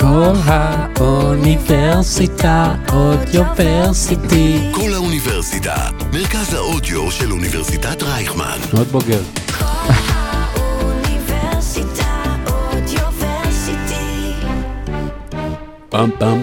כל האוניברסיטה אודיוורסיטי. כל האוניברסיטה, מרכז האודיו של אוניברסיטת רייכמן. מאוד בוגר. פעם פעם.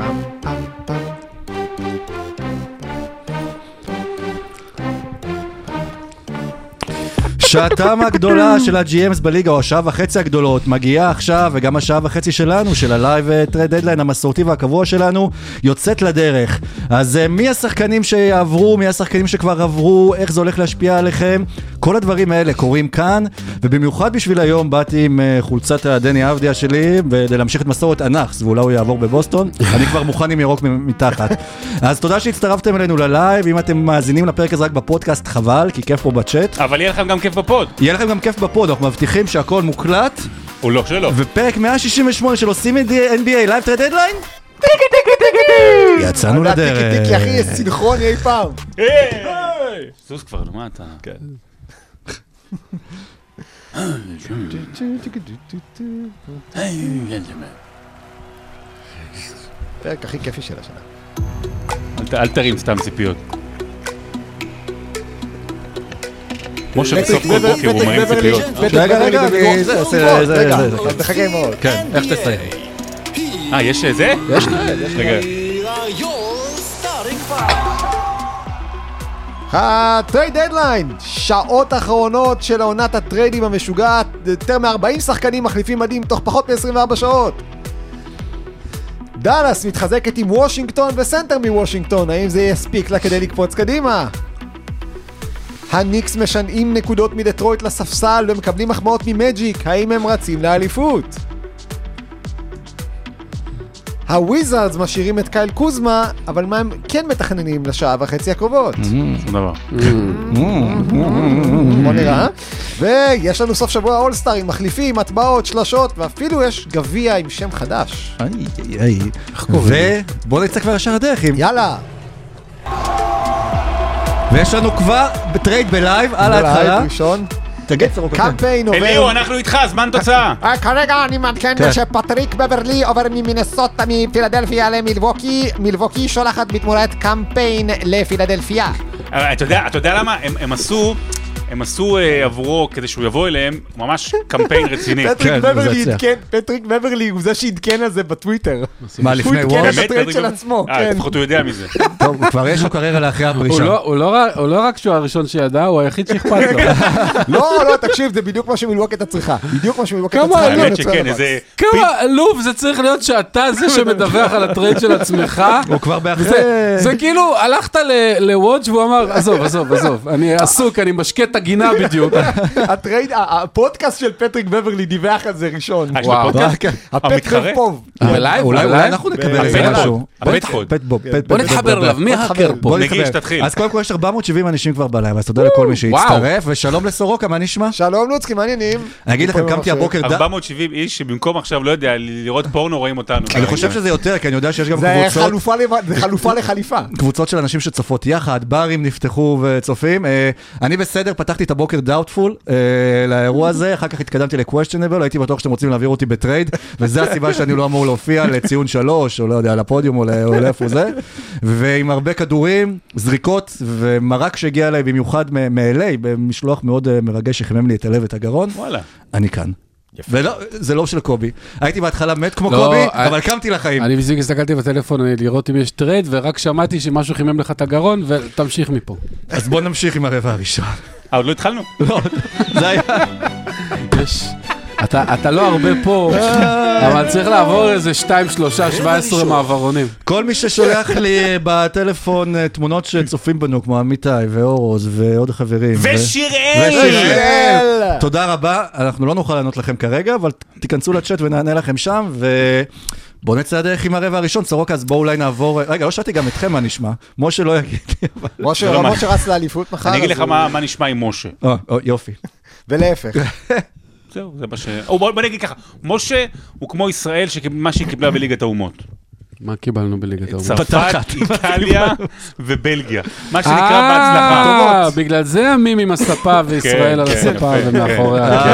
שעתם הגדולה של ה-GMs בליגה, או השעה וחצי הגדולות, מגיעה עכשיו, וגם השעה וחצי שלנו, של הלייב טרייד דדליין המסורתי והקבוע שלנו, יוצאת לדרך. אז מי השחקנים שיעברו, מי השחקנים שכבר עברו, איך זה הולך להשפיע עליכם, כל הדברים האלה קורים כאן, ובמיוחד בשביל היום באתי עם חולצת הדני אבדיה שלי, ולהמשיך את מסורת אנחס, ואולי הוא יעבור בבוסטון. אני כבר מוכן עם ירוק מתחת. אז תודה שהצטרפתם אלינו ללייב, אם אתם מאזינים לפרק הזה רק בפודקאסט, חבל, כי כיף פה בצ'אט. אבל יהיה לכם גם כיף בפוד. יהיה לכם גם כיף בפוד, אנחנו מבטיחים שהכל מוקלט. או לא שלא. ופרק 168 של עושים NBA Live Trade Deadline. יצאנו לדרך. טיקי טיקי, אחי, יש סינכרוני אי פעם. סוס כבר, מה אתה? כן. פרק הכי כיפי של השנה. אל תרים סתם ציפיות. משה בסוף כל בוקר הוא מרים ציפיות. רגע, זה. תחכה מאוד. כן, איך תסיים? יש זה? יש רגע. הטרייד דדליין, שעות אחרונות של עונת הטריידים המשוגעת, יותר מ-40 שחקנים מחליפים מדים תוך פחות מ-24 שעות. דאלאס מתחזקת עם וושינגטון וסנטר מוושינגטון, האם זה יספיק לה כדי לקפוץ קדימה? הניקס משנעים נקודות מדטרויט לספסל ומקבלים מחמאות ממג'יק, האם הם רצים לאליפות? הוויזארדס משאירים את קייל קוזמה, אבל מה הם כן מתכננים לשעה וחצי הקרובות? שום דבר. בוא נראה. ויש לנו סוף שבוע אולסטאר עם מחליפים, הטבעות, שלשות, ואפילו יש גביע עם שם חדש. ובוא נצא כבר ישר הדרך עם... יאללה! ויש לנו כבר בטרייד בלייב על ההתחלה. ראשון. תגיד סרוק. קמפיין עובר... אליו, אנחנו איתך, זמן תוצאה. כרגע אני מעדכן שפטריק בברלי עובר ממינסוטה מפילדלפיה למילווקי. מילווקי שולחת בתמורת קמפיין לפילדלפיה. אתה יודע למה? הם עשו עבורו כדי שהוא יבוא אליהם ממש קמפיין רציני. פטריק בברלי הוא זה שהתקן על זה בטוויטר. מה, לפני הוא התקן על הטרייד של עצמו. לפחות הוא יודע מזה. טוב, כבר יש לו קריירה לאחרי הפרישה. הוא לא רק שהוא הראשון שידע, הוא היחיד שאכפת לו. לא, תקשיב, זה בדיוק מה שמילווקי צריכה. בדיוק מה שמילווקי צריכה. האמת שכן, איזה... כמה לוב זה צריך להיות שאתה זה שמדווח על הטרייד של עצמך. הוא כבר באחרי... זה כאילו, הלכת לוודג' והוא אמר, עזוב, אני עסוק, אני משקה את הגינה בדיוק. הפודקאסט של פטריק בברלי דיווח על זה ראשון. המתחרה? אולי אנחנו נקבל איזה משהו. בוא נתחבר אליו, מי הקר פה? נגיש, תתחיל. אז קודם כל יש 470 אנשים כבר בלייב, אז תודה לכל מי שהצטרף, ושלום לסורוקה, מה נשמע? שלום לוצקי, מעניינים. אני אגיד לכם, קמתי הבוקר... 470 איש שבמקום עכשיו, לא יודע, לראות פורנו רואים אותנו. אני חושב שזה יותר, כי אני יודע שיש גם זה חלופה לחליפה. קבוצות של אנשים שצופות יחד, ברים נפתחו וצופים. אני בסדר, פתחתי את הבוקר דאוטפול לאירוע הזה, אחר כך התקדמתי ל-questionable, הייתי בטוח שאתם רוצים להעביר אותי בטרייד, וזו הסיבה שאני לא אמור להופיע לציון 3, או לא יודע, לפודיום, או לאיפה זה, ועם הרבה כדורים, זריקות, ומרק שהגיע אליי במיוחד מ-LA, במשלוח מאוד מרגש שחימם לי את הלב ואת הגרון. וואלה. אני כאן. זה לא של קובי. הייתי בהתחלה מת כמו קובי, אבל קמתי לחיים. אני בזיוק הסתכלתי בטלפון לראות אם יש טרייד, ורק שמעתי שמשהו חימם לך את הגרון, ותמשיך מפה. אז בוא נמשיך עם הרבע הראשון. עוד לא התחלנו? לא, זה היה... אתה לא הרבה פה, אבל צריך לעבור איזה 2, 3, 17 מעברונים. כל מי ששולח לי בטלפון תמונות שצופים בנו, כמו אמיתי ואורוז ועוד חברים. ושיראל! תודה רבה, אנחנו לא נוכל לענות לכם כרגע, אבל תיכנסו לצ'אט ונענה לכם שם, בוא נצא הדרך עם הרבע הראשון, סורוקה, אז בואו אולי נעבור... רגע, לא שאלתי גם אתכם מה נשמע. משה לא יגיד לי, אבל... משה רץ לאליפות מחר. אני אגיד לך מה נשמע עם משה. יופי. ולהפך. זהו, זה מה ש... בוא נגיד ככה, משה הוא כמו ישראל, מה שהיא קיבלה בליגת האומות. מה קיבלנו בליגת האומות? צרפת, איטליה ובלגיה. מה שנקרא בהצלחה. בגלל זה המים עם הספה וישראל על הספה ומאחוריה.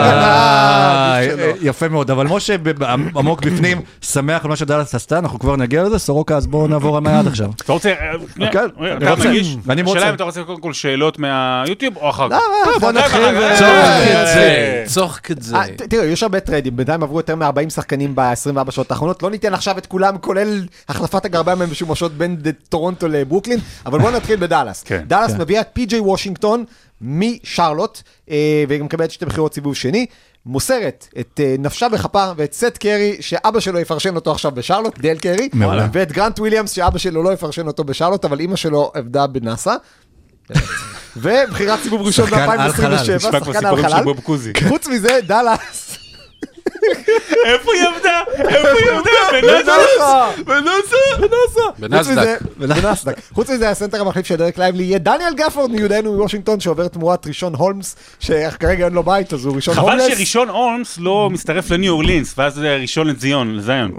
יפה מאוד, אבל משה עמוק בפנים, שמח על מה שדאלאס עשתה, אנחנו כבר נגיע לזה, סורוקה, אז בואו נעבור על היד עכשיו. אתה רוצה, אתה מגיש, שאלה אם אתה רוצה קודם כל שאלות מהיוטיוב או אחר כך. בוא נתחיל צוח כזה. תראו, יש הרבה טריידים, בינתיים עברו יותר מ-40 שחקנים ב-24 שעות האחרונות, לא ניתן עכשיו את כולם, כולל החלפת הגרביים המשומשות בין טורונטו לברוקלין, אבל בואו נתחיל בדאלאס. דאלאס מביאה את פי.ג'יי וושינגטון משרלוט, וגם מקבלת שתי בחירות סיבוב שני, מוסרת את נפשה בכפה ואת סט קרי, שאבא שלו יפרשן אותו עכשיו בשרלוט, דייל קרי, ואת גרנט וויליאמס, שאבא שלו לא יפרשן אותו בשרלוט, אבל אמא שלו עבדה בנאסא. ובחירת סיבוב ראשון ב-2027, שחקן על חלל. חוץ מזה, דאלאס. איפה היא עבדה? בנסדק. חוץ מזה, הסנטר המחליף של דרק לייבלי יהיה דניאל גפורד מיודענו מוושינגטון, שעובר תמורת ראשון הולמס, שכרגע אין לו בית, אז הוא ראשון הולמס. חבל שראשון הולמס לא מצטרף לניו אורלינס, ואז זה ראשון לזיון.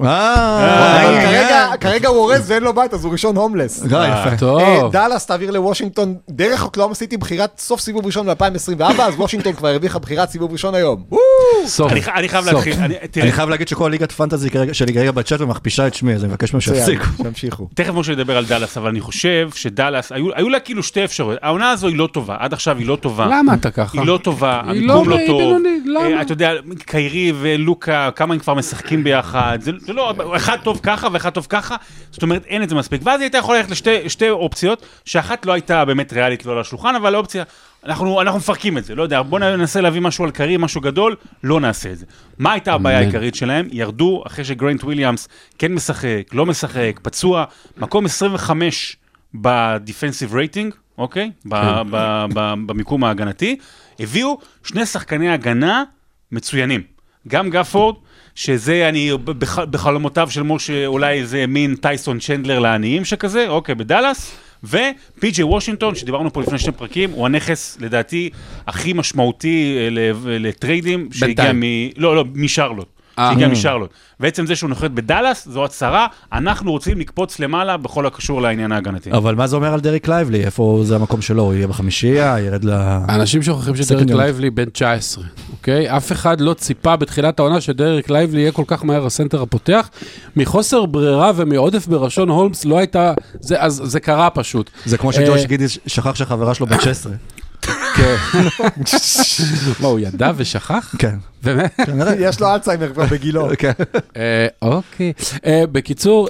כרגע הוא אורז ואין לו בית, אז הוא ראשון הומלס. דאלאס תעביר לוושינגטון דרך אוקלאומה סיטי בחירת סוף סיבוב ראשון ב-2024, אז וושינגטון כבר הרוויחה בחירת סיבוב ראשון היום. אני חייב להתחיל. אני חייב להגיד שכל ליגת פנטזי שלי כרגע בצ'אט ומכפישה את שמי, אז אני מבקש מהם שיפסיקו. תכף משה לדבר על דאלאס, אבל אני חושב שדאלאס, היו לה כאילו שתי אפשרויות. העונה הזו היא לא טובה, עד עכשיו היא לא טובה. למה אתה ככה? היא לא טובה, המיקום לא טוב. אתה יודע, קיירי ולוקה, כמה הם כבר משחקים ביחד. זה לא, אחד טוב ככה ואחד טוב ככה, זאת אומרת, אין את זה מספיק. ואז היא הייתה יכולה ללכת לשתי אופציות, שאחת לא הייתה באמת ריאלית לא לשולחן, אבל האופציה, אנחנו מפרקים את זה, לא יודע, בוא ננסה להביא משהו על קרי, משהו גדול, לא נעשה את זה. מה הייתה הבעיה העיקרית שלהם? ירדו אחרי שגרנט וויליאמס כן משחק, לא משחק, פצוע, מקום 25 בדיפנסיב רייטינג, אוקיי? במיקום ההגנתי, הביאו שני שחקני הגנה מצוינים. גם גפורד, שזה אני בחלומותיו של משה, אולי זה מין טייסון צ'נדלר לעניים שכזה, אוקיי, בדאלאס, ופי.ג'יי וושינגטון, שדיברנו פה לפני שני פרקים, הוא הנכס, לדעתי, הכי משמעותי לטריידים, שהגיע משרלוט. שהגיע משרלוט. בעצם זה שהוא נוחת בדאלאס, זו הצהרה, אנחנו רוצים לקפוץ למעלה בכל הקשור לעניין ההגנתי. אבל מה זה אומר על דריק לייבלי? איפה זה המקום שלו? הוא יהיה בחמישייה, ירד ל... האנשים שוכחים שדריק לייבלי בן 19, אוקיי? אף אחד לא ציפה בתחילת העונה שדריק לייבלי יהיה כל כך מהר הסנטר הפותח. מחוסר ברירה ומעודף בראשון הולמס לא הייתה... אז זה קרה פשוט. זה כמו שג'וש גידי שכח שהחברה שלו בן 16. כן. מה, הוא ידע ושכח? כן. באמת? יש לו אלצהיימר כבר בגילו. אוקיי. בקיצור,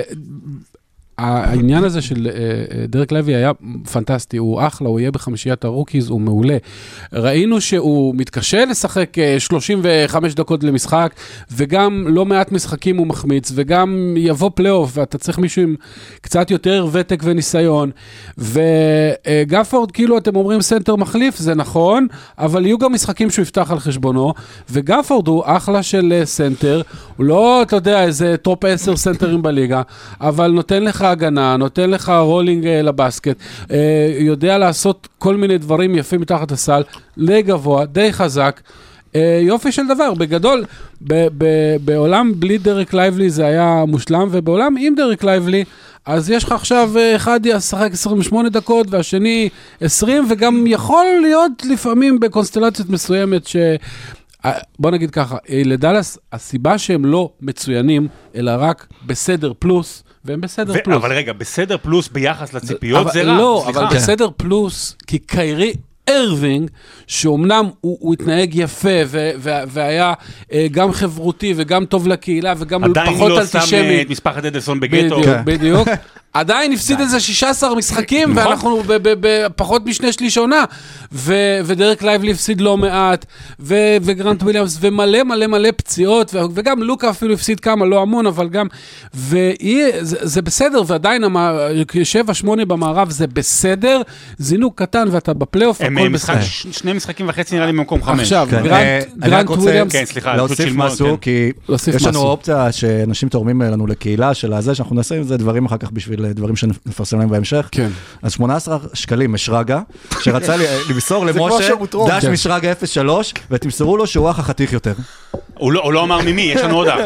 העניין הזה של דרק לוי היה פנטסטי, הוא אחלה, הוא יהיה בחמישיית הרוקיז, הוא מעולה. ראינו שהוא מתקשה לשחק 35 דקות למשחק, וגם לא מעט משחקים הוא מחמיץ, וגם יבוא פלייאוף, ואתה צריך מישהו עם קצת יותר ותק וניסיון, וגפורד, כאילו אתם אומרים סנטר מחליף, זה נכון, אבל יהיו גם משחקים שהוא יפתח על חשבונו, וגפורד הוא אחלה של סנטר, הוא לא, אתה יודע, איזה טופ 10 סנטרים בליגה, אבל נותן לך הגנה, נותן לך רולינג לבסקט, יודע לעשות כל מיני דברים יפים מתחת הסל, די גבוה, די חזק, יופי של דבר, בגדול, בעולם בלי דרק לייבלי זה היה מושלם, ובעולם עם דרק לייבלי, אז יש לך עכשיו אחד ישחק 28 דקות, והשני 20, וגם יכול להיות לפעמים בקונסטלציות מסוימת בוא נגיד ככה, לדאלאס, הסיבה שהם לא מצוינים, אלא רק בסדר פלוס, והם בסדר פלוס. אבל רגע, בסדר פלוס ביחס לציפיות זה רע. לא, אבל בסדר פלוס, כי קיירי ארווינג, שאומנם הוא התנהג יפה, והיה גם חברותי, וגם טוב לקהילה, וגם פחות אנטישמי. עדיין לא שם את משפחת אדלסון בגטו. בדיוק. עדיין הפסיד איזה 16 משחקים, ואנחנו בפחות משני שליש עונה, ודרק לייבלי הפסיד לא מעט, וגרנט וויליאמס, ומלא מלא מלא פציעות, וגם לוקה אפילו הפסיד כמה, לא המון, אבל גם, זה בסדר, ועדיין 7-8 במערב זה בסדר, זינוק קטן, ואתה בפלייאוף, הכל בסדר. שני משחקים וחצי נראה לי במקום 5. עכשיו, גרנט וויליאמס, להוסיף משהו, כי יש לנו אופציה שאנשים תורמים לנו לקהילה של הזה, שאנחנו נעשה עם זה דברים אחר כך בשביל לדברים שנפרסם להם בהמשך. כן. אז 18 שקלים משרגה, שרצה למסור למשה, דש משרגה 03, ותמסרו לו שהוא אח החתיך יותר. הוא לא אמר ממי, יש לנו עוד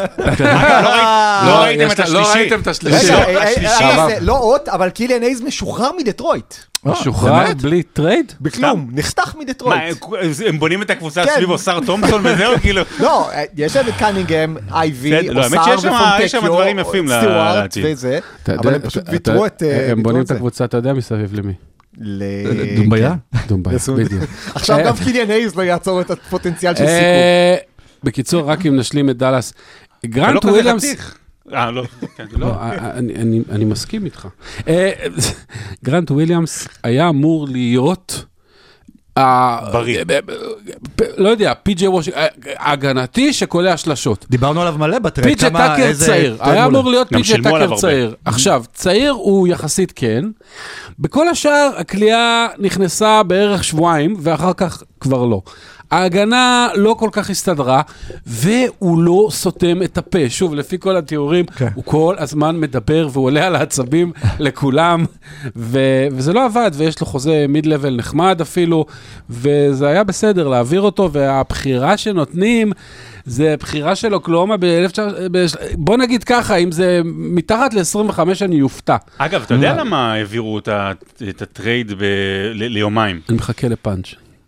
לא ראיתם את השלישי. לא ראיתם את השלישי. לא עוד, אבל קיליאן הייז משוחרר מדטרויט. משוחרר בלי טרייד? בכלום, נחתך מדטרויט. הם בונים את הקבוצה סביב אוסר תומפסון וזהו, כאילו. לא, יש להם את קנינגהם, אייבי, אוסר ופונטקיו, סטיוארט וזה, אבל הם פשוט ויתרו את... הם בונים את הקבוצה, אתה יודע מסביב למי? דומביה? דומביה, בדיוק. עכשיו גם קיליאן הייז לא יעצור את הפוטנציאל של סיכום. בקיצור, רק אם נשלים את דלס. גרנט וויליאמס... לא. אני מסכים איתך. גרנט וויליאמס היה אמור להיות... בריא. לא יודע, פי.ג'יי וושינגטון, הגנתי שקולע שלשות. דיברנו עליו מלא בטרייד. פי.ג'יי טאקר צעיר, היה אמור להיות פי.ג'יי טאקר צעיר. עכשיו, צעיר הוא יחסית כן. בכל השאר, הקליעה נכנסה בערך שבועיים, ואחר כך כבר לא. ההגנה לא כל כך הסתדרה, והוא לא סותם את הפה. שוב, לפי כל התיאורים, הוא כל הזמן מדבר, והוא עולה על העצבים לכולם, וזה לא עבד, ויש לו חוזה מיד-לבל נחמד אפילו, וזה היה בסדר להעביר אותו, והבחירה שנותנים, זה בחירה של אוקלאומה בוא נגיד ככה, אם זה מתחת ל-25 אני יופתע. אגב, אתה יודע למה העבירו את הטרייד ליומיים? אני מחכה לפאנץ'.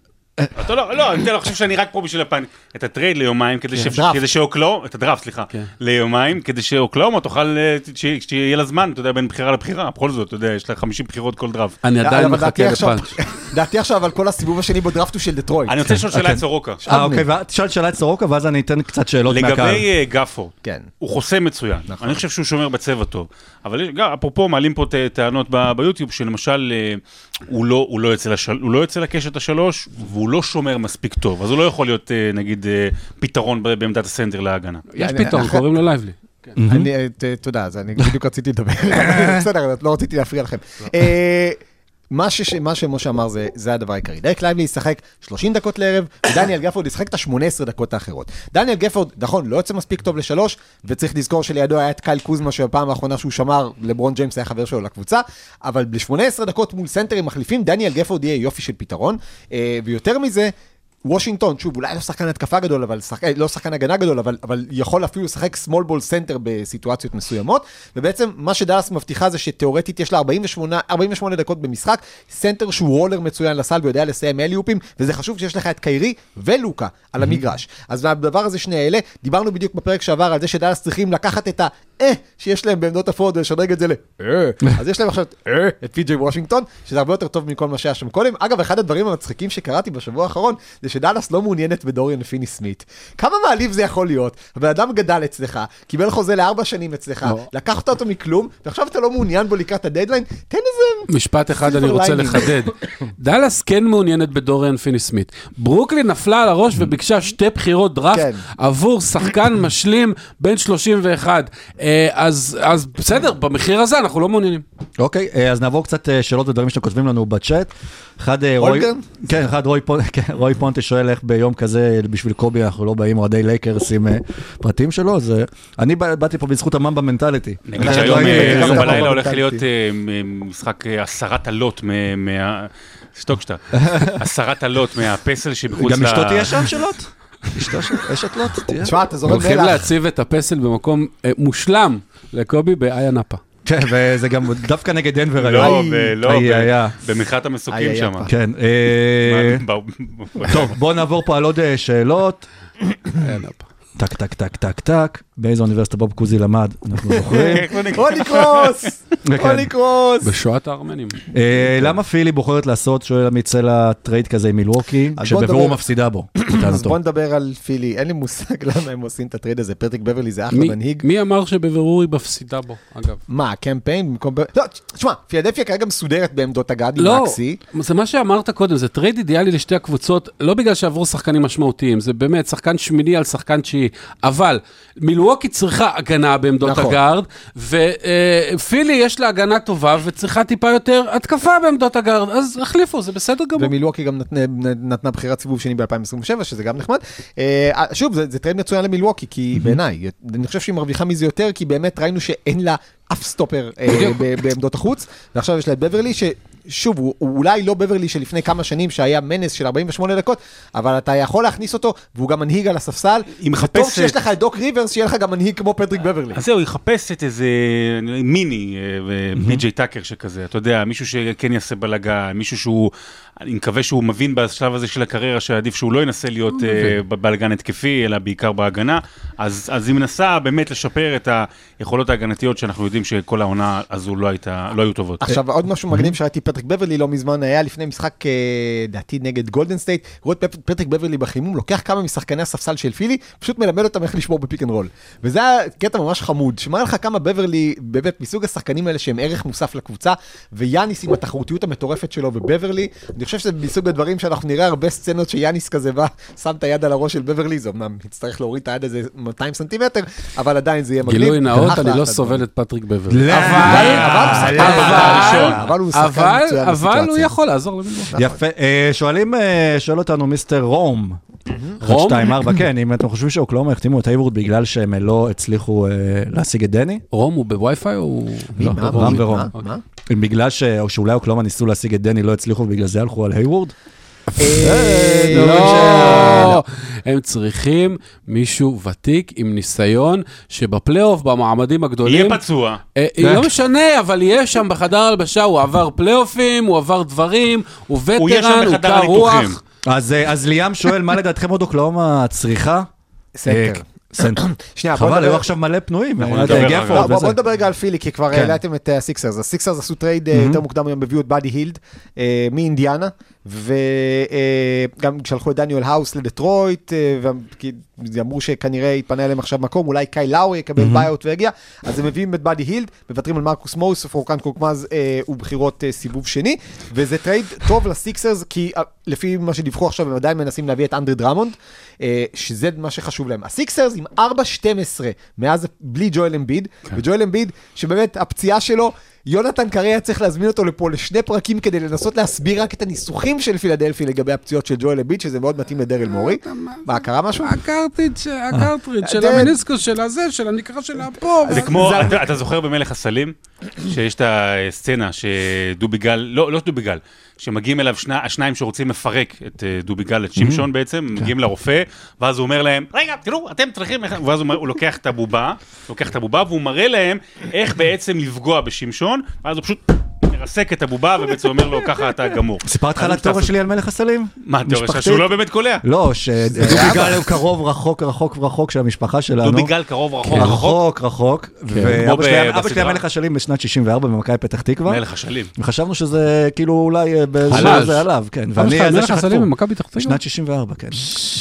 לא, אני חושב שאני רק פה בשביל את הטרייד ליומיים, כדי שאוקלאומה, את הדראפט, סליחה, ליומיים, כדי שאוקלאומה תוכל, שיהיה לה זמן, אתה יודע, בין בחירה לבחירה, בכל זאת, אתה יודע, יש לה 50 בחירות כל דראפט. אני עדיין מחכה לפאנץ'. דעתי עכשיו על כל הסיבוב השני בדראפט הוא של דטרויט. אני רוצה לשאול שאלה את סורוקה. אוקיי, תשאל שאלה את סורוקה, ואז אני אתן קצת שאלות מהקהל. לגבי גפו, הוא חוסם מצוין. אני חושב שהוא שומר בצבע טוב. אבל אפרופו, מעלים פה טענות ביוטיוב, שלמשל, הוא לא יוצא לקשת השלוש, והוא לא שומר מספיק טוב. אז הוא לא יכול להיות, נגיד, פתרון בעמדת הסנטר להגנה. יש פתרון, קוראים לו לייבלי. תודה, אז אני בדיוק רציתי לדבר. בסדר, לא רציתי להפריע לכם. מה שמשה אמר זה הדבר העיקרי. דרק לייבלי ישחק 30 דקות לערב, ודניאל גפורד ישחק את ה-18 דקות האחרות. דניאל גפורד, נכון, לא יוצא מספיק טוב ל3, וצריך לזכור שלידו היה את קייל קוזמה, שבפעם האחרונה שהוא שמר, לברון ג'יימס היה חבר שלו לקבוצה, אבל ב-18 דקות מול סנטרים מחליפים, דניאל גפורד יהיה יופי של פתרון, ויותר מזה, וושינגטון, שוב, אולי לא שחקן התקפה גדול, לא שחקן הגנה גדול, אבל יכול אפילו לשחק small ball center בסיטואציות מסוימות, ובעצם מה שדלס מבטיחה זה שתיאורטית יש לה 48 דקות במשחק, סנטר שהוא רולר מצוין לסל ויודע לסיים אליופים, וזה חשוב שיש לך את קיירי ולוקה על המגרש. אז מהדבר הזה שני אלה, דיברנו בדיוק בפרק שעבר על זה שדלס צריכים לקחת את שיש להם בעמדות הפורוד ולשדרג את זה אז יש להם עכשיו את פי.ג'יי וושינגטון, שזה הרבה יותר טוב מכל מה שהיה שם קודם. אגב, אחד הדברים המצחיקים שקראתי בשבוע האחרון, זה שדלס לא מעוניינת בדוריאן פיני סמית. כמה מעליב זה יכול להיות? הבן אדם גדל אצלך, קיבל חוזה ל4 שנים אצלך, לקחת אותו מכלום, ועכשיו אתה לא מעוניין בו לקראת הדדליין, תן איזה... משפט אחד אני רוצה לחדד. דלס כן מעוניינת בדוריאן פיני סמית. ברוקלין נפלה על הראש וביקשה 2 בחירות דראפט עבור שחקן משלים בין 31. אז בסדר, במחיר הזה אנחנו לא מעוניינים. אוקיי, אז נעבור קצת שאלות ודברים שאתם כותבים לנו בצ'אט. אחד רוי פונטה שואל איך ביום כזה בשביל קובי אנחנו לא באים אוהדי לייקרס עם פרטים שלו, אז אני באתי פה בזכות הממבה מנטליטי. נגיד שהיום בלילה הולך להיות משחק 10 עלות שטוקשטה, 10 עלות מהפסל שבחוץ גם אשתו תהיה שם שאלות? אשת לוט, תהיה. תשמע, אתה זורם הולכים להציב את הפסל במקום מושלם לקובי באיה נאפה. כן, וזה גם דווקא נגד דנבר היום. לא, במחאת המסוקים שם. כן. טוב, בואו נעבור פה על עוד שאלות. איה נאפה. טק, טק, טק, טק, טק. באיזו אוניברסיטה בוב קוזי למד, אנחנו זוכרים. הוליקרוס! בשואת הארמנים. למה פילי בוחרת לעשות, שואל המיצלה, טרייד כזה עם מילווקי, שבבירור מפסידה בו? אז בוא נדבר על פילי, אין לי מושג למה הם עושים את הטרייד הזה, פטריק בברלי זה אחלה מנהיג. מי אמר שבבירור היא מפסידה בו, אגב? מה, קמפיין? לא, תשמע, פילדלפיה כרגע מסודרת בעמדות הגד עם מקסי. לא, זה מה שאמרת קודם, זה טרייד אידיאלי לשתי הקבוצות, לא בגלל שעברו שחקנים משמעותיים, זה באמת שחקן שמיני על שחקן 9, מילווקי, אבל מילווקי צריכה הגנה בעמדות הגארד, ופילי יש לה הגנה טובה, וצריכה טיפה יותר התקפה בעמדות הגארד, אז החליפו, זה בסדר גמור. ומילווקי גם נתנה בחירת סיבוב שני ב-2027, שזה גם נחמד. שוב, זה טרייד מצוין למילווקי, כי בעיניי, אני חושב שהיא מרוויחה מזה יותר, כי באמת ראינו שאין לה אף סטופר בעמדות החוץ, ועכשיו יש לה את בברלי, ששוב, הוא אולי לא בברלי שלפני כמה שנים, שהיה מנס של 48 דקות, אבל אתה יכול להכניס אותו, והוא גם מנהיג על הספסל, וטוב שיש לך את דוק ריברס, שיהיה לך גם מנהיג כמו פטריק בברלי. אז זהו, יחפש את איזה מיני, פי.ג'יי טאקר שכזה, אתה יודע, מישהו שכן יעשה בלגה, מישהו שהוא, אני מקווה שהוא מבין בשלב הזה של הקריירה, שעדיף שהוא לא ינסה להיות בלגן התקפי, אלא בעיקר בהגנה, אז היא מנסה באמת לשפר את היכולות ההגנתיות, שאנחנו יודעים שכל העונה הזו לא היו טובות. עכשיו, עוד משהו מגניב שראיתי פטריק בברלי לא מזמן, היה לפני משחק דעתי נגד גולדן סטייט, רואה את פטריק בברלי בחימום, לוקח כמה משחקני הספסל של פילי, פשוט מלמד אותם איך לשמור בפיק אנד רול. וזה היה קטע ממש חמוד, שמראה לך כמה בברלי, באמת מסוג השחקנים האלה שהם ערך מוסף לקבוצה, ויאניס עם התחרותיות המטורפת שלו ובברלי, אני חושב שזה מסוג הדברים שאנחנו נראה הרבה סצנות שיאניס כזה בא, שם את היד על הראש של בברלי, זה אמנם יצטרך להוריד את היד איזה 200 סנטימטר, אבל עדיין זה יהיה מגניב. גילוי נאות, אני לא סובל את פטריק בברלי. אבל הוא יכול לעזור למילווקי. יפה, שואל אותנו מיסטר רום. רום? 1-2-4, כן, אם אתם חושבים שאוקלאומה החתימו את הייוורד בגלל שהם לא הצליחו להשיג את דני? רום הוא בווי-פיי או... לא, רם ורום. בגלל שאולי אוקלאומה ניסו להשיג את דני, לא הצליחו ובגלל זה הלכו על הייוורד? לא, הם צריכים מישהו ותיק עם ניסיון שבפלייאוף במעמדים הגדולים יהיה פצוע. לא משנה, אבל יהיה שם בחדר הלבשה, הוא עבר פלייאופים, הוא עבר דברים, הוא וטרן, הוא קר רוח. אז ליאם שואל, מה לדעתכם עוד אוקלאומה צריכה? סנטר. חבל, היו עכשיו מלא פנויים. בוא נדבר רגע על פילי, כי כבר העליתם את הסיקסרס. הסיקסרס עשו טרייד יותר מוקדם היום, הביאו את באדי הילד מאינדיאנה, וגם שלחו את דניאל האוס לדטרויט, ואמרו שכנראה יתפנה אליהם עכשיו מקום, אולי קאי לאורי יקבל ביי-אוט והגיע, אז הם מביאים את באדי הילד, מוותרים על מרקוס מוריס, פורקן קוקמאז ובחירות סיבוב שני, וזה טרייד טוב לסיקסרס, כי לפי מה שדיווחו עכשיו, הם עדיין מנסים להביא את אנדרי דרמונד, שזה מה שחשוב להם. הסיקסרס עם 4-12, מאז בלי ג'ואל אמביד, וג'ואל אמביד, שבאמת הפציעה שלו, יונתן קריה צריך להזמין אותו לפה לשני פרקים כדי לנסות להסביר רק את הניסוחים של פילדלפי לגבי הפציעות של ג'ואל אמביד, שזה מאוד מתאים לדרל מורי. מה, קרה משהו? הקרטריד של המיניסקוס של הזה, של הנקרה של פה. זה כמו, אתה זוכר במלך הסלים, שיש את הסצנה שדוביגל, לא דוביגל, שמגיעים אליו השניים שרוצים לפרק את דוביגל, את שמשון בעצם, מגיעים לרופא, ואז הוא אומר להם, רגע, תראו, אתם צריכים, ואז הוא לוקח את הבובה, והוא מראה להם איך בעצם לפגוע בשמשון, ואז הוא פשוט מרסק את הבובה, ובעצם אומר לו, ככה אתה גמור. סיפרת לך על התיאוריה שלי על מלך הסלים? מה התיאוריה שלך? שהוא לא באמת קולע. לא, שדוביגל הוא קרוב רחוק של המשפחה שלנו. דוביגל קרוב רחוק. ואבא שלי המלך הסלים בשנת 64 במכבי פתח תקווה. מלך הסלים. וחשבנו שזה כאילו אולי זה עליו, כן. מלך הסלים במכבי פתח תקווה? בשנת 64, כן.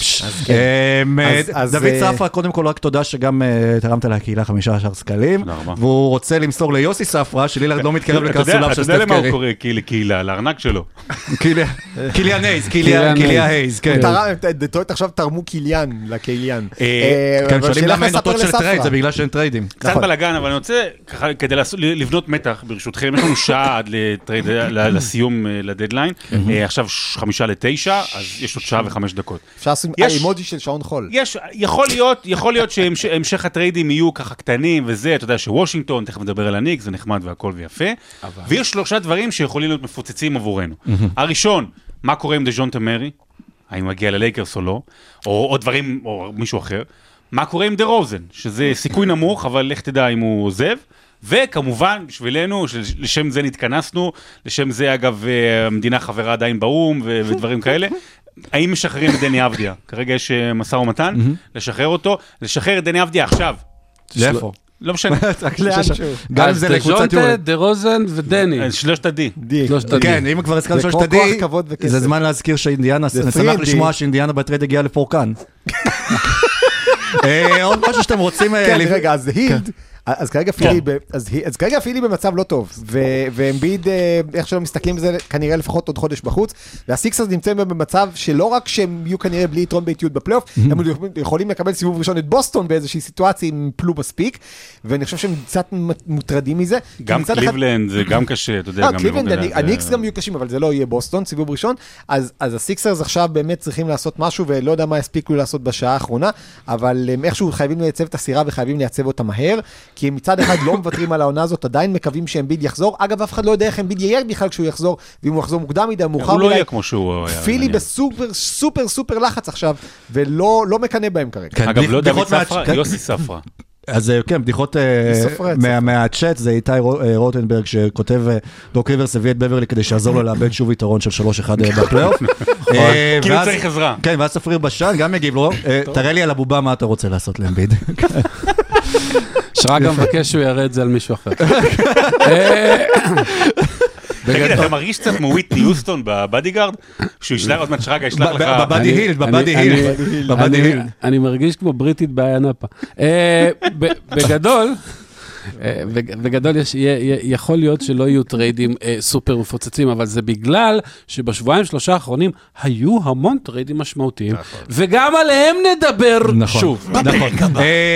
דוד ספרה, קודם כל רק תודה שגם תרמת לקהילה 15 שקלים, והוא רוצה למסור ליוסי ספרה, שלילד לא מתקרב לקרסוליו של סטף קרי. אתה יודע למה הוא קורא לקהילה? לארנק שלו. קיליאן הייז, קיליה הייז, כן. דטרויט עכשיו תרמו קיליאן לקהיליאן. כן, שואלים למה אין אותות של טרייד, זה בגלל שאין טריידים. קצת בלגן, אבל אני רוצה, כדי לבנות מתח, ברשותכם, יש לנו שעה עד לסיום לדדליין, עכשיו 8:55, אז יש עוד שעה ו5 דקות. אפשר לעשות אימוג'י של שעון חול. יכול להיות שהמשך הטריידים יהיו ככה קטנים וזה, אתה יודע שוושינגטון, תכף נדבר על הניק, זה נחמד והכל ויפה, ויש 3 דברים שיכולים להיות מפוצצים עבורנו. הראשון, מה קורה עם דז'ונטה מרי? האם מגיע ללייקרס או לא? או דברים, או מישהו אחר. מה קורה עם דה רוזן? שזה סיכוי נמוך, אבל לך תדע אם הוא עוזב. וכמובן, בשבילנו, לשם זה נתכנסנו, לשם זה אגב המדינה חברה עדיין באום ודברים כאלה. האם משחררים את דני אבדיה? כרגע יש משא ומתן, לשחרר אותו, לשחרר את דני אבדיה עכשיו. לאיפה? לא משנה. גם זה לקבוצת יורד. דה רוזן ודני. 3 די. כן, אם כבר הזכרנו 3 די, זה זמן להזכיר שאינדיאנה, נשמח לשמוע שאינדיאנה בטרייד הגיעה לפורקן. עוד משהו שאתם רוצים... כן, רגע, אז הילד, אז כרגע פילי במצב לא טוב, ואמביד, איך שלא מסתכלים בזה, כנראה לפחות עוד חודש בחוץ, והסיקסרס נמצאים במצב שלא רק שהם יהיו כנראה בלי יתרון באיטיות בפלייאוף, הם יכולים לקבל סיבוב ראשון את בוסטון באיזושהי סיטואציה עם פלו מספיק, ואני חושב שהם קצת מוטרדים מזה. גם קליבלנד זה גם קשה, אתה יודע. הניקס גם יהיו קשים, אבל זה לא יהיה בוסטון, סיבוב ראשון, אז הסיקסרס עכשיו באמת צריכים לעשות משהו, ולא יודע מה הספיקו לעשות בשעה האחרונה, אבל איכשהו חייבים לייצב את הסירה וחייבים לייצב אותה מהר, כי הם מצד אחד לא מוותרים על העונה הזאת, עדיין מקווים שאמביד יחזור. אגב, אף אחד לא יודע איך אמביד יהיה בכלל כשהוא יחזור, ואם הוא יחזור מוקדם מדי, מאוחר מדי. הוא לא יהיה כמו שהוא היה. פילי בסופר לחץ עכשיו, ולא מקנה בהם כרגע. אגב, לא דוד ספרה, יוסי ספרה. אז כן, בדיחות מהצ'אט, זה איתי רוטנברג שכותב, דוק ריברס הביא את בברלי כדי שיעזור לו לאבד שוב יתרון של 3-1 בפלייאוף. כאילו צריך עזרה. כן, ואז ספריר בשן, גם מגיב לו, תראה לי על הבובה מה אתה רוצה לעשות לאמביד. שרגא מבקש שהוא יראה את זה על מישהו אחר. תגיד, אתה מרגיש קצת כמו וויטני יוסטון בבאדיגארד? שהוא ישלח עוד מעט שרגע, ישלח לך... בבאדי הילד. אני מרגיש כמו בריטית באיינפה. בגדול יכול להיות שלא יהיו טריידים סופר מפוצצים, אבל זה בגלל שבשבועיים שלושה האחרונים היו המון טריידים משמעותיים, וגם עליהם נדבר שוב. נכון.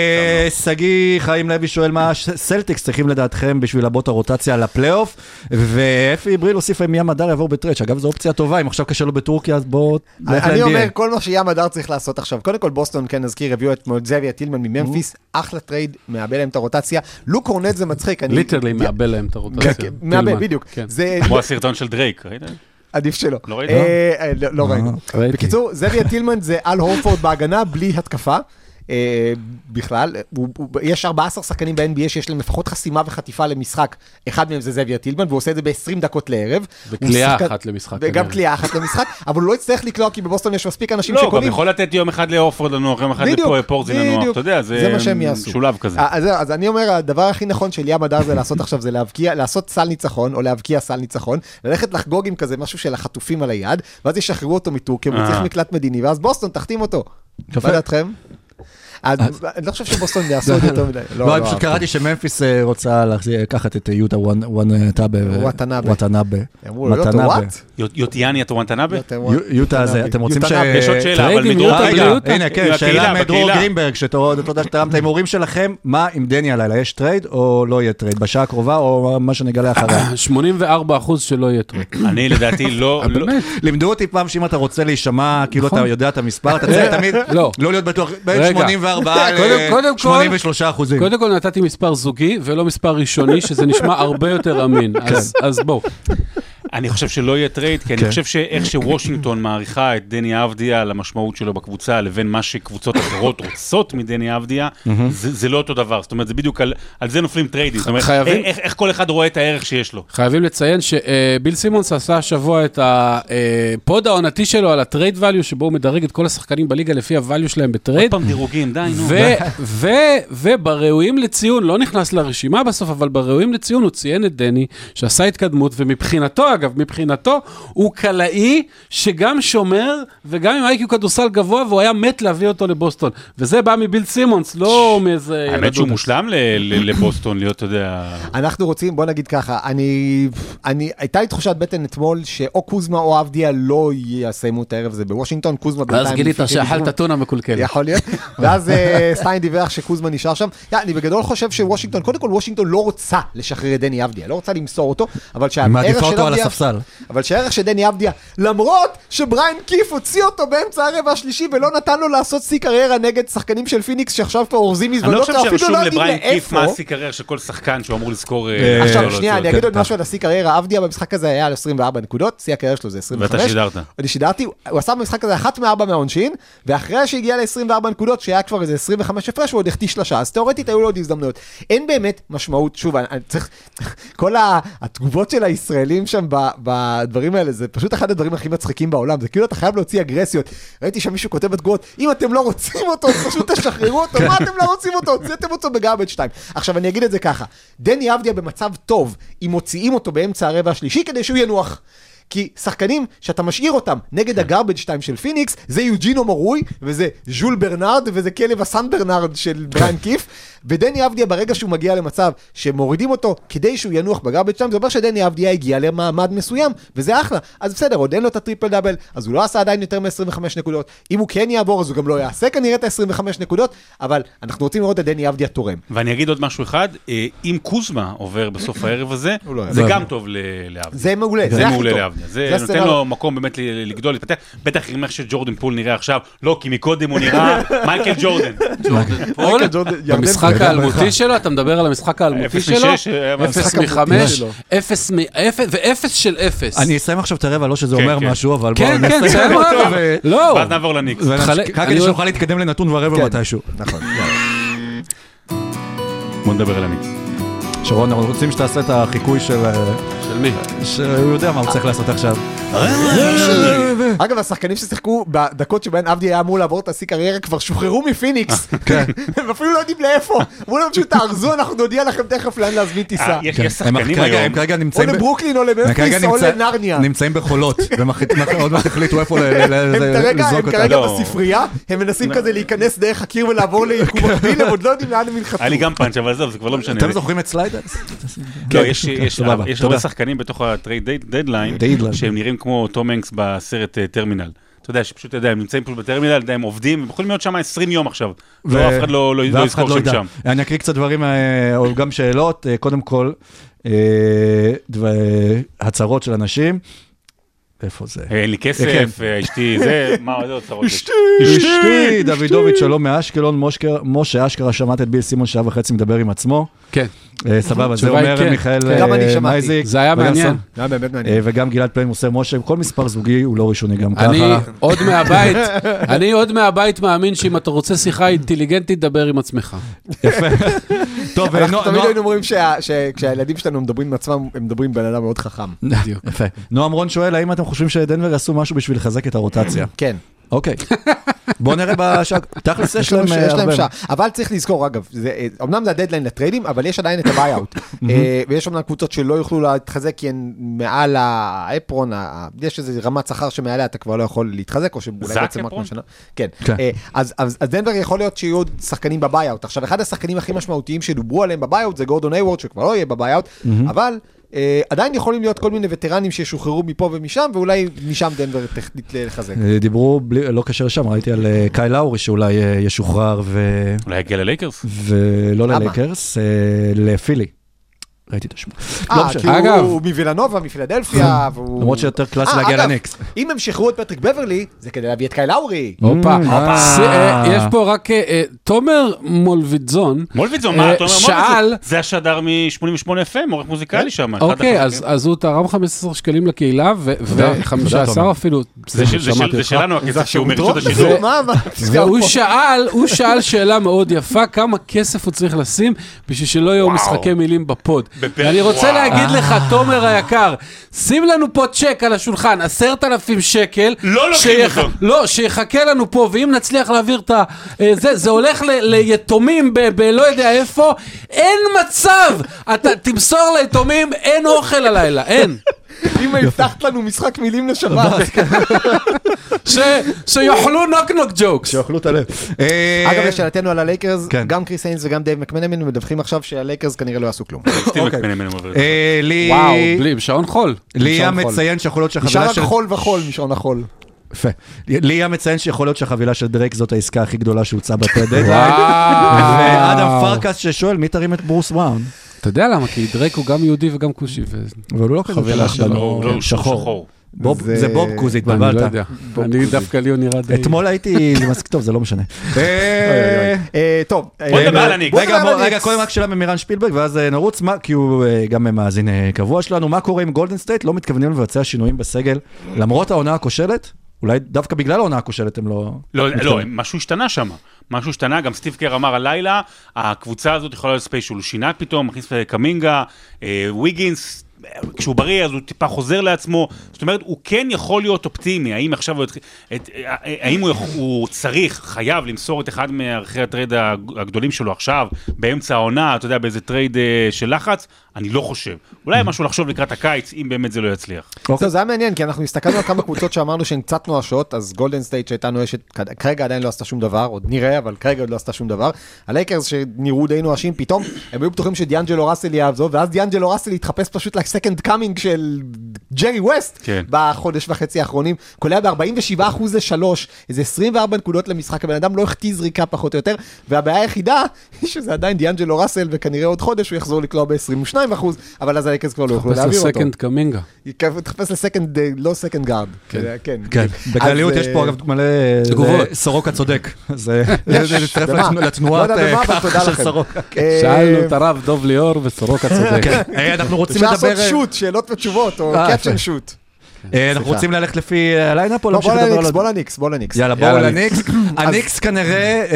סגי חיים לוי שואל מה סלטיקס צריכים לדעתכם בשביל לבוא את הרוטציה לפלייאוף, ואפי בריל הוסיף אם ים הדר יעבור בטרייד, שאגב זו אופציה טובה, אם עכשיו קשה לו בטורקיה, אז בוא... אני אומר, כל מה שים הדר צריך לעשות עכשיו, קודם כל בוסטון, כן נזכיר, הביאו את זאביה טילמן מממפיס, אחלה טרייד, מאבד להם את הרוטציה. לוק הורנט זה מצחיק. ליטרלי מאבד להם את הרוטציה. מאבד, בדיוק. כמו הסרטון של דרייק, ראית? עדיף שלא. לא ראית? לא ראינו. בקיצור, זאביה טילמן זה על הורפורד בהגנה בלי התקפה. בכלל, יש 14 שחקנים ב-NBA שיש להם לפחות חסימה וחטיפה למשחק, אחד מהם זה זאביה טילמן, והוא עושה את זה ב-20 דקות לערב. וקליעה אחת למשחק. וגם קליעה אחת למשחק, אבל הוא לא יצטרך לקלוע, כי בבוסטון יש מספיק אנשים שקונים. לא, גם יכול לתת יום אחד לאופורד לנוח, יום אחד לפורזין לנוח, אתה יודע, זה שולב כזה. אז אני אומר, הדבר הכי נכון של ים הדר זה לעשות עכשיו, זה לעשות סל ניצחון, או להבקיע סל ניצחון, ללכת לחגוג עם כזה משהו של החטופים על היד, ואז ישחררו אותו מטורקיה, הוא צריך מקלט מדיני, ואז בוסטון תחתים אותו. מה דעתכם? אני לא חושב שבוסטון יעשו את זה יותר מדי. לא, אני פשוט קראתי שממפיס רוצה לקחת את יוטה וואטנאבה. יוטיאני את וואטנאבה? יוטה זה, אתם רוצים יש עוד שאלה, אבל מדרור הנה, כן, שאלה מדרור גרינברג, שאתה יודע שאתה עם ההורים שלכם, מה עם דני הלילה, יש טרייד או לא יהיה טרייד? בשעה הקרובה או מה שנגלה אחריה? 84% שלא יהיה טרייד. אני לדעתי לא... לימדו אותי פעם שאם אתה רוצה להישמע, כאילו אתה יודע את המספר, אתה צריך תמיד לא להיות בטוח, בין 84 ל-83%. קודם כל נתתי מספר זוגי ולא מספר ראשוני, שזה נשמע הרבה יותר אמין. אז בוא. אני חושב שלא יהיה טרייד, כי אני חושב שאיך שוושינגטון מעריכה את דני אבדיה על המשמעות שלו בקבוצה, לבין מה שקבוצות אחרות רוצות מדני אבדיה, זה לא אותו דבר. זאת אומרת, זה בדיוק על זה נופלים טריידים. זאת אומרת, איך כל אחד רואה את הערך שיש לו. חייבים לציין שביל סימונס עשה השבוע את הפוד העונתי שלו על הטרייד ואליו, שבו הוא מדרג את כל השחקנים בליגה לפי הוואליו שלהם בטרייד. עוד פעם דירוגים, די, נו. ובראויים לציון, לא נכנס לרשימה בסוף, אבל בראויים לציון הוא ציין את דני, שעשה התקדמות, ומבחינתו, אגב, מבחינתו, הוא קלעי שגם שומר, וגם עם איי-קיו כדורסל גבוה, והוא היה מת להביא אותו לבוסטון. וזה בא מביל סימונס, לא מאיזה... האמת שהוא מושלם לבוסטון, להיות, אתה יודע... אנחנו רוצים, בוא נגיד ככה, הייתה לי תחושת בטן אתמול, שאו קוזמה או אבדיה לא יסיימו את הערב הזה בוושינגטון, קוזמה בינתיים... ואז גילית שאכלת טונה מקולקלת. יכול להיות. ואז סטיין דיווח שקוזמה נשאר שם. אני בגדול חושב שוושינגטון, קודם כל וושינגטון לא רוצה לשחרר את דני אבדיה, לא רוצה למסור אותו, אבל שהערך של דני אבדיה, למרות שבריין קיף הוציא אותו באמצע הרבע השלישי, ולא נתן לו לעשות שיא קריירה נגד שחקנים של פיניקס, שעכשיו כבר אורזים מזוודות, אני לא חושב שרשום לבריין קיף מה שיא קריירה של כל שחקן שהוא אמור לזכור... עכשיו, שנייה, אני אגיד עוד משהו על השיא קריירה, אבדיה במשחק הזה היה על 24 נקודות, שיא הקריירה שלו זה 25. ואתה שידרת. אני שידרתי, הוא עשה במשחק הזה 1 מ-4 מהעונשין, ואחרי שהגיע ל-24 נקודות, שהיה כבר איזה 25 הפרש, הוא עוד החטיא שלושה, אז תיאורטית היו לו עוד הזדמנויות. אין באמת משמעות, שוב, אני צריך, כל התגובות של הישראלים שם בדברים האלה, זה פשוט אחד הדברים הכי מצחיקים בעולם, זה כאילו אתה חייב להוציא אגרסיות. ראיתי שמישהו כותב בתגובות, אם אתם לא רוצים אותו, פשוט תשחררו אותו, מה אתם לא רוצים אותו? הוצאתם אותו בגארבג' 2. עכשיו אני אגיד את זה ככה, דני אבדיה במצב טוב, אם מוציאים אותו באמצע הרבע השלישי כדי שהוא ינוח. כי שחקנים שאתה משאיר אותם נגד הגרבג' 2 של פיניקס, זה יוג'ינו מורוי, וזה ז'ול ברנרד, וזה כלב הסן ברנרד של בריין קיף, ודני אבדיה ברגע שהוא מגיע למצב שמורידים אותו כדי שהוא ינוח בגרבג' 2, זה אומר שדני אבדיה הגיע למעמד מסוים, וזה אחלה. אז בסדר, עוד אין לו את הטריפל דאבל, אז הוא לא עשה עדיין יותר מ-25 נקודות. אם הוא כן יעבור, אז הוא גם לא יעשה כנראה את ה-25 נקודות, אבל אנחנו רוצים לראות את דני אבדיה תורם. ואני אגיד עוד משהו אחד, אם קוזמה עובר בסוף הערב הזה, זה גם טוב לאבדיה. זה מעולה, זה מעולה לאבדיה. זה נותן לו מקום באמת לגדול, להתפתח. בטח עם איך שג'ורדן פול נראה עכשיו, לא, כי מקודם הוא נראה מייקל ג'ורדן. במשחק האלמותי שלו, אתה מדבר על המשחק האלמותי שלו? 0 מ-5, 0 ו-0 של 0. אני אסיים עכשיו את הרבע, לא שזה אומר משהו, אבל בואו נסיים רבע. לא. ואז נעבור לניקס. כדי שנוכל להתקדם לנתון ורבע מתישהו. נכון. בוא נדבר על הניקס. שרון, אנחנו רוצים שתעשה את החיקוי של מי? שהוא יודע מה הוא צריך לעשות עכשיו. אגב, השחקנים ששיחקו בדקות שבהן אבדי היה אמור לעבור את השיא קריירה כבר שוחררו מפיניקס. הם אפילו לא יודעים לאיפה. אמרו להם שתארזו, אנחנו נודיע לכם תכף לאן להזמין טיסה. יש שחקנים היום. או לברוקלין או לממפיס או לנרניה. נמצאים בחולות, ועוד מעט החליטו איפה הם כרגע בספרייה, הם מנסים כזה להיכנס דרך הקיר ולעבור ליקום מקביל, הם עוד לא יודעים לאן הם ילחצו. היה לי גם פאנץ', אבל זה כבר לא משנה. אתם זוכרים את סליידרס? לא, יש הרבה שחקנים בתוך הטרייד דדליין, שהם נראים כמו תום הנקס בסרט טרמינל. אתה יודע, שפשוט, הם נמצאים פשוט בטרמינל, הם עובדים, הם יכולים להיות שם 20 יום עכשיו, ואף אחד לא יזכור שם. אני אקריא קצת דברים, או גם שאלות, קודם כל, הצהרות של אנשים, איפה זה? אין לי כסף, אשתי, זה, מה עוד הצהרות? אשתי, דוידוביץ' שלום מאשקלון, משה אשכרה שמעת את ביל סימון שעה וחצי מדבר עם עצמו. כן. סבבה, זה אומר מיכאל מייזיק. זה היה מעניין. זה היה באמת מעניין. וגם גלעד פלן מוסר משה, כל מספר זוגי הוא לא ראשוני גם ככה. אני עוד מהבית מאמין שאם אתה רוצה שיחה אינטליגנטית, דבר עם עצמך. יפה. טוב, אנחנו תמיד היינו אומרים שכשהילדים שלנו מדברים עם עצמם, הם מדברים בן אדם מאוד חכם. יפה. נועם רון שואל, האם אתם חושבים שדנבר יעשו משהו בשביל לחזק את הרוטציה? כן. אוקיי. בוא נראה בשעה. תכלס יש להם שעה. אבל צריך לזכור, אגב, אמנם זה הדדליין לטריידים, אבל יש עדיין את הביי-אאוט. ויש אמנם קבוצות שלא יוכלו להתחזק, כי הן מעל האפרון, יש איזו רמת שכר שמעליה אתה כבר לא יכול להתחזק, או שאולי בעצם רק משנה. כן. אז דנבר יכול להיות שיהיו עוד שחקנים בביי-אאוט. עכשיו, אחד השחקנים הכי משמעותיים שדוברו עליהם בביי-אאוט זה גורדון היוורד, שכבר לא יהיה בביי-אאוט, אבל עדיין יכולים להיות כל מיני וטרנים ששוחררו מפה ומשם, ואולי משם דנבר תחליט לחזק. דיברו, לא קשר לשם, ראיתי על קאי לאורי שאולי ישוחרר אולי יגיע ללייקרס? ולא ללייקרס, לפילי. ראיתי את השמו. כי הוא מווילנובה, מפילדלפיה. למרות שיותר קלאס להגיע לניקס. אם הם שחררו את פטריק בברלי, זה כדי להביא את קאי לאורי. יש פה רק תומר מולביטזון. מולביטזון, מה? שאל. זה השדר מ-88 FM, עורך מוזיקלי שם. אוקיי, אז הוא תרם 15 שקלים לקהילה, ו-15 אפילו. זה שלנו הכסף שהוא מרשות השידור. והוא שאל שאלה מאוד יפה, כמה כסף הוא צריך לשים, בשביל שלא יהיו משחקי מילים בפוד. אני רוצה להגיד לך, תומר היקר, שים לנו פה צ'ק על השולחן, 10,000 שקל. לא לוקחים אותו. לא, שיחכה לנו פה, ואם נצליח להעביר את זה, זה הולך ליתומים בלא יודע איפה, אין מצב. אתה תמסור ליתומים, אין אוכל הלילה, אין. אם הבטחת לנו משחק מילים לשבת. שיאכלו נוק ג'וקס. שיאכלו את הלב. אגב, לשאלתנו על הלייקרס, גם קריס איינס וגם דייב מקמנמן מדווחים עכשיו שהלייקרס כנראה לא יעשו כלום. וואו, בלי, שעון חול. לי מציין שיכול להיות שהחבילה של... נשאר רק חול וחול משעון החול. יפה. לי מציין שיכול להיות שהחבילה של דרייק זאת העסקה הכי גדולה שהוצאה בטרייד. ואדם פרקס ששואל, מי תרים את ברוס בראון? אתה יודע למה? כי דרייק הוא גם יהודי וגם כושי. אבל הוא לא כזה שחור. זה בוב קוזי, התבלבלת. אני לא יודע. אני דווקא לי הוא נראה די... אתמול הייתי, זה מספיק טוב, זה לא משנה. טוב. בוא נדבר על הניקס. רגע, קודם רק שאלה ממירן שפילברג, ואז נרוץ, כי הוא גם מאזין קבוע שלנו. מה קורה עם גולדן סטייט? לא מתכוונים לבצע שינויים בסגל, למרות העונה הכושלת? אולי דווקא בגלל העונה הכושלת הם לא... לא, משהו השתנה שם. משהו השתנה, גם סטיב קר אמר הלילה, הקבוצה הזאת יכולה להיות ספיישל, הוא שינה פתאום, מכניס קמינגה, ויגינס, כשהוא בריא אז הוא טיפה חוזר לעצמו, זאת אומרת, הוא כן יכול להיות אופטימי, האם עכשיו האם הוא צריך, חייב למסור את אחד מערכי הטרייד הגדולים שלו עכשיו, באמצע העונה, אתה יודע, באיזה טרייד של לחץ, אני לא חושב. אולי משהו לחשוב לקראת הקיץ, אם באמת זה לא יצליח. זה היה מעניין, כי אנחנו הסתכלנו על כמה קבוצות שאמרנו שהן קצת נואשות, אז גולדן סטייט שהייתה נואשת, כרגע עדיין לא עשתה שום דבר, עוד נראה, אבל כרגע עוד לא עשתה שום דבר. הלייקרס שנראו די נואשים, פתאום הם היו בטוחים שדיאנג'לו ראסל יעזוב, ואז דיאנג'לו ראסל התחפש פשוט לסקנד קאמינג של ג'רי ווסט בחודש וחצי האחרונים, קולע ב-47% ל-3, איזה 24 נקודות למשחק, הבן אדם לא החטיא זריקה פחות או יותר, והבעיה היחידה היא שזה עדיין דיאנג'לו ראסל, וכנראה עוד חודש הוא יחזור לקלוע ב-22%, אבל אז הלייקרס כבר לא יוכלו להעביר אותו. לסקנד קאמינגה. תחפש לסקנד, לא סקנד גארד. כן. בגלליות יש פה אגב מלא סורוקה צודק. זה להצטרף לתנועת כך של סורוקה. שאלנו את הרב דוב ליאור וסורוקה צודק. אנחנו רוצים לדבר... אפשר לעשות שוט, שאלות ותשובות, או קאפשן שוט. אנחנו רוצים ללכת לפי הליינאפ פה? בוא לניקס. יאללה, בואו לניקס. הניקס כנראה...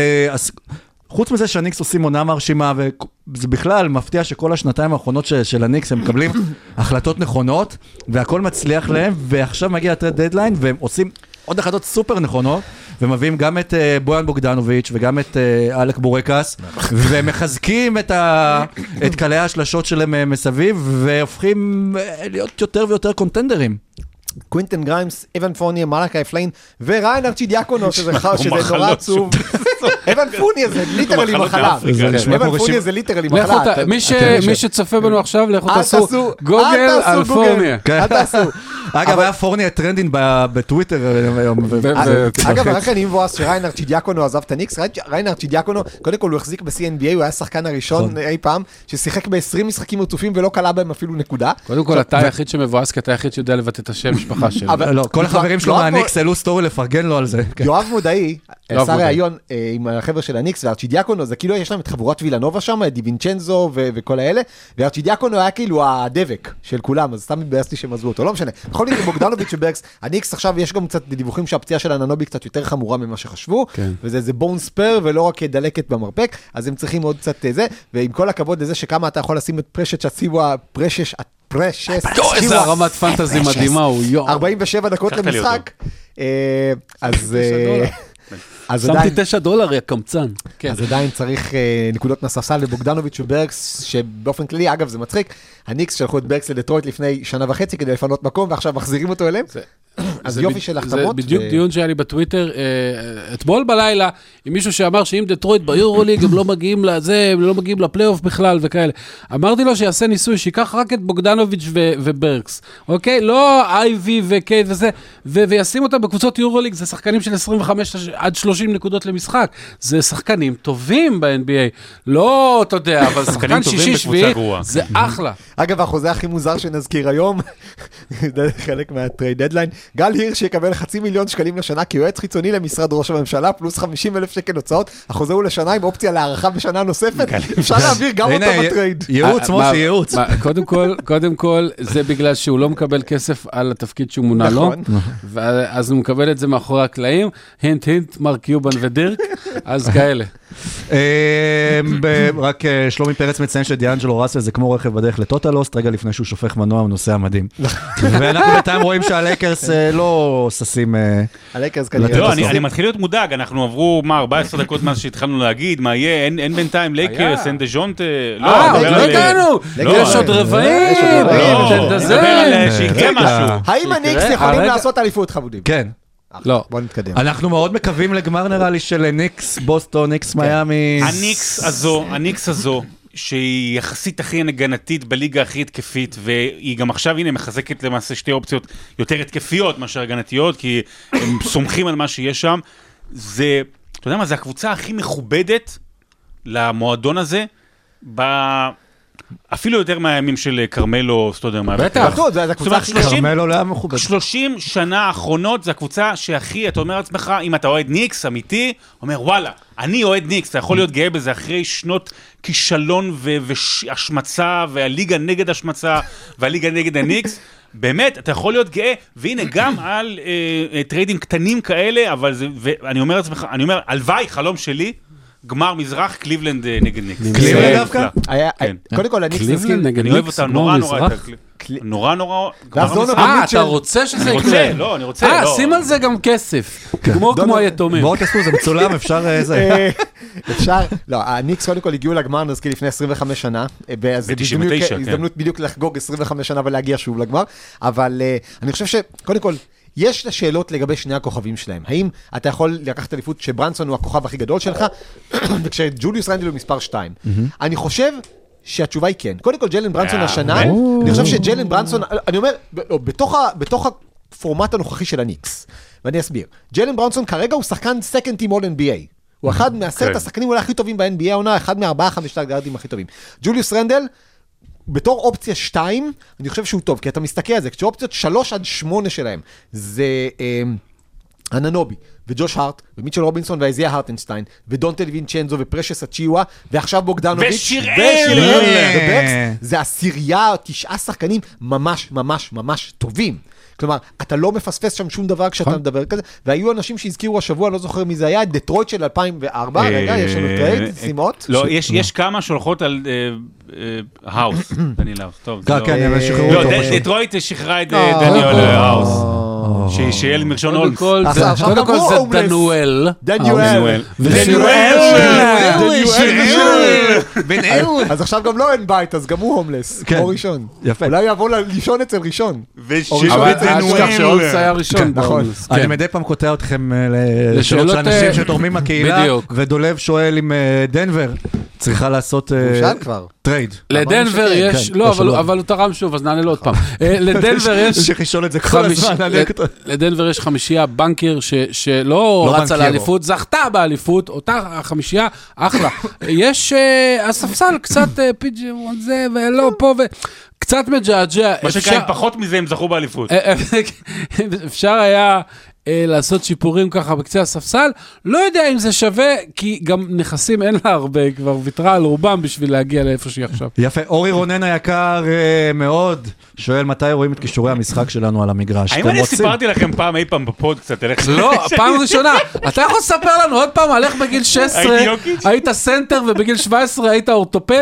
חוץ מזה שהניקס עושים עונה מרשימה, וזה בכלל מפתיע שכל השנתיים האחרונות של הניקס הם מקבלים החלטות נכונות, והכל מצליח להם, ועכשיו מגיע הטרייד דדליין, והם עושים עוד החלטות סופר נכונות, ומביאים גם את בויאן בוגדנוביץ' וגם את אלק בורקס, ומחזקים את קלעי השלשות שלהם מסביב, והופכים להיות יותר ויותר קונטנדרים. קווינטן גריימס, אבן פורניה, מלאקי פליין, וריין ארצ'ידיאקונו, שזה נורא עצוב. אבן פורניה זה ליטרלי מחלה. אבן פורניה זה ליטרלי מחלה. מי שצופה בנו עכשיו, לכו תעשו גוגל על פורניה. אל תעשו. אגב, היה פורניה טרנדינג בטוויטר היום. אגב, רק אני מבואס שריין ארצ'ידיאקונו עזב את הניקס. ריין ארצ'ידיאקונו, קודם כל הוא החזיק ב-CNBA, הוא היה השחקן הראשון אי פעם, ששיחק ב-20 משחקים רצופים ולא קלה בהם אפילו נקודה. קודם כל, אתה היחיד שמבואס, כי אתה היחיד שיודע לבטא את השם משפחה שלו. לא, כל החברים שלו מהניקס העלו סטורי לפרגן לו על זה. יואב מודעי, עשה ראיון עם החבר'ה של הניקס, וארצ'ידיאקונו, זה כאילו יש להם את חבורת וילנובה שם, דיווינצ'נזו וכל האלה, וארצ'ידיאקונו היה כאילו הדבק של כולם, אז סתם מתבאס לי שהם עזבו אותו, לא משנה. בכל מקרה, בוגדנוביץ' וברקס, הניקס עכשיו יש גם קצת דיווחים שהפציעה של אננובי קצת יותר חמורה ממה שחשבו, וזה בון ספר ולא רק דלקת במרפק, אז הם צריכים עוד קצת זה, ועם כל הכבוד לזה שכמה אתה יכול לשים את פרשש איזה הרמת פנטזי מדהימה הוא, 47 דקות למשחק, אז שמתי $9 יא קמצן. אז עדיין צריך נקודות מהספסל לבוגדנוביץ' וברקס, שבאופן כללי, אגב זה מצחיק, הניקס שלחו את ברקס לדטרויט לפני שנה וחצי כדי לפנות מקום, ועכשיו מחזירים אותו אליהם. אז יופי של החתמות. זה בדיוק דיון שהיה לי בטוויטר, אתמול בלילה, עם מישהו שאמר שאם דטרויט ביורוליג הם לא מגיעים לזה, הם לא מגיעים לפלייאוף בכלל וכאלה. אמרתי לו שיעשה ניסוי, שיקח רק את בוגדנוביץ' וברקס, אוקיי? לא איי-וי וקייט וזה, וישים אותם בקבוצות יורוליג, זה שחקנים של 25 עד 30 נקודות למשחק. זה שחקנים טובים ב-NBA. לא, אתה יודע, אבל שחקן שישי-שביעי, זה אחלה. אגב, החוזה הכי מוזר שנזכיר היום, חלק מהטרייד דדליין, גל הירש יקבל $500,000 לשנה כיועץ חיצוני למשרד ראש הממשלה, פלוס $50,000 הוצאות, החוזה הוא לשנה עם אופציה להערכה בשנה נוספת, אפשר להעביר גם אותו בטרייד. ייעוץ, מושי, ייעוץ. קודם כל, זה בגלל שהוא לא מקבל כסף על התפקיד שהוא מונה לו, אז הוא מקבל את זה מאחורי הקלעים, הינט, מרק קיובן ודירק, אז כאלה. רק שלומי פרץ מציין שדיאנג'לו ראסל זה כמו רכב בדרך לטוטלוסט, רגע לפני שהוא שופך מנוע הוא נוסע מדהים. ואנחנו בינתיים רואים שהלייקרס לא ססים. הלייקרס כנראה. לא, אני מתחיל להיות מודאג, אנחנו עברו 14 דקות מאז שהתחלנו להגיד, מה יהיה, אין בינתיים לייקרס, אין דז'ונט, לא הגענו, יש עוד רבעים, נדבר על שיקרה משהו. האם הניקס יכולים לעשות אליפות חבודים? כן. לא. בוא נתקדם. אנחנו מאוד מקווים לגמר נראה לי של ניקס, בוסטון, ניקס מיאמי. הניקס הזו, שהיא יחסית הכי הגנתית בליגה הכי התקפית, והיא גם עכשיו, הנה, מחזקת למעשה שתי אופציות יותר התקפיות מאשר הגנתיות, כי הם סומכים על מה שיש שם. זה, אתה יודע מה, זה הקבוצה הכי מכובדת למועדון הזה, אפילו יותר מהימים של קרמלו סטודר. בטח. זה הקבוצה הכי קרמלו לא היה מכובד. 30 שנה האחרונות זה הקבוצה שהכי, אתה אומר לעצמך, אם אתה אוהד ניקס אמיתי, אומר וואלה, אני אוהד ניקס, אתה יכול להיות גאה בזה אחרי שנות כישלון והשמצה, והליגה נגד השמצה, והליגה נגד הניקס, באמת, אתה יכול להיות גאה, והנה גם על טריידים קטנים כאלה, אבל זה, ואני אומר לעצמך, אני אומר, הלוואי, חלום שלי, גמר מזרח, קליבלנד נגד ניקס. קליבלנד דווקא? קודם כל, הניקס נזכיר. אני אוהב אותה נורא. נורא. אתה רוצה שזה יקרה? לא, אני רוצה. שים על זה גם כסף. כמו היתומים. בואו תעשו, זה מצולם, אפשר זה. אפשר, לא, הניקס קודם כל הגיעו לגמר, נזכיר לפני 25 שנה, ב-99, הזדמנות בדיוק לחגוג 25 שנה ולהגיע שוב לגמר, אבל אני חושב שקודם כל, יש שאלות לגבי שני הכוכבים שלהם. האם אתה יכול לקחת אליפות שברנסון הוא הכוכב הכי גדול שלך, וכשג'וליוס רנדל הוא מספר 2? אני חושב שהתשובה היא כן. קודם כל, ג'יילן ברנסון השנה, אני חושב שג'יילן ברנסון, אני אומר, בתוך הפורמט הנוכחי של הניקס, ואני אסביר. ג'יילן ברנסון כרגע הוא שחקן second team all NBA. הוא אחד מהסרט השחקנים אולי הכי טובים ב-NBA העונה, אחד מה4-5 גארדים הכי טובים. ג'וליוס רנדל, בתור אופציה 2, אני חושב שהוא טוב, כי אתה מסתכל על זה, כשאופציות 3-8 שלהם, זה אננובי, וג'וש הארט, ומיטשל רובינסון, ואיזיה הרטנשטיין, ודונטה וינצ'נזו, ופרשס אצ'יווה, ועכשיו בוגדנוביץ', ושיראל, זה עשירייה, 9 שחקנים ממש ממש ממש טובים. כלומר, אתה לא מפספס שם שום דבר כשאתה מדבר כזה, והיו אנשים שהזכירו השבוע, לא זוכר מי זה היה, דטרויט של 2004, רגע, יש לנו טרייד, שימות. לא, יש כמה שהולכות על האוס, דניאל, טוב. כן, לא, דטרויט שחררה את דניאל האוס. שיהיה לי מרשון אולף. קודם כל זה דנואל. אז עכשיו גם לא אין בית, אז גם הוא הומלס, כמו ראשון. יפה. אולי יבוא לישון אצל ראשון. אבל אשכח שאולס היה ראשון. נכון. אני מדי פעם קוטע אתכם לשאלות של אנשים שתורמים מהקהילה, ודולב שואל אם דנבר צריכה לעשות טרייד. לדנבר יש, לא, אבל הוא תרם שוב, אז נענה לו עוד פעם. לדנבר יש... שייך לשאול את זה כל הזמן. לדנבר יש 5 בנקר שלא רצה לאליפות, זכתה באליפות, אותה 5, אחלה. יש הספסל קצת פיג'י, זה ולא פה קצת מג'עג'ע. מה שקרה, פחות מזה הם זכו באליפות. אפשר היה לעשות שיפורים ככה בקצה הספסל, לא יודע אם זה שווה, כי גם נכסים אין לה הרבה, כבר ויתרה על רובם בשביל להגיע לאיפה שהיא עכשיו. יפה, אורי רונן היקר מאוד, שואל מתי רואים את קישורי המשחק שלנו על המגרש. האם אני סיפרתי לכם פעם אי פעם בפוד קצת? לא, פעם ראשונה. אתה יכול לספר לנו עוד פעם על איך בגיל 16 היית סנטר ובגיל 17 היית אורתופד?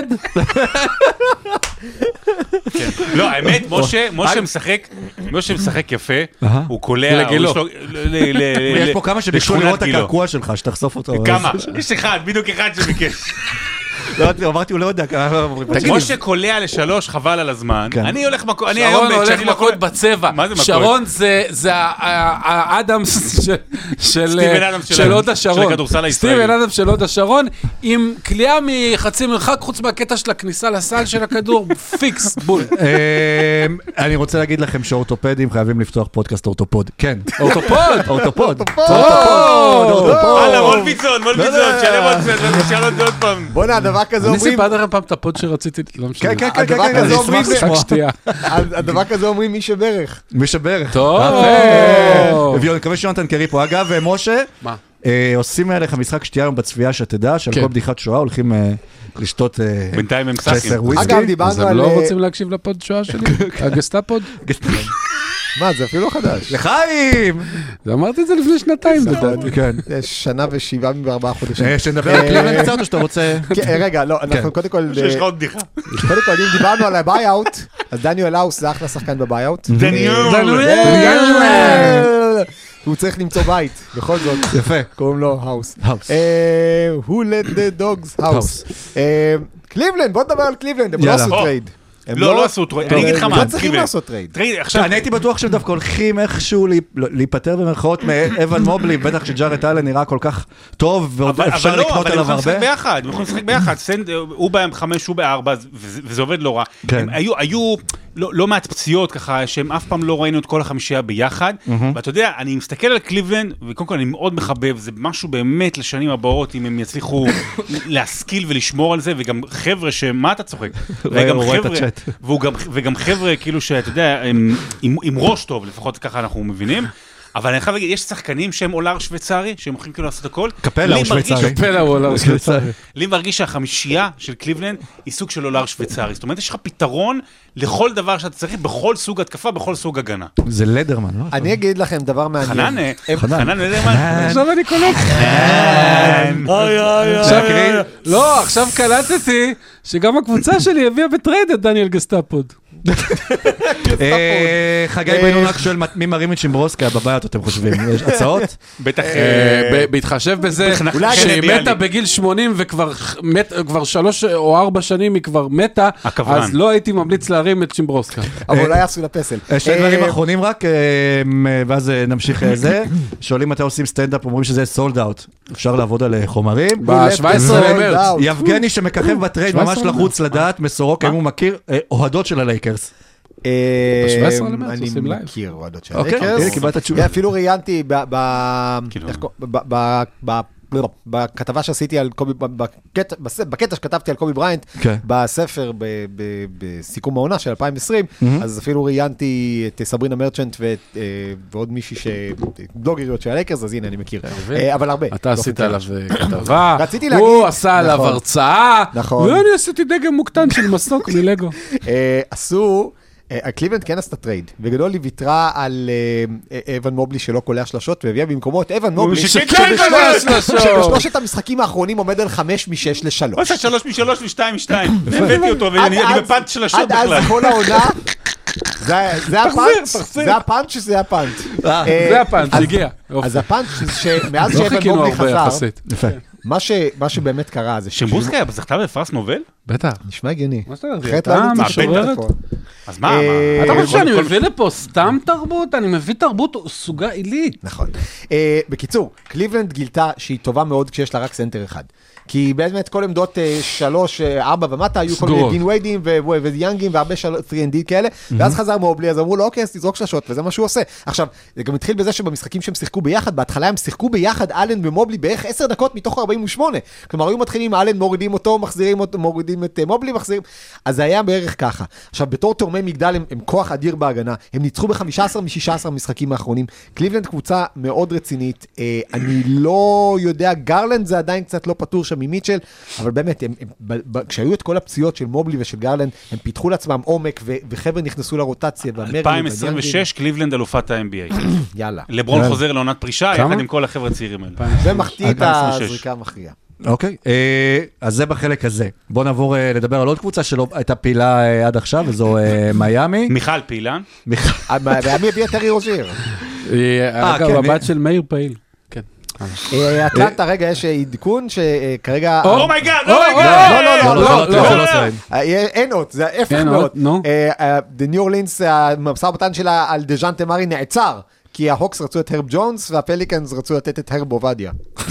לא, האמת, משה משחק יפה, הוא קולע, יש פה כמה שביקשו לראות את הקרקוע שלך, שתחשוף אותו. כמה? יש אחד, בדיוק אחד שביקש. לא, אמרתי, הוא לא יודע. משה קולע ל3, חבל על הזמן. אני הולך מכות, שרון הולך מכות בצבע. שרון זה האדמס של עוד השרון. סטיבן אדמס של עוד השרון, עם קליעה מחצי מרחק, חוץ מהקטע של הכניסה לסל של הכדור, פיקס, בול. אני רוצה להגיד לכם שאורתופדים חייבים לפתוח פודקאסט אורתופוד. כן. אורתופוד. הלאה, מולביצון, שאלות עוד פעם. בוא נה, הדבר כזה אומרים... אני סיפרתי לכם פעם את הפוד שרציתי, לא משנה. כן, הדבר כזה אומרים מי שברך. מי שברך. טוב. אני מקווה שיונתן קרי פה. אגב, משה, עושים עליך משחק שתהיה היום בצפייה שתדע, שעל כל בדיחת שואה הולכים לשתות... בינתיים הם סאקים. אגב, דיברנו על... אז הם לא רוצים להקשיב לפוד שואה שלי? הגסטאפוד? מה, זה אפילו חדש. לחיים! אמרתי את זה לפני 2 דודתי. כן. יש 1 ו7 ו4 חודשים. שנדבר על קליבלנד קצת או שאתה רוצה... רגע, לא, אנחנו קודם כל... יש לך עוד בדיחה. קודם כל, אם דיברנו על הביי-אוט, אז דניאל האוס זה אחלה שחקן בביי-אוט. דניאל! הוא צריך למצוא בית, בכל זאת. יפה. קוראים לו האוס. Who let the dogs house. קליבלנד, בוא נדבר על קליבלנד, הם לא עשו טרייד. לא עשו טרייד, אני אגיד לך מה, לא צריכים לעשות טרייד. אני הייתי בטוח שהם דווקא הולכים איכשהו להיפטר במרכאות מאבן מובלי, בטח שג'ארט אלן נראה כל כך טוב, ועוד אפשר לקנות עליו הרבה. אבל הם יכולים לשחק ביחד, הוא ב-5, הוא ב-4, וזה עובד לא רע. היו לא מעט פציעות ככה, שהם אף פעם לא ראינו את כל 5 ביחד, ואתה יודע, אני מסתכל על קליבלנד, וקודם כל אני מאוד מחבב, זה משהו באמת לשנים הבאות, אם הם יצליחו להשכיל ולשמור על זה, וגם חבר'ה שמה אתה צוחק? וגם חבר'ה כאילו שאתה יודע, עם ראש טוב, לפחות ככה אנחנו מבינים, אבל אני חייב להגיד, יש שחקנים שהם אולר שוויצרי, שהם הולכים כאילו לעשות הכל. קפלה הוא שוויצרי. קפלה הוא אולר שוויצרי. לי מרגיש שהחמישייה של קליבלנד היא סוג של אולר שוויצרי. זאת אומרת, יש לך פתרון לכל דבר שאתה צריך, בכל סוג התקפה, בכל סוג הגנה. זה לדרמן, לא? אני אגיד לכם דבר מעניין. חנן לדרמן. עכשיו אני קולט. לא, עכשיו קלטתי שגם הקבוצה שלי הביאה בטרייד את דניאל גסטאפוד. חגי בן עונה שואל מי מרים את שימברוסקה בבית, אתם חושבים? יש הצעות? בטח... בהתחשב בזה שהיא מתה בגיל 80 וכבר 3 או 4 שנים היא כבר מתה, אז לא הייתי ממליץ להרים את שימברוסקה. אבל אולי יעשו לפסל. שני דברים אחרונים רק, ואז נמשיך זה. שואלים מתי עושים סטנדאפ, אומרים שזה סולד אאוט. אפשר לעבוד על חומרים. ב-17 למרץ. יבגני שמככב בטרייד ממש לחוץ לדעת, מסורוק, אם הוא מכיר, אוהדות של הלייקרס. ב-17 למרץ עושים לייב. אני מכיר אוהדות של אוקיי, הלייקרס. קיבלת תשובה. אפילו ראיינתי בכתבה שעשיתי על קובי, בקטע שכתבתי על קובי בריינט, בספר, בסיכום העונה של 2020, אז אפילו ראיינתי את סברינה מרצ'נט ועוד מישהי בלוגריות של הלייקרס, אז הנה אני מכיר, אבל הרבה. אתה עשית עליו כתבה, הוא עשה עליו הרצאה, ואני עשיתי דגם מוקטן של מסוק מלגו. עשו... קליבלנד כן עשתה טרייד, בגדול היא ויתרה על אבן מובלי שלא קולע שלשות, והביאה במקומו את אבן מובלי שבשלושת המשחקים האחרונים עומד על 5-6-3. עושה 3-3 ו2-2. הבאתי אותו ואני בפאנץ' שלשות בכלל. עד אז כל העונה, זה הפאנץ' שזה הפאנץ'. זה הפאנץ', הגיע. אז הפאנץ' שמאז שאבן מובלי חזר, מה שבאמת קרה זה שימברוסקה זכתה בפרס נובל? בטח. נשמע הגיוני. מה שאתה משוררת? אז מה? אתה חושב שאני מביא לפה סתם תרבות? אני מביא תרבות סוגה עילית. נכון. בקיצור, קליבלנד גילתה שהיא טובה מאוד כשיש לה רק סנטר אחד. כי באמת כל עמדות 3-4 ומטה היו כל מיני דין ויידים ויאנגים והרבה 3&D כאלה, ואז חזר מובלי, אז אמרו לו אוקיי, אז תזרוק שלשות, וזה מה שהוא עושה. עכשיו, זה גם התחיל בזה שבמשחקים שהם שיחקו ביחד, בהתחלה הם שיחקו ביחד אלן ומובלי בערך 10 דקות מתוך 48. כלומר, היו מתחילים אלן, מורידים אותו, מחזירים אותו, מורידים את מובלי, מחזירים. אז זה היה בערך ככה. עכשיו, בתור תורמי מגדל הם כוח אדיר בהגנה. הם ניצחו ב-15 מ-16 משחקים האחרונים. קליבלנד קבוצה מאוד רצינית. אני לא יודע, גרלנד זה עדיין קצת לא פטור שם ממיטשל, אבל באמת, כשהיו את כל הפציעות של מובלי ושל גרלנד, הם פיתחו לעצמם עומק, וחבר'ה נכנסו לרוטציה. 2026, קליבלנד אלופת ה-NBA. יאללה. לברון חוזר לעונת פרישה, יחד עם כל החבר'ה הצעירים האלה. ומחטיא את הזריקה המכריעה. אוקיי, אז זה בחלק הזה. בוא נעבור לדבר על עוד קבוצה שלא הייתה פעילה עד עכשיו, וזו מיימי. מיכל פעילה. מיימי הביא את טרי רוז'יר. אגב, הבת של מאיר פעיל. כן. אטלנטה, רגע, יש עדכון שכרגע... אומייגאד, אין עוד, זה ההפך מאוד. דה ניו אורלינס, המסע ובטן שלה על דז'אנטה מארי נעצר. כי ההוקס רצו את הרב ג'ונס, והפליקנס רצו לתת את הרב עובדיה.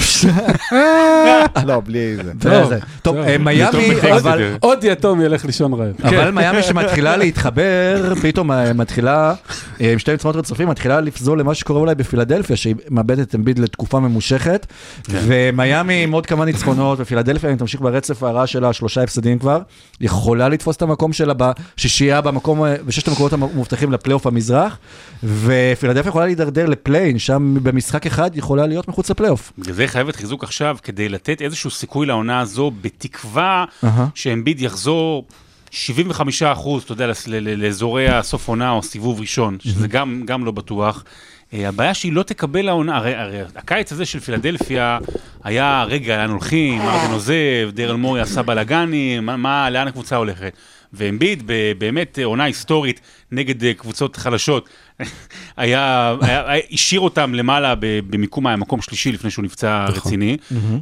לא, בלי זה. טוב, מיימי, אבל... עוד יתום ילך לישון רעב. אבל מיימי שמתחילה להתחבר, פתאום מתחילה, עם שתי מצמות רצופים, מתחילה לפזול למה שקורה אולי בפילדלפיה, שהיא מאבדת אמביד לתקופה ממושכת, ומיימי עם עוד כמה ניצחונות, בפילדלפיה, אם תמשיך ברצף הרע שלה, 3 הפסדים כבר, יכולה לתפוס את המקום שלה בשישייה, בששת המקומות המובטחים לפלייאוף המזרח, ופילדלפיה יכולה להידרדר לפליין, שם במשחק אחד יכולה להיות מחוץ לפלייאוף. זה חייבת חיזוק עכשיו, כדי לתת איזשהו סיכוי לעונה הזו, בתקווה שאמביד יחזור 75%, אתה יודע, לאזורי הסוף עונה או סיבוב ראשון, שזה גם לא בטוח. הבעיה שהיא לא תקבל העונה, הרי הקיץ הזה של פילדלפיה היה רגע, לאן הולכים, ארדן עוזב, דרל מורי עשה בלגני, לאן הקבוצה הולכת. ואמביד, באמת עונה היסטורית נגד קבוצות חלשות, השאיר אותם למעלה במיקום המקום שלישי לפני שהוא נפצע רציני,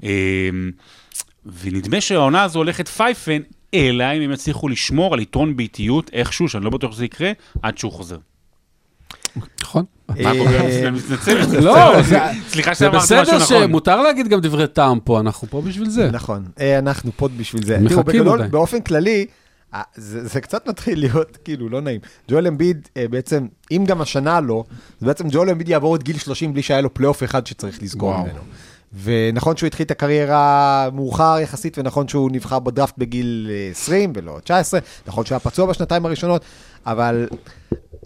ונדמה שהעונה הזו הולכת פייפן, אלא אם הם יצליחו לשמור על יתרון ביתיות איכשהו, שאני לא בטוח שזה יקרה, עד שהוא חוזר. נכון. מה אני מתנצל? לא, סליחה זה שאמרת משהו נכון. בסדר שמותר להגיד גם דברי טעם פה, אנחנו פה בשביל זה. נכון, אנחנו פה בשביל זה. מחכים בגדול, באופן כללי, זה קצת מתחיל להיות כאילו לא נעים. ג'ואל אמביד בעצם, אם גם השנה לא, אז בעצם ג'ואל אמביד יעבור את גיל 30 בלי שהיה לו פלייאוף אחד שצריך לזכור ממנו. ונכון שהוא התחיל את הקריירה מאוחר יחסית, ונכון שהוא נבחר בדראפט בגיל 20 ולא 19, נכון שהוא היה פצוע בשנתיים הראשונות, אבל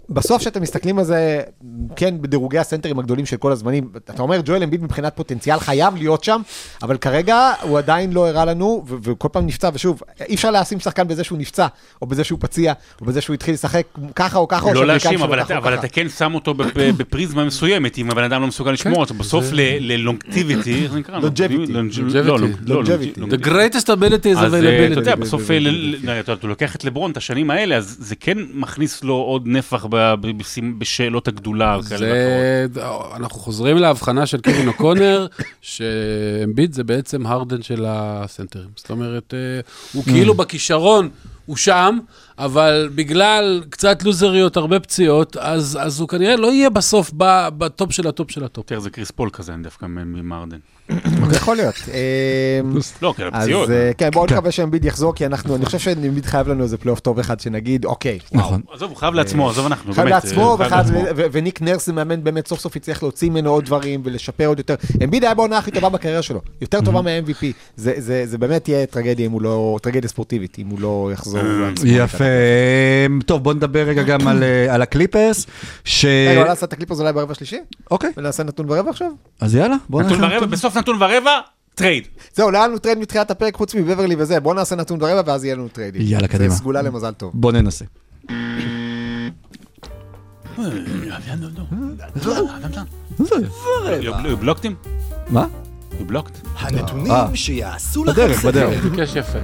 בסוף שאתם מסתכלים על זה, כן, בדירוגי הסנטרים הגדולים של כל הזמנים, אתה אומר, ג'ואל אמביד מבחינת פוטנציאל חייב להיות שם, אבל כרגע הוא עדיין לא הראה לנו, וכל פעם נפצע, ושוב, אי אפשר לשים שחקן בזה שהוא נפצע, או בזה שהוא פציע, או בזה שהוא התחיל לשחק ככה או ככה, לא להאשים, אבל אתה כן שם אותו בפריזמה מסוימת, אם הבן אדם לא מסוגל לשמור אותו, בסוף ללונגטיביטי, איך נקרא? longevity. The greatest ability is availability. אתה יודע, בסוף, אתה לוקח את לברון, את השנים האלה, אז זה כן מכניס לו עוד נפח בשאלות הגדולה. אנחנו חוזרים להבחנה של קווין אוקונר, שאמביד זה בעצם הרדן של הסנטרים. זאת אומרת, הוא כאילו בכישרון, הוא שם, אבל בגלל קצת לוזריות, הרבה פציעות, אז הוא כנראה לא יהיה בסוף בטופ של הטופ של הטופ. תראה, זה קריס פול כזה, אני דווקא ממרדן. זה יכול להיות. לא, כן, הפציעות. אז כן, בואו נקווה שאמביד יחזור, כי אני חושב שאמביד חייב לנו איזה פלייאוף טוב אחד שנגיד, אוקיי. נכון. עזוב, הוא חייב לעצמו, עזוב אנחנו. חייב לעצמו, וניק נרס מאמן באמת סוף סוף יצליח להוציא ממנו עוד דברים ולשפר עוד יותר. אמביד היה בעונה הכי טובה בקריירה שלו, יותר טובה מה-MVP. זה באמת יהיה טרגדיה אם הוא לא, טרגדיה ספורטיבית, אם הוא לא יחזור. יפה. טוב, בוא נדבר רגע גם על הקליפרס. רגע, נעשה את הקליפרס אולי ברבע שלישי? אוקיי. ונעשה נתון ברבע עכשיו? אז יאללה, בוא נעשה בסוף נתון ורבע, טרייד. זהו, לא היה לנו טרייד מתחילת הפרק חוץ מבברלי וזה, בוא נעשה נתון ברבע ואז יהיה לנו טרייד. יאללה, קדימה. זה סגולה למזל טוב. בוא ננסה. You blocked him? מה? You blocked? הנתונים שיעשו לך בדרך. ביקש יפה.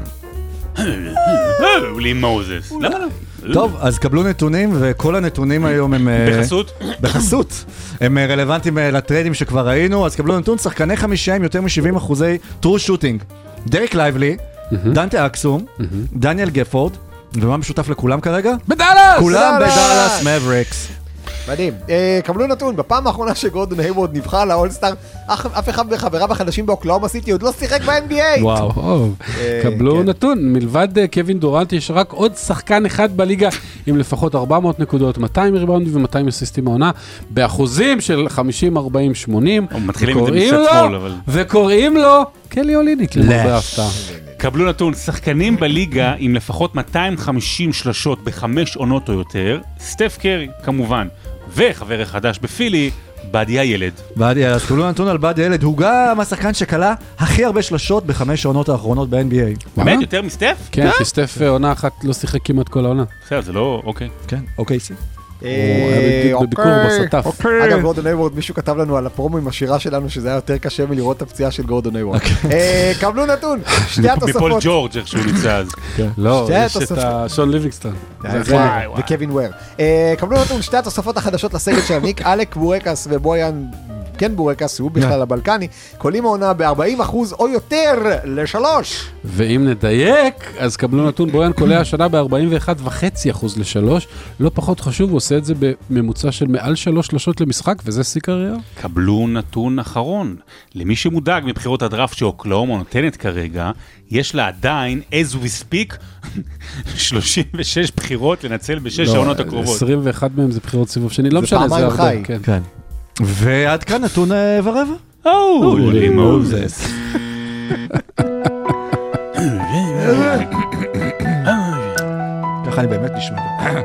לי מוזס. למה לא? טוב, אז קבלו נתונים, וכל הנתונים היום הם... בחסות? בחסות. הם רלוונטיים לטריידים שכבר ראינו, אז קבלו נתון, שחקני חמישייה עם יותר מ-70% טרו שוטינג. דריק לייבלי, דנטה אקסום, דניאל גפורד, ומה משותף לכולם כרגע? בדאלאס! כולם בדאלאס מבריקס. מדהים. קבלו נתון, בפעם האחרונה שגורדון היוורד נבחר לאולסטאר, אף אחד מחבריו החדשים באוקלאומה סיטי עוד לא שיחק ב-NBA. וואו, קבלו נתון, מלבד קווין דורנט יש רק עוד שחקן אחד בליגה עם לפחות 400 נקודות, 200 ריבאונדים ו200 אסיסטים העונה, באחוזים של 50, 40, 80. מתחילים את זה מצד שמאל, אבל... וקוראים לו קלי אוליניק, למרבה ההפתעה. קבלו נתון, שחקנים בליגה עם לפחות 250 שלשות ב5 עונות או יותר, סטף קרי כמובן, וחבר החדש בפילי, בדי הילד. בדי, אז קבלו נתון על בדי הילד, הוא גם השחקן שקלה הכי הרבה שלשות ב5 עונות האחרונות ב-NBA. באמת? יותר מסטף? כן, כי סטף עונה אחת לא שיחק כמעט כל העונה. בסדר, זה לא, אוקיי. כן, אוקיי, סי. הוא היה בביקור בסטף. אגב, גורדון היוורד, מישהו כתב לנו על הפרומו עם השירה שלנו, שזה היה יותר קשה מלראות את הפציעה של גורדון היוורד. קבלו נתון, שתי התוספות. מפול ג'ורג' איך שהוא נמצא אז. לא, יש את שון ליבינגסטון. וקווין וויר. קבלו נתון, שתי התוספות החדשות לסגל של הניק, אלק בורקס ובויאן, כן בורקס, הוא בכלל הבלקני, קולים העונה ב-40% או יותר ל3. ואם נדייק, אז קבלו נתון, בויאן קולע השנה ב-41.5% ל3. לא פחות חשוב, הוא עושה את זה בממוצע של מעל 3 שלשות למשחק, וזה שיא קריירה. קבלו נתון אחרון. למי שמודאג מבחירות הדראפט שאוקלאומה נותנת כרגע, יש לה עדיין, as we speak, 36 בחירות לנצל ב6 העונות הקרובות. 21 מהם זה בחירות סיבוב שני, לא משנה, זה הרבה. כן. ועד כאן נתון ורבע. הולי מוזס. ככה אני באמת נשמע.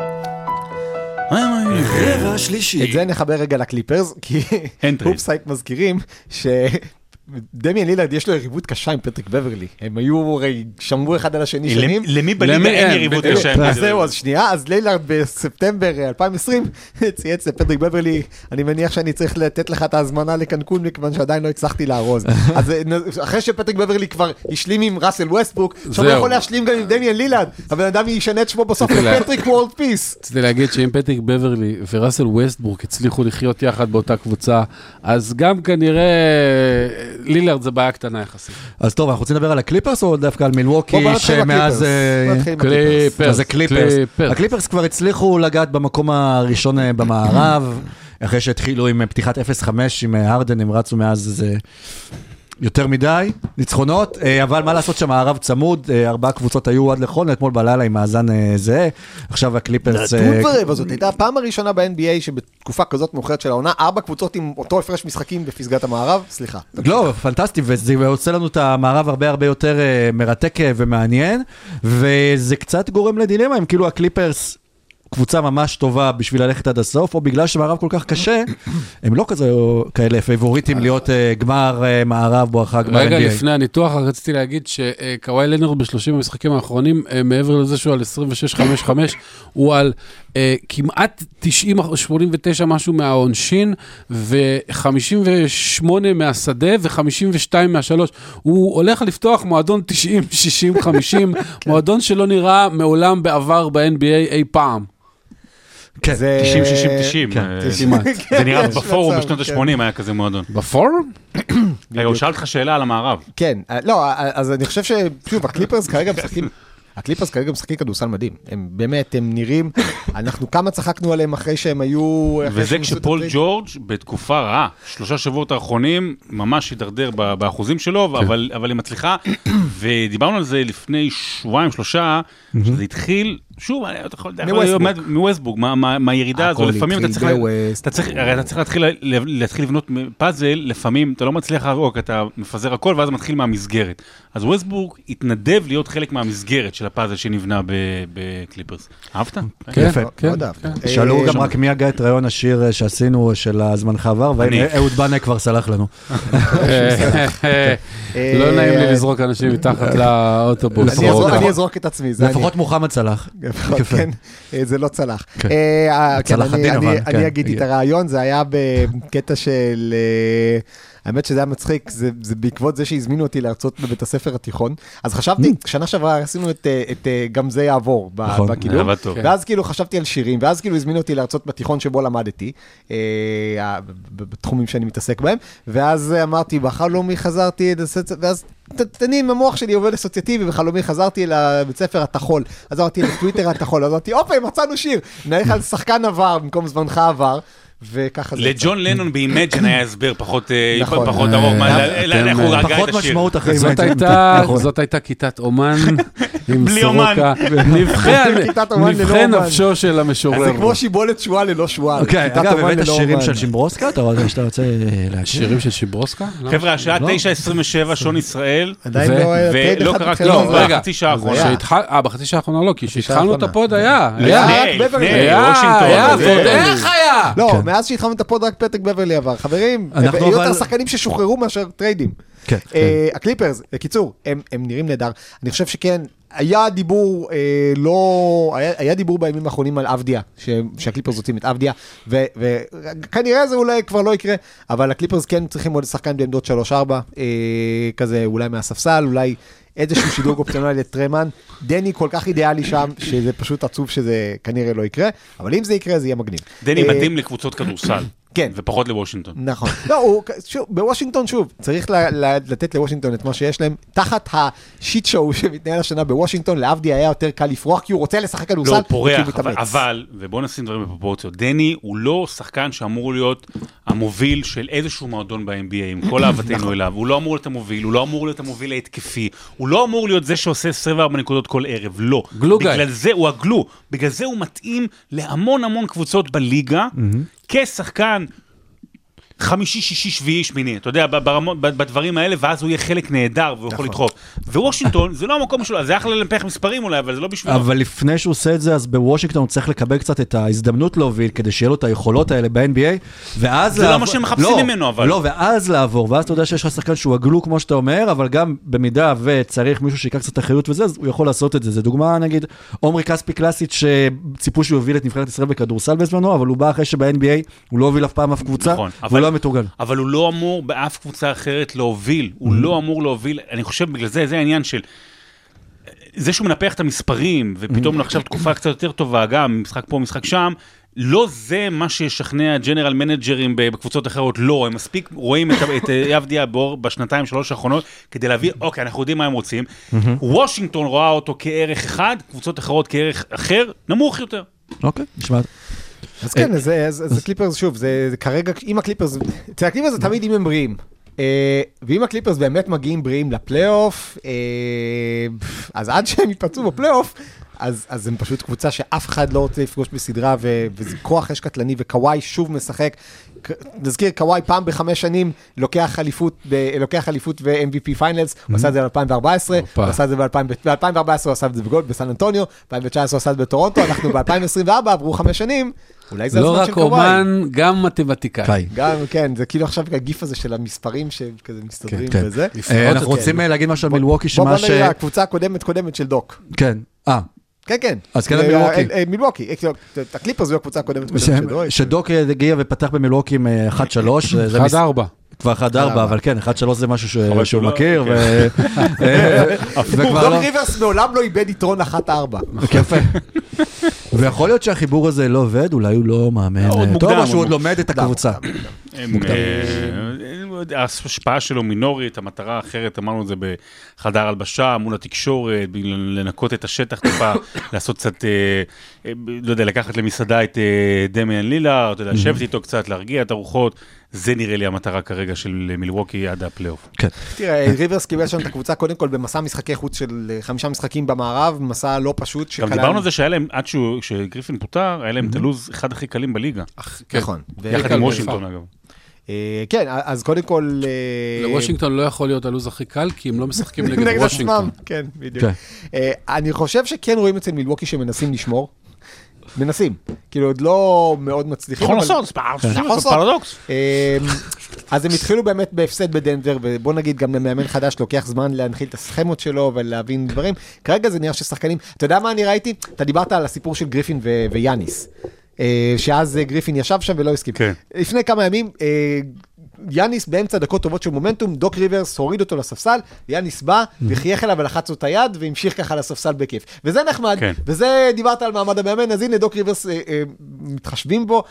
רבע שלישי. את זה נחבר רגע לקליפרס, כי הופסייט מזכירים דמיאן לילארד יש לו יריבות קשה עם פטריק בברלי. הם היו, הרי שמרו אחד על השני שנים. למי בליגה אין יריבות קשה עם פטריק? זהו, אז שנייה, אז לילארד בספטמבר 2020 צייץ לפטריק בברלי, אני מניח שאני צריך לתת לך את ההזמנה לקנקון, מכיוון שעדיין לא הצלחתי לארוז. אז אחרי שפטריק בברלי כבר השלים עם ראסל ווסטברוק, עכשיו הוא יכול להשלים גם עם דמיאן לילארד, אבל אדם ישנה את שמו בסוף לפטריק וורלד פיס. רציתי להגיד שאם פטריק בברלי וראסל ווסטברוק הצליחו לחיות יחד באותה קבוצה, אז גם כנראה לילארד זה בעיה קטנה יחסית. אז טוב, אנחנו רוצים לדבר על הקליפרס או דווקא על מילווקי שמאז... קליפרס. הקליפרס כבר הצליחו לגעת במקום הראשון במערב, אחרי שהתחילו עם פתיחת 0-5 עם הרדן, הם רצו מאז זה יותר מדי, ניצחונות, אבל מה לעשות שהמערב צמוד, 4 קבוצות היו עד לחול, אתמול בלילה עם מאזן זהה, עכשיו הקליפרס... נתון ורבע, זאת הייתה הפעם הראשונה ב-NBA שבתקופה כזאת מאוחרת של העונה, 4 קבוצות עם אותו הפרש משחקים בפסגת המערב, סליחה. לא, פנטסטי, וזה עושה לנו את המערב הרבה יותר מרתק ומעניין, וזה קצת גורם לדילמה, אם כאילו הקליפרס קבוצה ממש טובה בשביל ללכת עד הסוף, או בגלל שמערב כל כך קשה, הם לא כאלה פייבוריטים להיות גמר מערב בואכה גמר NBA. רגע לפני הניתוח, רציתי להגיד שקוואי לנרד ב-30 המשחקים האחרונים, מעבר לזה שהוא על 26-5-5, הוא על כמעט 90-89 משהו מהעונשין, ו-58 מהשדה, ו-52 מהשלוש. הוא הולך לפתוח מועדון 90-60-50, מועדון שלא נראה מעולם בעבר ב-NBA אי פעם. כן, 90-60-90. זה נראה בפורום בשנות ה-80 היה כזה מועדון. בפורום? רגע, הוא שאל אותך שאלה על המערב. כן, לא, אז אני חושב ששוב, הקליפרס כרגע משחקים כדורסל מדהים. הם באמת, הם נראים, אנחנו כמה צחקנו עליהם אחרי שהם היו... וזה כשפול ג'ורג' בתקופה רעה, 3 שבועות האחרונים, ממש הידרדר באחוזים שלו, אבל היא מצליחה, ודיברנו על זה לפני 2-3, שזה התחיל, שוב, אתה יכול מווסטבורג, מהירידה הזו, לפעמים אתה צריך להתחיל לבנות פאזל, לפעמים אתה לא מצליח להרוג, אתה מפזר הכל, ואז מתחיל מהמסגרת. אז ווסטבורג התנדב להיות חלק מהמסגרת של הפאזל שנבנה בקליפרס. אהבת? כן, כן. שאלו גם רק מי הגע את רעיון השיר שעשינו של הזמנך עבר, ואהוד בנה כבר סלח לנו. לא נעים לי לזרוק אנשים מתחת לאוטובוס. אני אזרוק את עצמי. לפחות מוחמד צלח. כן, זה לא צלח. אני אגיד את הרעיון, זה היה בקטע של... האמת שזה היה מצחיק, זה בעקבות זה שהזמינו אותי להרצות בבית הספר התיכון, אז חשבתי, שנה שעברה עשינו את גם זה יעבור בקידום, ואז כאילו חשבתי על שירים, ואז כאילו הזמינו אותי להרצות בתיכון שבו למדתי, בתחומים שאני מתעסק בהם, ואז אמרתי, בחלומי חזרתי, ואז תנים, המוח שלי עובד אסוציאטיבי, בחלומי חזרתי לבית ספר התחול, אז אמרתי לטוויטר התחול, אז אמרתי, אופה, מצאנו שיר, נלך על שחקן עבר, במקום זמנך עבר, וככה זה. לג'ון לנון באימג'ן היה הסבר פחות ארוך, פחות משמעות אחרי זאת הייתה כיתת אומן עם סורוקה, נבחי נפשו של המשורר. זה כמו שיבולת שואה ללא שואה. אגב, הבאת שירים של שימברוסקה? אתה רואה שאתה רוצה שירים של שימברוסקה? חבר'ה, השעה 9:27 שעון ישראל, ולא קרה כלום בחצי שעה האחרונה. בחצי שעה האחרונה לא, כי שהתחלנו את הפוד היה. איך היה? לא, מאז שהתחלנו את הפוד רק פתק בברלי עבר. חברים, היו יותר שחקנים ששוחררו מאשר טריידים. הקליפרס, בקיצור, הם נראים נהדר. אני חושב שכן, היה דיבור בימים האחרונים על אבדיה, שהקליפרס רוצים את אבדיה, וכנראה זה אולי כבר לא יקרה, אבל הקליפרס כן צריכים עוד שחקן בעמדות 3-4, כזה אולי מהספסל, אולי איזשהו שידור אופציונלי לטרמן. דני כל כך אידיאלי שם, שזה פשוט עצוב שזה כנראה לא יקרה, אבל אם זה יקרה, זה יהיה מגניב. דני מתאים לקבוצות כדורסל. כן. ופחות לוושינגטון. נכון. לא, בוושינגטון שוב, צריך לתת לוושינגטון את מה שיש להם, תחת השיט שואו שמתנהל השנה בוושינגטון, לעבדי היה יותר קל לפרוח, כי הוא רוצה לשחק כדורסל, לא, פורח, אבל, ובוא נשים דברים בפרופורציות, דני הוא לא שחקן שאמור להיות המוביל של איזשהו מועדון ב-NBA, עם כל אהבתנו אליו, הוא לא אמור להיות המוביל, הוא לא אמור להיות המוביל ההתקפי, הוא לא אמור להיות זה שעושה 24 נקודות כל ערב, לא. בגלל זה הוא הגלו, בגלל זה הוא מתאים להמון המון קבוצות בליגה, כשחקן 5, 6, 7, 8, אתה יודע, בדברים האלה, ואז הוא יהיה חלק נהדר, והוא יכול לדחוף. ווושינגטון, זה לא המקום שלו, זה אחלה לנפח מספרים אולי, אבל זה לא בשבילו. אבל לפני שהוא עושה את זה, אז בוושינגטון הוא צריך לקבל קצת את ההזדמנות להוביל, כדי שיהיה לו את היכולות האלה ב-NBA, ואז זה לא מה שהם מחפשים ממנו, אבל. לא, ואז לעבור, ואז אתה יודע שיש לך שחקן שהוא הגלו, כמו שאתה אומר, אבל גם במידה וצריך מישהו שיקח קצת אחריות וזה, אז הוא יכול לעשות את זה. זה דוגמה, נגיד, עומרי כספי קלאסית, שציפו שהוא יוביל את נבחרת ישראל בכדורסל בזמנו, אבל הוא בא אחרי שב-NBA הוא לא הוביל אף פעם אף קבוצה, והוא לא מתורגל. אבל הוא לא אמור באף קבוצה אחרת להוביל, הוא לא אמור להוביל, אני חושב בגלל זה, זה העניין של, זה שהוא מנפח את המספרים, ופתאום עכשיו תקופה קצת יותר טובה, גם משחק פה, משחק שם, לא זה מה שישכנע ג'נרל מנג'רים בקבוצות אחרות, לא, הם מספיק רואים את אבדיה בשנתיים, 3 האחרונות, כדי להביא, אוקיי, אנחנו יודעים מה הם רוצים, וושינגטון רואה אותו כערך אחד, קבוצות אחרות כערך אחר, נמוך יותר. אוקיי, נשמע. אז כן, אז קליפרס, שוב, זה כרגע, אם הקליפרס, אצל הקליפרס זה תמיד אם הם בריאים, ואם הקליפרס באמת מגיעים בריאים לפלייאוף, אז עד שהם יפצעו בפלייאוף, אז הם פשוט קבוצה שאף אחד לא רוצה לפגוש בסדרה, וזה כוח אש קטלני, וקוואי שוב משחק. נזכיר, קוואי פעם ב5 שנים לוקח אליפות ו-MVP פיינלס, הוא עשה את זה ב-2014, הוא עשה את זה ב-2014, הוא עשה את זה בסן אנטוניו, ב-2019 הוא עשה את זה בטורונטו, אנחנו ב-2024 עברו 5 שנים, אולי זה הזמן של קוואי. לא רק אומן, גם מתמטיקאי. גם, כן, זה כאילו עכשיו הגיף הזה של המספרים שכזה מסתדרים וזה. אנחנו רוצים להגיד משהו על מילווקי, בוא נראה, הקבוצה הקודמת של דוק. כן, כן. אז כן, מילווקי. מילווקי, הקליפ הזו הקבוצה הקודמת של דוק. שדוק הגיע ופתח במילווקי עם 1-3. 1-4. כבר 1-4, אבל כן, 1-3 זה משהו שהוא מכיר. דוק ריברס מעולם לא איבד יתרון 1-4. יפה. ויכול להיות שהחיבור הזה לא עובד, אולי הוא לא מאמן. טוב, או שהוא עוד לומד את הקבוצה. ההשפעה שלו מינורית, המטרה האחרת, אמרנו את זה בחדר הלבשה, מול התקשורת, לנקות את השטח טיפה, לעשות קצת, לא יודע, לקחת למסעדה את דמיאן לילארד, אתה יודע, לשבת איתו קצת, להרגיע את הרוחות, זה נראה לי המטרה כרגע של מילווקי עד הפלייאוף. כן. תראה, ריברס קיבל שם את הקבוצה קודם כל במסע משחקי חוץ של 5 משחקים במערב, מסע לא פשוט. גם דיברנו על זה שהיה להם, עד שגריפין פוטר, היה להם את הלוז אחד הכי קלים בליגה. נכון. יחד עם וושינגטון אגב. כן, אז קודם כל... לוושינגטון לא יכול להיות הלוז הכי קל, כי הם לא משחקים נגד וושינגטון. כן, בדיוק. אני חושב שכן רואים אצל מילווקי שמנסים לשמור. מנסים, כאילו עוד לא מאוד מצליחים. יכול לעשות, פרדוקס. אז הם התחילו באמת בהפסד בדנבר, ובוא נגיד גם למאמן חדש לוקח זמן להנחיל את הסכמות שלו ולהבין דברים. כרגע זה נראה ששחקנים, אתה יודע מה אני ראיתי? אתה דיברת על הסיפור של גריפין ויאניס, שאז גריפין ישב שם ולא הסכים. לפני כמה ימים, יאניס באמצע דקות טובות של מומנטום, דוק ריברס הוריד אותו לספסל, יאניס בא וחייך אליו ולחץ לו את היד, והמשיך ככה לספסל בכיף. וזה נחמד, וזה דיברת על מעמד המאמן, אז הנה דוק ריברס מתחשבים בו,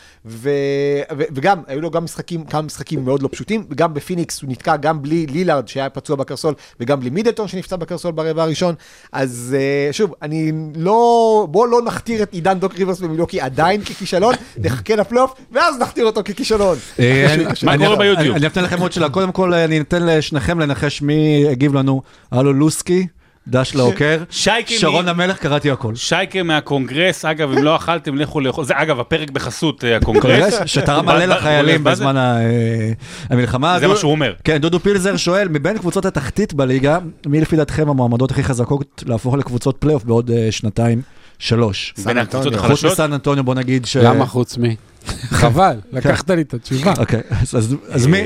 וגם, היו לו גם כמה משחקים מאוד לא פשוטים, וגם בפיניקס הוא נתקע גם בלי לילארד שהיה פצוע בקרסול, וגם בלי מידלטון שנפצע בקרסול ברבע הראשון, אז שוב, בוא לא נכתיר את עידן דוק ריברס במילווקי עדיין ככישלון, נחכה לפלייאוף, ואז נכתיר אותו ככישלון. מה קורה ביוטיוב? אני אתן לכם עוד שאלה, קודם כל אני אתן לשניכם לנחש מי הגיב לנו, הלו לוסקי, דש לעוקר, שרון המלך, קראתי הכל. שייקה מהקונגרס, אגב, אם לא אכלתם, לכו לאכול, זה אגב, הפרק בחסות הקונגרס. שתרם מלא לחיילים בזמן המלחמה. זה מה שהוא אומר. כן, דודו פילזר שואל, מבין קבוצות התחתית בליגה, מי לפי דעתכם המועמדות הכי חזקות להפוך לקבוצות פלייאוף בעוד 2-3? בין הקבוצות חוץ החלשות? מסן אנטוניו, בוא נגיד ש... למה חוץ מי? חבל, לקחת לי את התשובה. אוקיי, אז מי?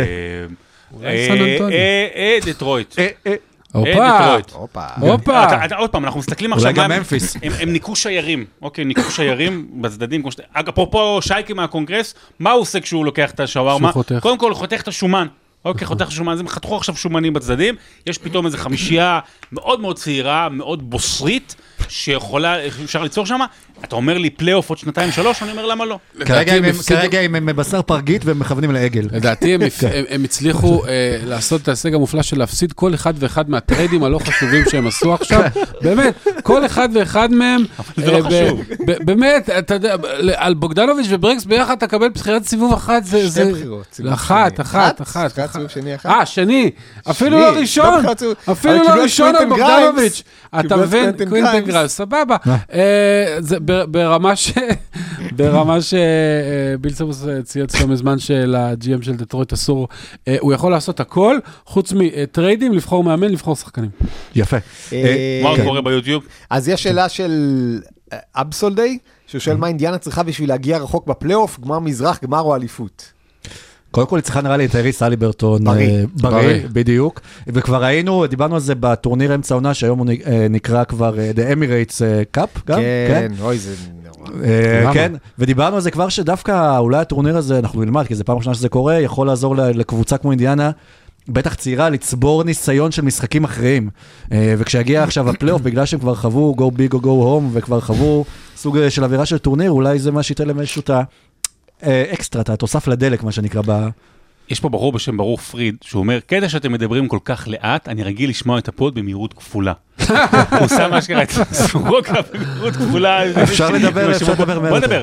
אולי סן אנטוניו. דטרויט. הופה. עוד פעם, אנחנו מסתכלים עכשיו, אולי גם ממפיס. הם ניקו שיירים, אוקיי, ניקו שיירים בצדדים, אפרופו שייקה מהקונגרס, מה הוא עושה כשהוא לוקח את השווארמה? קודם כל, הוא חותך את השומן. אוקיי, חותך שומן, אז הם חתכו עכשיו שומנים בצדדים, יש פתאום איזו חמישייה מאוד מאוד צעירה, מאוד בוסרית, שאפשר ליצור שם, אתה אומר לי פלייאוף עוד 2-3, אני אומר למה לא. כרגע הם בשר פרגית והם מכוונים לעגל. לדעתי הם הצליחו לעשות את ההישג המופלא של להפסיד כל אחד ואחד מהטריידים הלא חשובים שהם עשו עכשיו, באמת, כל אחד ואחד מהם, באמת, אתה יודע, על בוגדנוביץ' וברקס ביחד תקבל בחירת סיבוב אחת, זה אחת. שני, אפילו לא ראשון, על בוגדנוביץ', אתה מבין, קווינטן גריימס, סבבה, זה ברמה שביל סמוס צייץ לו מזמן של ה-GM של דטרויט אסור, הוא יכול לעשות הכל, חוץ מטריידים, לבחור מאמן, לבחור שחקנים. יפה. מה קורה ביוטיוב? אז יש שאלה של אבסולדי, שהוא שואל מה אינדיאנה צריכה בשביל להגיע רחוק בפלייאוף, גמר מזרח, גמר או אליפות. קודם כל צריכה נראה לי את אריס אליברטון בריא, בדיוק, וכבר ראינו, דיברנו על זה בטורניר אמצע העונה, שהיום הוא נקרא כבר The Emirates Cup, גם? כן, אוי זה נורא. כן, ודיברנו על זה כבר שדווקא אולי הטורניר הזה, אנחנו נלמד, כי זה פעם ראשונה שזה קורה, יכול לעזור לקבוצה כמו אינדיאנה, בטח צעירה, לצבור ניסיון של משחקים אחרים, וכשיגיע עכשיו הפלייאוף, בגלל שהם כבר חוו go big or go home, וכבר חוו סוג של אווירה של טורניר, אולי זה מה שייתן להם איזשהו אקסטרה, אתה תוסף לדלק, מה שנקרא ב... יש פה בחור בשם ברוך פריד, שהוא אומר, כדע שאתם מדברים כל כך לאט, אני רגיל לשמוע את הפוד במהירות כפולה. הוא שם מה שקרה, סורוקה במהירות כפולה. אפשר לדבר, בוא נדבר.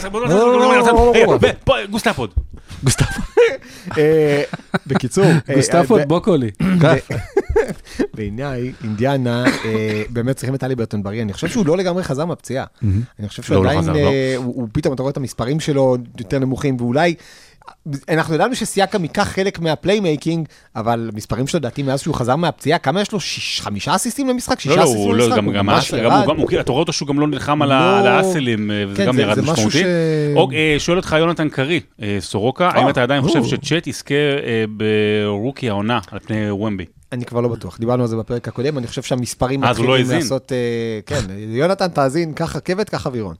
גוסטפוד. בקיצור. גוסטפוד בוקולי. בעיניי, אינדיאנה, באמת צריכים את הליברטון בריא, אני חושב שהוא לא לגמרי חזר מהפציעה. אני חושב שהוא עדיין, הוא פתאום, אתה רואה את המספרים שלו יותר נמוכים, ואולי, אנחנו ידענו שסייקם ייקח חלק מהפליימייקינג, אבל מספרים שלו דעתי מאז שהוא חזר מהפציעה, כמה יש לו? 5 אסיסטים למשחק? 6 אסיסטים למשחק? אתה רואה אותו שהוא גם לא נלחם על האסלים, וזה גם ירד משמעותי. שואל אותך יונתן קרי, סורוקה, האם אתה עדיין חושב שצ'אט יזכה ברוקי העונה על פני ומבי? אני כבר לא בטוח, דיברנו על זה בפרק הקודם, אני חושב שהמספרים מתחילים לעשות, כן, יונתן תאזין, ככה כבד, ככה וירון.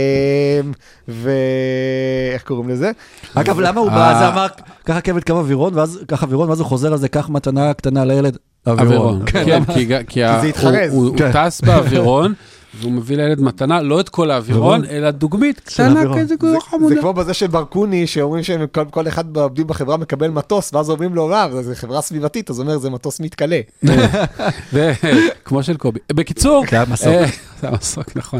ואיך קוראים לזה? אגב, למה הוא בא, זה אמר, ככה כבד כמה וירון, ככה וירון, ואז הוא חוזר על זה, כך מתנה קטנה לילד, אווירון. כן, כי הוא טס באווירון, והוא מביא לילד מתנה, לא את כל האווירון, אלא דוגמית, קטנה כזה חמודה. זה כמו בזה של ברקוני, שאומרים שכל אחד בעובדים בחברה מקבל מטוס, ואז אומרים לו, זה חברה סביבתית, אז אומר, זה מטוס מתקלה. כמו של קובי. בקיצור, זה המסוק, נכון.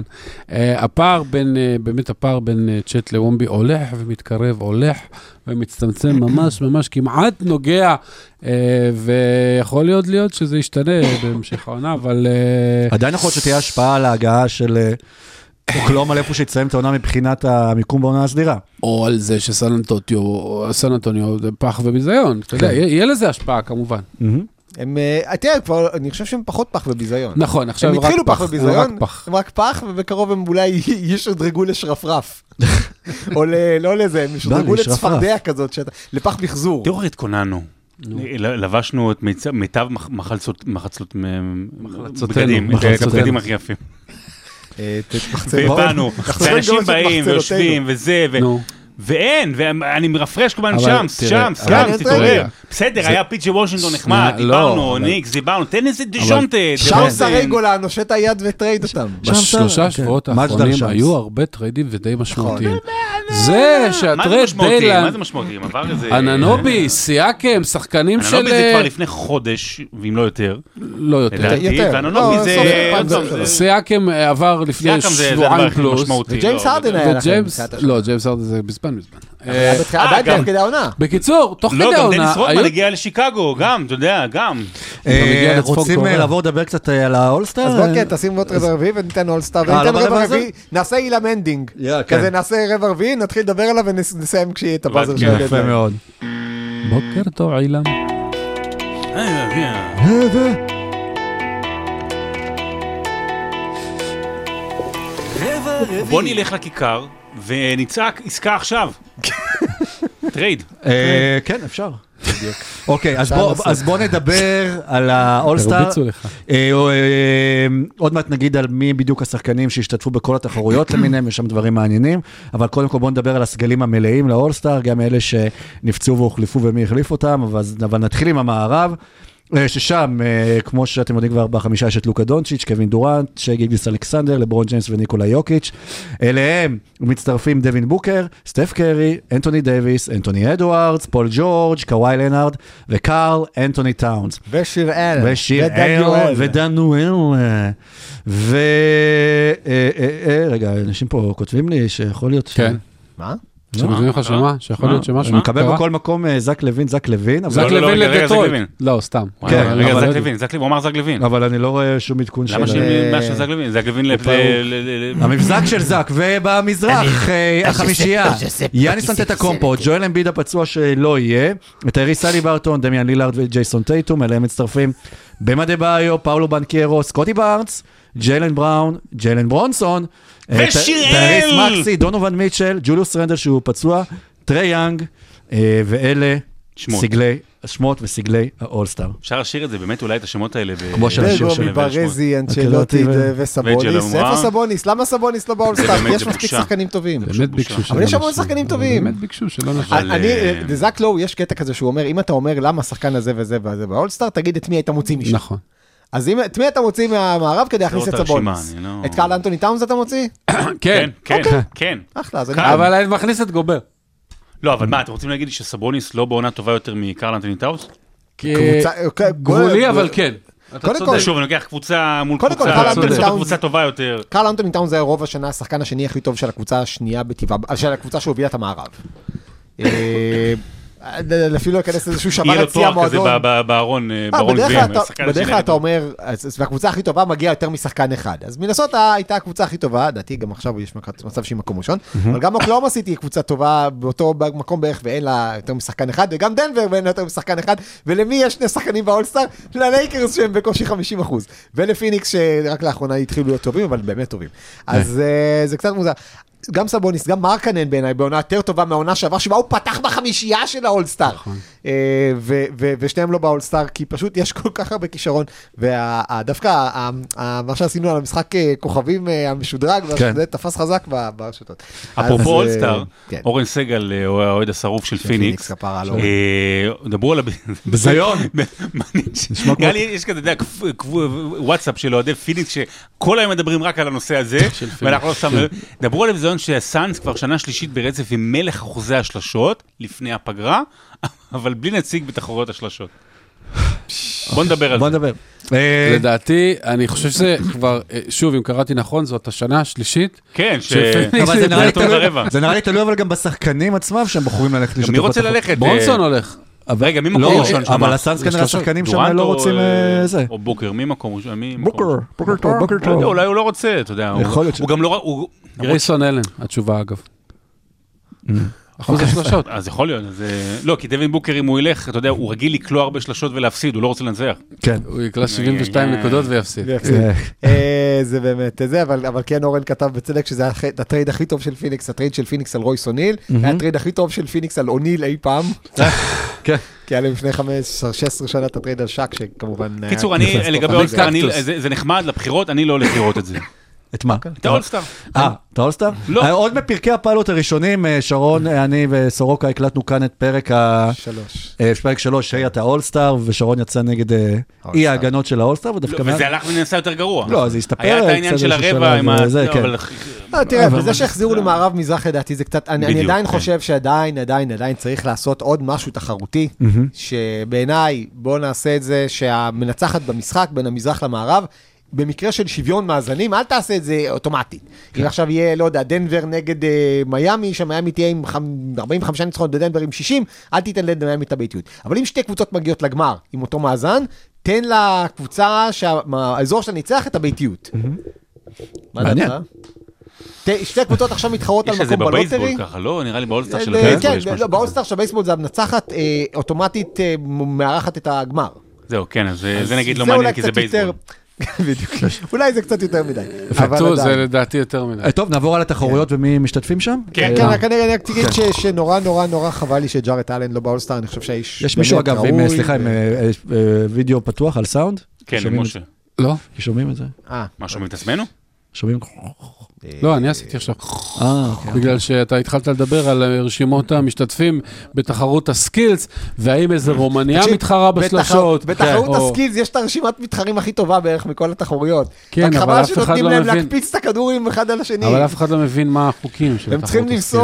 באמת הפער בין צ'אט לוומבי הולך ומתקרב, הולך ומצטמצם ממש ממש כמעט נוגע, ויכול להיות שזה ישתנה בהמשך העונה, אבל... עדיין יכול להיות שתהיה השפעה על ההגעה של אוקלאומה לאיפה שיצאים את העונה מבחינת המיקום בעונה הסדירה. או על זה שסן אנטוניו זה פח וביזיון. אתה יודע, יהיה לזה השפעה כמובן. אני חושב שהם פחות פח וביזיון. נכון, עכשיו הם התחילו פח וביזיון, הם רק פח, ובקרוב הם אולי ישדרגו לשרפרף. או לא לזה, הם ישדרגו לצפרדע כזאת, לפח מחזור. תראו איך התכוננו. לבשנו את מיטב בגדים הכי יפים. ובאנו, ואנשים באים ויושבים וזה, ואין, ואני מרפרש כמובן שם, תתעורר. בסדר, היה פיצ'י וושינגטון נחמד, דיברנו, ניקס, דיברנו, תן איזה דישונטה. שם סרגולה, נושט היד וטרייד אותם. בשלושה שבועות האחרונים היו הרבה טריידים ודי משמעותיים. זה שהטרייד דיילנד... מה זה משמעותיים? אננובי, סייקם, שחקנים של... אננובי זה כבר לפני חודש, ואם לא יותר. לא יותר. ואננובי זה... סייקם עבר לפני שבועיים פלוס. וג'יימס הרדן היה לכם. לא, ג'יימס הרדן זה בזמן. עדיין תוך כדי העונה. בקיצור, תוך כדי העונה... לא, גם דניס רוטמן הגיע לשיקגו, גם, אתה יודע, גם. רוצים לעבור לדבר קצת על האולסטאר? אז בוא כן, תשים עוד רבע רביעי וניתן אולסטאר, וניתן רבע רביעי, נעשה אילה מנדינג. כזה נעשה רבע רביעי, נתחיל לדבר עליו ונסיים כשיהיה את הבאזר של יפה מאוד. בוקר טוב, אילם. בוא נלך לכיכר ונצעק עסקה עכשיו. טרייד. כן, אפשר. אוקיי, אז בוא נדבר על האולסטאר. עוד מעט נגיד על מי בדיוק השחקנים שהשתתפו בכל התחרויות למיניהם, יש שם דברים מעניינים, אבל קודם כל בוא נדבר על הסגלים המלאים לאולסטאר, גם אלה שנפצעו והוחלפו ומי החליף אותם, אבל נתחיל עם המערב. ששם, כמו שאתם יודעים כבר בחמישה, יש את לוקה דונצ'יץ', קווין דורנט, שי גיגס אלכסנדר, לברון ג'יימס וניקולה יוקיץ'. אליהם מצטרפים דווין בוקר, סטף קרי, אנטוני דייביס, אנטוני אדוארדס, פול ג'ורג', קוואי לנארד, וקארל אנטוני טאונס. ושיראל. ודנואל. רגע, אנשים פה כותבים לי שיכול להיות... כן. מה? שמביאים לך שמה? שיכול להיות שמשהו... אני מקבל בכל מקום זק לוין. זק לוין לדטרויט. לא, סתם. רגע, זק לוין, הוא אמר זק לוין. אבל אני לא רואה שום עדכון של... למה של זק לוין? זק לוין המבזק של זק, ובמזרח החמישייה, יאניס אנטטוקומפו, ג'ואל אמביד הפצוע שלא יהיה, טייריס הליברטון, דמיאן לילארד וג'ייסון טייטום, אליהם מצטרפים במה דבאיו, פאולו בנקיירו, סקוטי בארנס, ג'יילן בראון, ג'יילן ברונסון, טייריס מקסי, דונוvan מיטשל, ג'וליוס רנדל שהוא פצוע, טרי יאנג, ואלה סגלי, השמות וסגלי האולסטאר. אפשר לשיר את זה, באמת אולי את השמות האלה. כמו של השיר שלהם. ברזי, אנצ'לוטי וסבוניס. איפה סבוניס? למה סבוניס לא באולסטאר? יש מספיק שחקנים טובים. באמת ביקשו. אבל יש המון שחקנים טובים. באמת ביקשו שלא נשאר. לזק לואו יש קטע כזה שהוא אומר, אם אתה אומר למה השחקן הזה וזה וזה באולסטאר, תגיד את מי היית מוציא משם. נכון. אז את מי אתה מוציא מהמערב כדי להכניס את סבוניס? את קארל אנטוני טאונס אתה מוציא? כן, כן. אחלה. אבל אני מכניס את גובר. לא, אבל מה, אתם רוצים להגיד שסבוניס לא בעונה טובה יותר מקארל אנטוני טאונס? גבולי, אבל כן. שוב, אני לוקח קבוצה מול קבוצה טובה יותר. קארל אנטוני טאונס זה רוב השנה השחקן השני הכי טוב של הקבוצה השנייה בטבעה, של הקבוצה שהובילה את המערב. אפילו לא יכנס איזשהו שבר הציע מועדון. יהיה לו תואר כזה בארון בדרך כלל אתה אומר, והקבוצה הכי טובה מגיעה יותר משחקן אחד. אז מינסוטה הייתה הקבוצה הכי טובה, דעתי גם עכשיו יש מצב שהיא מקום ראשון, אבל גם אוקלהומה סיטי היא קבוצה טובה באותו מקום בערך ואין לה יותר משחקן אחד, וגם דנבר ואין לה יותר משחקן אחד, ולמי יש שני שחקנים באולסטאר? ללייקרס שהם בקושי 50%, ולפיניקס שרק לאחרונה התחילו להיות טובים, אבל באמת טובים. אז זה קצת מוזר. גם סבוניס, גם מרקנן בעיניי, בעונה יותר טובה מהעונה שעבר, שבה הוא פתח בחמישייה של האולסטאר. ושניהם לא באולסטאר, כי פשוט יש כל כך הרבה כישרון, ודווקא מה שעשינו על המשחק כוכבים המשודרג, זה תפס חזק ברשתות. אפרופו אולסטאר, אורן סגל, האוהד השרוף של פיניקס, דברו על בזיון. נראה לי, יש כזה, וואטסאפ של אוהדי פיניקס, שכל היום מדברים רק על הנושא הזה, ואנחנו לא סתם, דברו על בזיון שהסאנס כבר שנה שלישית ברצף עם מלך אחוזי השלשות, לפני הפגרה, אבל בלי נציג בתחרויות השלשות. בוא נדבר על זה. לדעתי, אני חושב שזה כבר, שוב, אם קראתי נכון, זאת השנה השלישית. כן, אבל זה נראה לי תלוי אבל גם בשחקנים עצמם שהם בחורים ללכת לשתות. מי רוצה ללכת? ברונסון הולך. רגע, מי מקום ראשון שם? אבל הסאנס כנראה השחקנים שם לא רוצים זה. או בוקר, מי מקום ראשון? בוקר טוב. אולי הוא לא רוצה, אתה יודע. הוא גם לא... גרייסון אלן, התשובה אגב. אחוז השלשות. אז יכול להיות, לא, כי דווין בוקר אם הוא ילך, אתה יודע, הוא רגיל לקלוע הרבה שלשות ולהפסיד, הוא לא רוצה לנצח. כן. הוא יקלע 72 נקודות ויפסיד. זה באמת זה, אבל כן אורן כתב בצדק שזה הטרייד הכי טוב של פיניקס, הטרייד של פיניקס על רויס אוניל, היה הטרייד הכי טוב של פיניקס על אוניל אי פעם. כן. כי היה להם לפני 16 שנה את הטרייד על שק, שכמובן... קיצור, אני לגבי אולסטאר, זה נחמד לבחירות, אני לא הולך לראות את זה. את מה? את האולסטאר. את האולסטאר? לא. עוד בפרקי הפיילוט הראשונים, שרון, אני וסורוקה הקלטנו כאן את פרק 3, שהיית האולסטאר, ושרון יצא נגד אי ההגנות של האולסטאר, וזה הלך ונעשה יותר גרוע. לא, זה הסתפר. היה את העניין של הרבע עם זה, כן. תראה, בזה שהחזירו למערב מזרח, לדעתי זה קצת, אני עדיין חושב שעדיין צריך לעשות עוד משהו תחרותי, שבעיניי, בוא נעשה את זה, שהמנצחת במשחק בין המזרח למערב, במקרה של שוויון מאזנים, אל תעשה את זה אוטומטית. אם עכשיו יהיה, לא יודע, דנבר נגד מיאמי, שמיימי תהיה עם 45 ניצחונות בדנבר עם 60, אל תיתן למיאמי את הביתיות. אבל אם שתי קבוצות מגיעות לגמר עם אותו מאזן, תן לקבוצה שהאזור שלה ניצח את הביתיות. מה דעתך? שתי קבוצות עכשיו מתחרות על מקום בלוטרי. יש את זה בבייסבול ככה, לא? נראה לי באולסטאר של הבייסבול. כן, באולסטאר של הבייסבול זה המנצחת אוטומטית מארחת את החגורת. זהו, כן, אז זה נגיד לא מעניין כי זה בייסבול. בדיוק. אולי זה קצת יותר מדי. זה לדעתי יותר מדי. טוב, נעבור על התחרויות ומי משתתפים שם? כן, רק אני תגיד שנורא נורא נורא חבל לי שג'ארט אלן לא באולסטאר, אני חושב שהאיש... יש מישהו אגב, סליחה, עם וידאו פתוח על סאונד? כן, משה. לא? שומעים את זה? מה, שומעים את עצמנו? שומעים... לא, אני עשיתי עכשיו. בגלל שאתה התחלת לדבר על רשימות המשתתפים בתחרות הסקילס, והאם איזה רומניה מתחרה בשלשות. בתחרות הסקילס יש את הרשימת מתחרים הכי טובה בערך מכל התחרויות. כן, אבל אף אחד לא מבין. להקפיץ את הכדורים אחד על השני. אבל אף אחד לא מבין מה החוקים של הם צריכים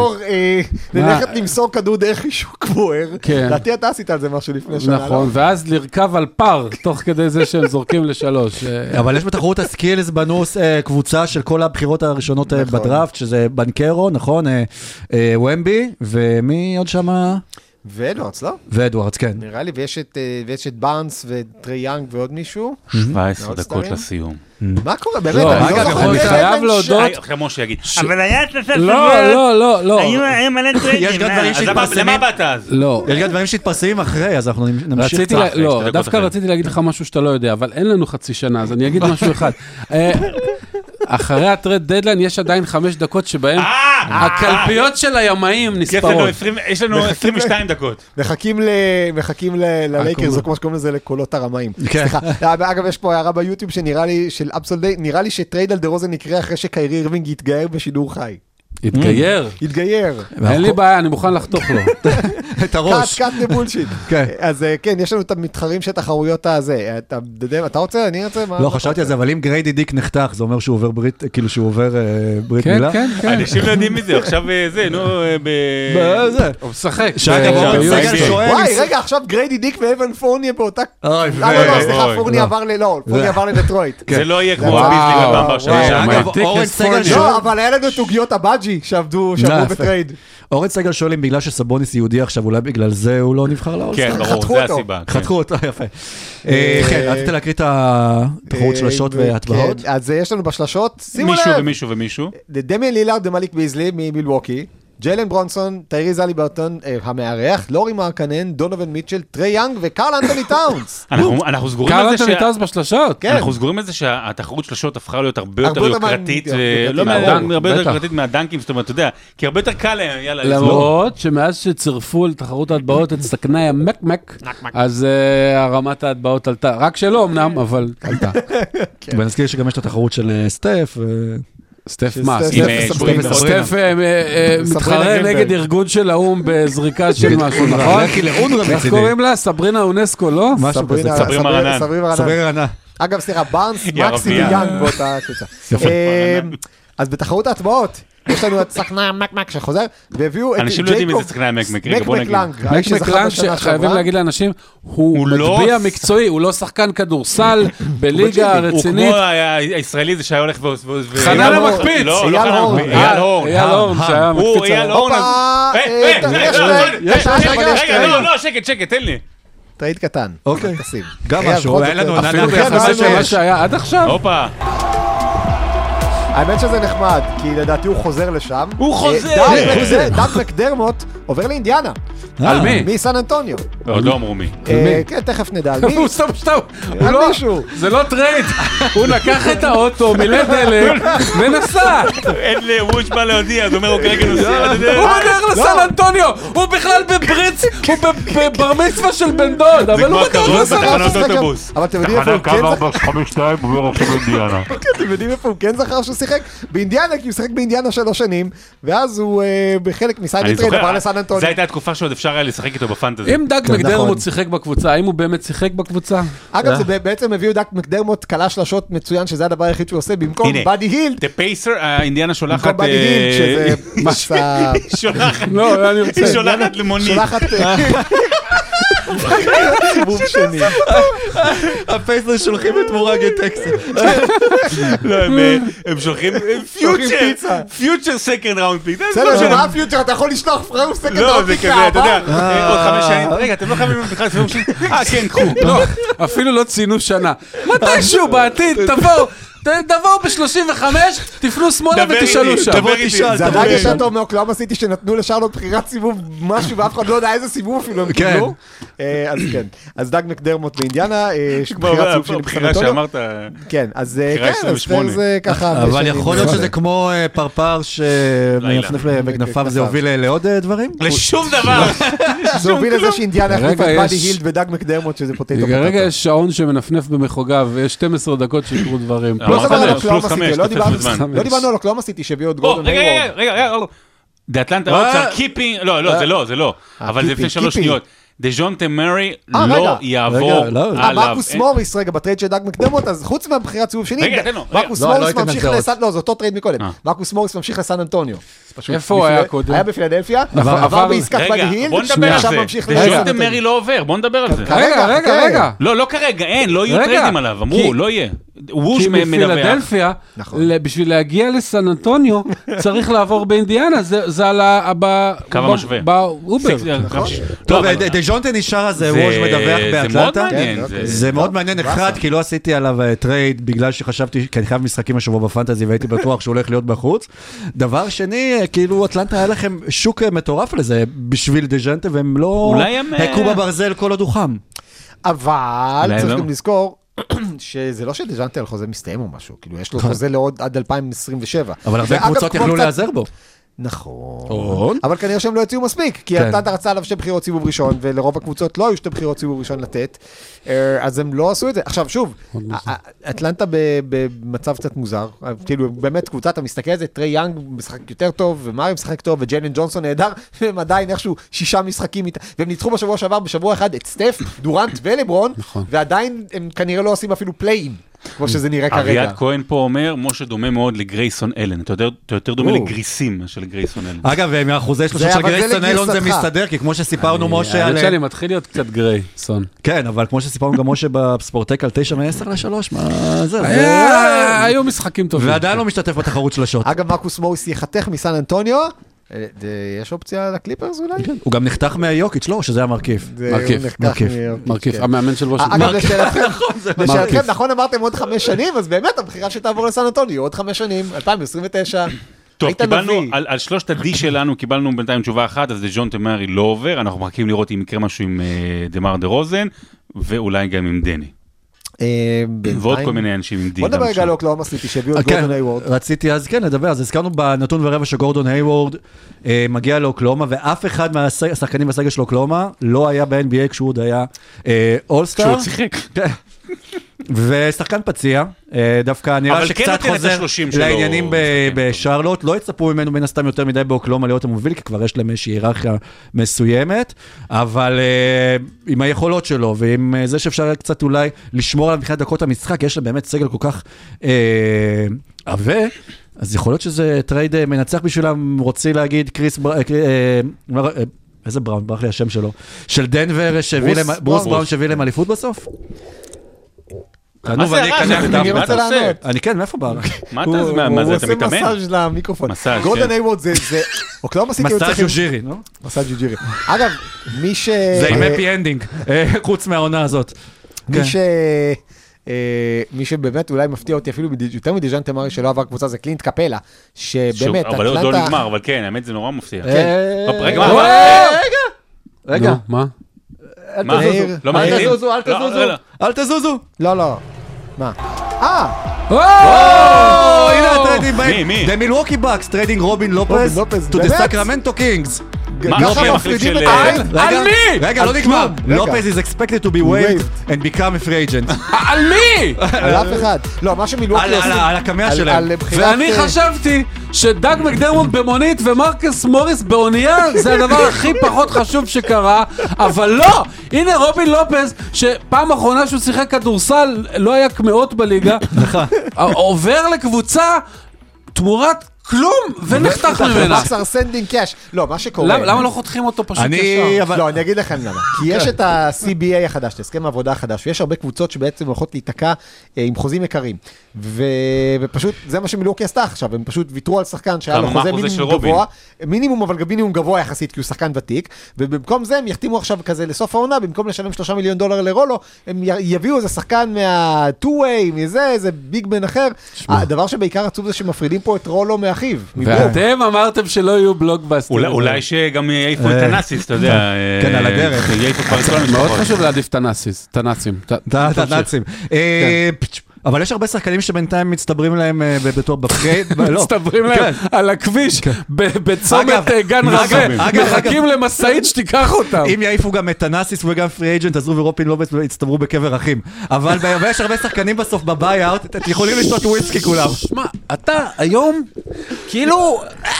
ללכת למסור כדור דרך חישוק בוער. לדעתי אתה עשית על זה משהו לפני שנה. נכון, ואז לרכב על פר, תוך כדי זה שהם זורקים לשלוש. אבל יש בתחרות הסקילס בנוס קבוצה של כל הבחירות הראשונות בדראפט, שזה בנקרו, נכון? ומבי, ומי עוד שמה? ואדוארדס, לא? ואדוארדס, כן. נראה לי, ויש את בארנס וטרי יאנג ועוד מישהו. 17 דקות לסיום. מה קורה? באמת, אני חייב להודות. כמו שיגיד. אבל היה תעשה לא. היו מלא טריידים. יש גם דברים שהתפרסמים. למה באת אז? לא. יש גם דברים שהתפרסמים אחרי, אז אנחנו נמשיך קצת. לא, דווקא רציתי להגיד לך משהו שאתה לא יודע, אבל אין לנו חצי שנה, אז אני אגיד משהו אחד. אחרי הטרד דדליין יש עדיין 5 דקות שבהם הקלפיות של הימאים נספרות. יש לנו 22 דקות. מחכים ללייקרס, או כמו שקוראים לזה לקולות הרמאים. סליחה, אגב יש פה הערה ביוטיוב שנראה לי, נראה לי שטרייד על דרוזן יקרה אחרי שקיירי אירווינג יתגייר בשידור חי. התגייר? התגייר. אין לי בעיה, אני מוכן לחתוך לו. את הראש. קאט לבולשיט. אז כן, יש לנו את המתחרים של תחרויות הזה. אתה רוצה? אני רוצה? לא, חשבתי על זה, אבל אם גריידי דיק נחתך, זה אומר שהוא עובר ברית, כאילו שהוא עובר ברית מילה? כן. אנשים לא יודעים מזה, עכשיו זה, נו, בזה. הוא משחק. וואי, רגע, עכשיו גריידי דיק ואבן פורניה באותה... לא, סליחה, פורניה עבר לדטרויט. זה לא יהיה כמו הביזלי בפעם בשעה. לא, אבל היה לנו את עוגיות הבאג' ומג'י שעבדו בטרייד. אורן סגל שואלים, בגלל שסבוניס יהודי עכשיו, אולי בגלל זה הוא לא נבחר לאולסטאר? כן, ברור, זה הסיבה. חתכו אותו, יפה. כן, רצית להקריא את התחרות שלשות והטבעות? אז יש לנו בשלשות, שימו לב. מישהו ומישהו. דמיאן לילארד ומליק ביזלי ממילווקי, ג'יילן ברונסון, טייריז הליברטון המארח, לורי מרקנן, דונובל מיטשל, טרי יאנג וקרל אנטוני טאונס. אנחנו סגורים קרל על זה אנטוני טאונס בשלשות? אנחנו סגורים על זה שהתחרות שלשות הפכה להיות הרבה יותר יוקרתית, הרבה יותר יוקרתית מהדנקים, זאת אומרת, אתה יודע, כי הרבה יותר קל להם, יאללה. למרות שמאז שצירפו לתחרות ההטבעות את סכנאי המק-מק, אז הרמת ההטבעות עלתה, רק שלא אמנם, אבל עלתה. ונזכיר שגם יש את התחרות של סטף. סטף מה? סטף מתחרה נגד ארגון של האום בזריקה של משהו, נכון? איך קוראים לה? סברינה אונסקו, לא? סברינה רנה. אגב, סליחה, בארנס, מקסי ויאנג באותה קבוצה. אז בתחרות ההטבעות, יש לנו את סכנאי המק-מק שחוזר, והביאו את אנשים לא יודעים איזה סכנאי המק-מק, רגע בוא נגיד. מקלנג, שחייבים להגיד לאנשים, הוא מטביע מקצועי, הוא לא שחקן כדורסל בליגה רצינית. הוא כמו הישראלי זה שהיה הולך חנן המקפיץ. אייל הורן. הוא אייל הורן. לא, שקט, תן לי. טרייד קטן. אוקיי. גם משהו, היה לנו אפילו ביחס למה שהיה עד עכשיו. הופה. האמת שזה נחמד, כי לדעתי הוא חוזר לשם. הוא חוזר! דאג מקדרמוט עובר לאינדיאנה. על מי? מסן אנטוניו. עוד לא אמרו מי. כן, תכף נדע על מי. הוא סתם שטאו. על מישהו. זה לא טרייד. הוא לקח את האוטו, מילא דלק, ונסע. אין לי, הוא שבא להודיע, אז אומר, הוא כרגע נוסע. הוא בדרך לסן אנטוניו. הוא בכלל בבריץ, הוא בבר מצווה של בן דוד, אבל הוא בדרך לסן אנטוניו. אבל אתם יודעים איפה הוא כן זכר שהוא שיחק? באינדיאנה, כי הוא שיחק באינדיאנה 3 שנים, ואז הוא בחלק מסייד טרייד עבר לסן אנטוניו. זו הייתה התקופה שעוד אפשר היה לשחק איתו בפנטזי. אם דאג מקדרמוט שיחק בקבוצה, האם הוא באמת שיחק בקבוצה? אגב, זה בעצם הביאו דאג מקדרמוט קלה שלשות מצוין, שזה הדבר היחיד שהוא עושה, במקום באדי היל. The Pacer, האינדיאנה שולחת... במקום באדי היל, שזה מסע... לא, אני רוצה... היא שולחת למונית. שולחת... סיבוב שני. הפייסר שולחים את מורגן טקסט. לא, הם שולחים פיוטר סקנד ראונד פיק. בסדר, מה הפיוטר? אתה יכול לשלוח פראו סקנד ראונד פיק לא, זה כזה, אתה יודע, עוד 5 שנים. רגע, אתם לא חייבים בכלל סיבוב שני? כן, קחו. אפילו לא ציינו שנה. מתישהו בעתיד, תבואו ב-35, תפנו שמאלה ותשאלו שם. זה עדיין ישתו מאוקלאומה סיטי שנתנו לשרלוט בחירת סיבוב משהו, ואף אחד לא יודע איזה סיבוב אפילו הם קיבלו. אז כן, אז דאג מקדרמוט באינדיאנה, בחירת סיבוב שלי בחירה שאמרת. כן, אז זה ככה. אבל יכול להיות שזה כמו פרפר שמנפנף בגנפיו, זה הוביל לעוד דברים? לשום דבר. זה הוביל לזה שאינדיאנה החליף את באדי הילד ודאג מקדרמוט, שזה פוטטו. רגע, יש שעון שמנפנף במחוגב, ויש 12 דקות שיקרו דברים. לא דיברנו על אוקלאומה סיטי שהביאו את גורדון היווארד. רגע, דאטלנטה אוצר קיפינג, לא, זה לא, אבל זה לפני 3 שניות. דז'ונטה מרי לא יעבור עליו. מרקוס מוריס, רגע, בטרייד של דאג מקדרמוט, אז חוץ מהבחירת סיבוב שני, מרקוס מוריס ממשיך לסן, לא, זה אותו טרייד מקודם, מרקוס מוריס ממשיך לסן אנטוניו. איפה הוא היה קודם? היה בפילדלפיה, עבר בעסקת באדי היל, בוא נדבר על זה. דז'ונטה מרי לא עובר, בוא נדבר על זה. רגע. לא כרגע, אין, לא יהיו טריידים עליו, אמרו, לא יהיה. כי מפילדלפיה, בשביל להגיע לסן אנטוניו, צריך לעבור באינדיאנה, זה על כמה משווה. באובר. טוב, דז'ונטה נשאר הזה, ווש מדווח באטלנטה. זה מאוד מעניין, אחד, כי לא עשיתי עליו טרייד, בגלל שחשבתי, כי אני חייב משחקים השבוע בפנטזי, והייתי בטוח שהוא הולך להיות בחוץ. דבר שני, כאילו אטלנטה היה לכם שוק מטורף לזה, בשביל דז'ונטה, והם לא הכו בברזל כל עוד הוא חם. אבל צריך גם לזכור, שזה לא שדז'ונטה על חוזה מסתיים או משהו, כאילו יש לו חוזה לעוד עד 2027. אבל הרבה קבוצות יכלו להיעזר בו. נכון, אבל כנראה שהם לא יציעו מספיק, כי אטלנטה רצה עליו 2 בחירות סיבוב ראשון, ולרוב הקבוצות לא היו 2 בחירות סיבוב ראשון לתת, אז הם לא עשו את זה. עכשיו שוב, אטלנטה במצב קצת מוזר, כאילו באמת קבוצה, אתה מסתכל על זה, טרי יאנג משחק יותר טוב, ומרי משחק טוב, וג'יילן ג'ונסון נהדר, והם עדיין איכשהו 6 משחקים, והם ניצחו בשבוע שעבר, בשבוע אחד, את סטף, דורנט ולברון, ועדיין הם כנראה לא עושים אפילו פלאים. כמו שזה נראה כרגע. אביעד כהן פה אומר, משה דומה מאוד לגרייסון אלן. אתה יותר דומה לגריסים של גרייסון אלן. אגב, מאחוזי שלושה של גרייסון אלן זה מסתדר, כי כמו שסיפרנו משה האמת שאני מתחיל להיות קצת גרייסון. כן, אבל כמו שסיפרנו גם משה בספורטק על 9-10-3, מה זה? היו משחקים טובים. ועדיין לא משתתף בתחרות שלשות. אגב, מרקוס מוריס יחתך מסן אנטוניו, יש אופציה לקליפרס אולי? הוא גם נחתך מהיוקיץ' לא, שזה היה מרכיב. מרכיב, המאמן של וושינגטון. אגב, לשאלתכם, נכון אמרתם עוד 5 שנים, אז באמת הבחירה שתעבור לסן אנטוניו, עוד 5 שנים, 2029. טוב, קיבלנו, על 3 ה-D שלנו קיבלנו בינתיים תשובה אחת, אז דז'ון תמרי לא עובר, אנחנו מחכים לראות אם יקרה משהו עם דמר דה רוזן, ואולי גם עם דני. ועוד כל מיני אנשים עם D. בוא נדבר רגע על אוקלהומה סיטי שהביאו את גורדון היוורד. רציתי אז כן לדבר, אז הזכרנו בנתון ורבע שגורדון היוורד מגיע לאוקלהומה, ואף אחד מהשחקנים בסגל של אוקלהומה לא היה ב-NBA כשהוא עוד היה אולסטאר. כשהוא שיחק. ושחקן פציע, דווקא נראה שקצת חוזר לעניינים בשרלוט, לא יצפו ממנו מן הסתם יותר מדי באוקלהומה להיות המוביל, כי כבר יש להם איזושהי היררכיה מסוימת, אבל עם היכולות שלו, ועם זה שאפשר קצת אולי לשמור עליו מבחינת דקות המשחק, יש להם באמת סגל כל כך עבה, אז יכול להיות שזה טרייד מנצח בשבילם, רוצים להגיד איזה בראון, ברח לי השם שלו, של דנבר, ברוס בראון שהביא להם אליפות בסוף? מה זה הרעש? מה אתה עושה? אני כן, מאיפה בא? מה זה, אתה מתאמן? הוא עושה מסאז' למיקרופון. גורדון היוורד זה... אוקלהומה סיטי מסאז' ג'ירי, לא? מסאז' ג'ירי. אגב, מי ש... זה עם הפי אנדינג, חוץ מהעונה הזאת. מי שבאמת אולי מפתיע אותי אפילו יותר מדז'אן תמרי שלא עבר קבוצה זה קלינט קפלה, שבאמת... אבל עוד לא נגמר, אבל כן, האמת זה נורא מפתיע. רגע, מה? אל תזוזו. לא. מה? הנה הטריידים. מי? The Milwaukee Bucks trading רובין לופז to the Sacramento Kings. על מי? רגע, לא נגמר. לופז is expected to be waived and become a free agent. על מי? על אף אחד. לא, מה שמילווקי עושים... על הקמיה שלהם. ואני חשבתי שדאג מקדרמונט במונית ומרקס מוריס באונייה זה הדבר הכי פחות חשוב שקרה, אבל לא! הנה רובין לופז, שפעם אחרונה שהוא שיחק כדורסל לא היה כמאות בליגה, עובר לקבוצה תמורת כלום, ונחתך ממנה. מקסר סנדינג קאש. לא, מה שקורה... למה לא חותכים אותו פשוט ישר? לא, אני אגיד לכם למה. כי יש את ה-CBA החדש, את הסכם העבודה החדש, ויש הרבה קבוצות שבעצם הולכות להיתקע עם חוזים יקרים. ופשוט, זה מה שמילווקי עשתה עכשיו, הם פשוט ויתרו על שחקן שהיה לו חוזה מינימום גבוה, מינימום, אבל גם מינימום גבוה יחסית, כי הוא שחקן ותיק, ובמקום זה הם יחתימו עכשיו כזה לסוף העונה, במקום לשלם $3 מיליון לרולו, הם יביאו איזה שחקן מה-2-way, מזה, איזה ביג בן אחר. הדבר שבעיקר עצוב זה שמפרידים פה את רולו מאחיו. ואתם אמרתם שלא יהיו בלוגבאסטר. אולי שגם יעיפו את הנאסיס, אתה יודע. כן, על הדרך. מאוד חשוב להעדיף את הנאסיס, את הנאצים. את הנאצים. אבל יש הרבה שחקנים שבינתיים מצטברים להם בתור בפרייד. מצטברים להם על הכביש בצומת גן רבה. מחכים למסעית שתיקח אותם. אם יעיפו גם את הנאסיס וגם פרי אג'נט, אז הוא ורובין לא יצטברו בקבר אחים. אבל יש הרבה שחקנים בסוף בביי-אוט, אתם יכולים לשתות וויסקי כולם. שמע, אתה היום, כאילו,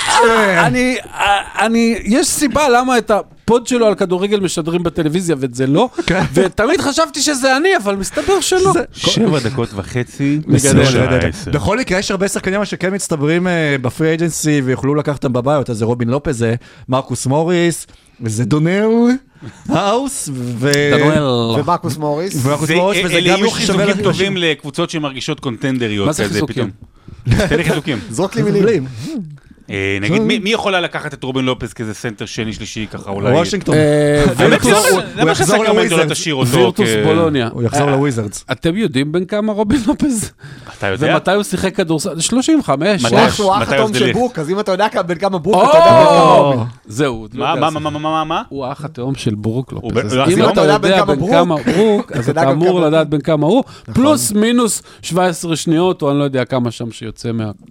יש סיבה למה את הפוד שלו על כדורגל משדרים בטלוויזיה, ואת זה לא, ותמיד חשבתי שזה אני, אבל מסתבר שלא. 7.5 בכל מקרה, יש הרבה שחקנים שכן מצטברים בפרי אג'נסי, ויוכלו לקחת אותם בבית, אז זה רובין לופז, זה מרקוס מוריס, וזה דונל האוס, ומרקוס מוריס. אלה יהיו חיזוקים טובים לקבוצות שמרגישות קונטנדריות. מה זה חיזוקים? תן לי חיזוקים. זרוק לי מילים. נגיד, מי יכולה לקחת את רובין לופז כזה סנטר שני שלישי ככה אולי? וושינגטון. למה שסקרמנטו לא תשאיר אותו? וירטוס בולוניה. הוא יחזור לוויזרדס. אתם יודעים בין כמה רובין לופז? אתה יודע? ומתי הוא שיחק כדורסל? 35. הוא האח התאום של ברוק, אז אם אתה יודע בין כמה ברוק, אתה יודע בין כמה רובין. זהו. מה? הוא האח התאום של ברוק לופז. אם אתה יודע בין כמה ברוק, אז אתה אמור לדעת בין כמה הוא, פלוס מינוס 17 שניות, או אני לא יודע כמה שם שיוצא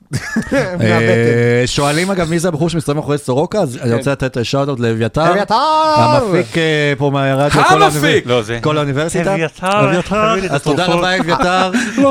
שואלים אגב מי זה הבחור שמצטרף מאחורי סורוקה, אז אני רוצה לתת שאוט-אוט לאביתר, המפיק פה מהרדיו, כל האוניברסיטה. אז תודה רבה אביתר.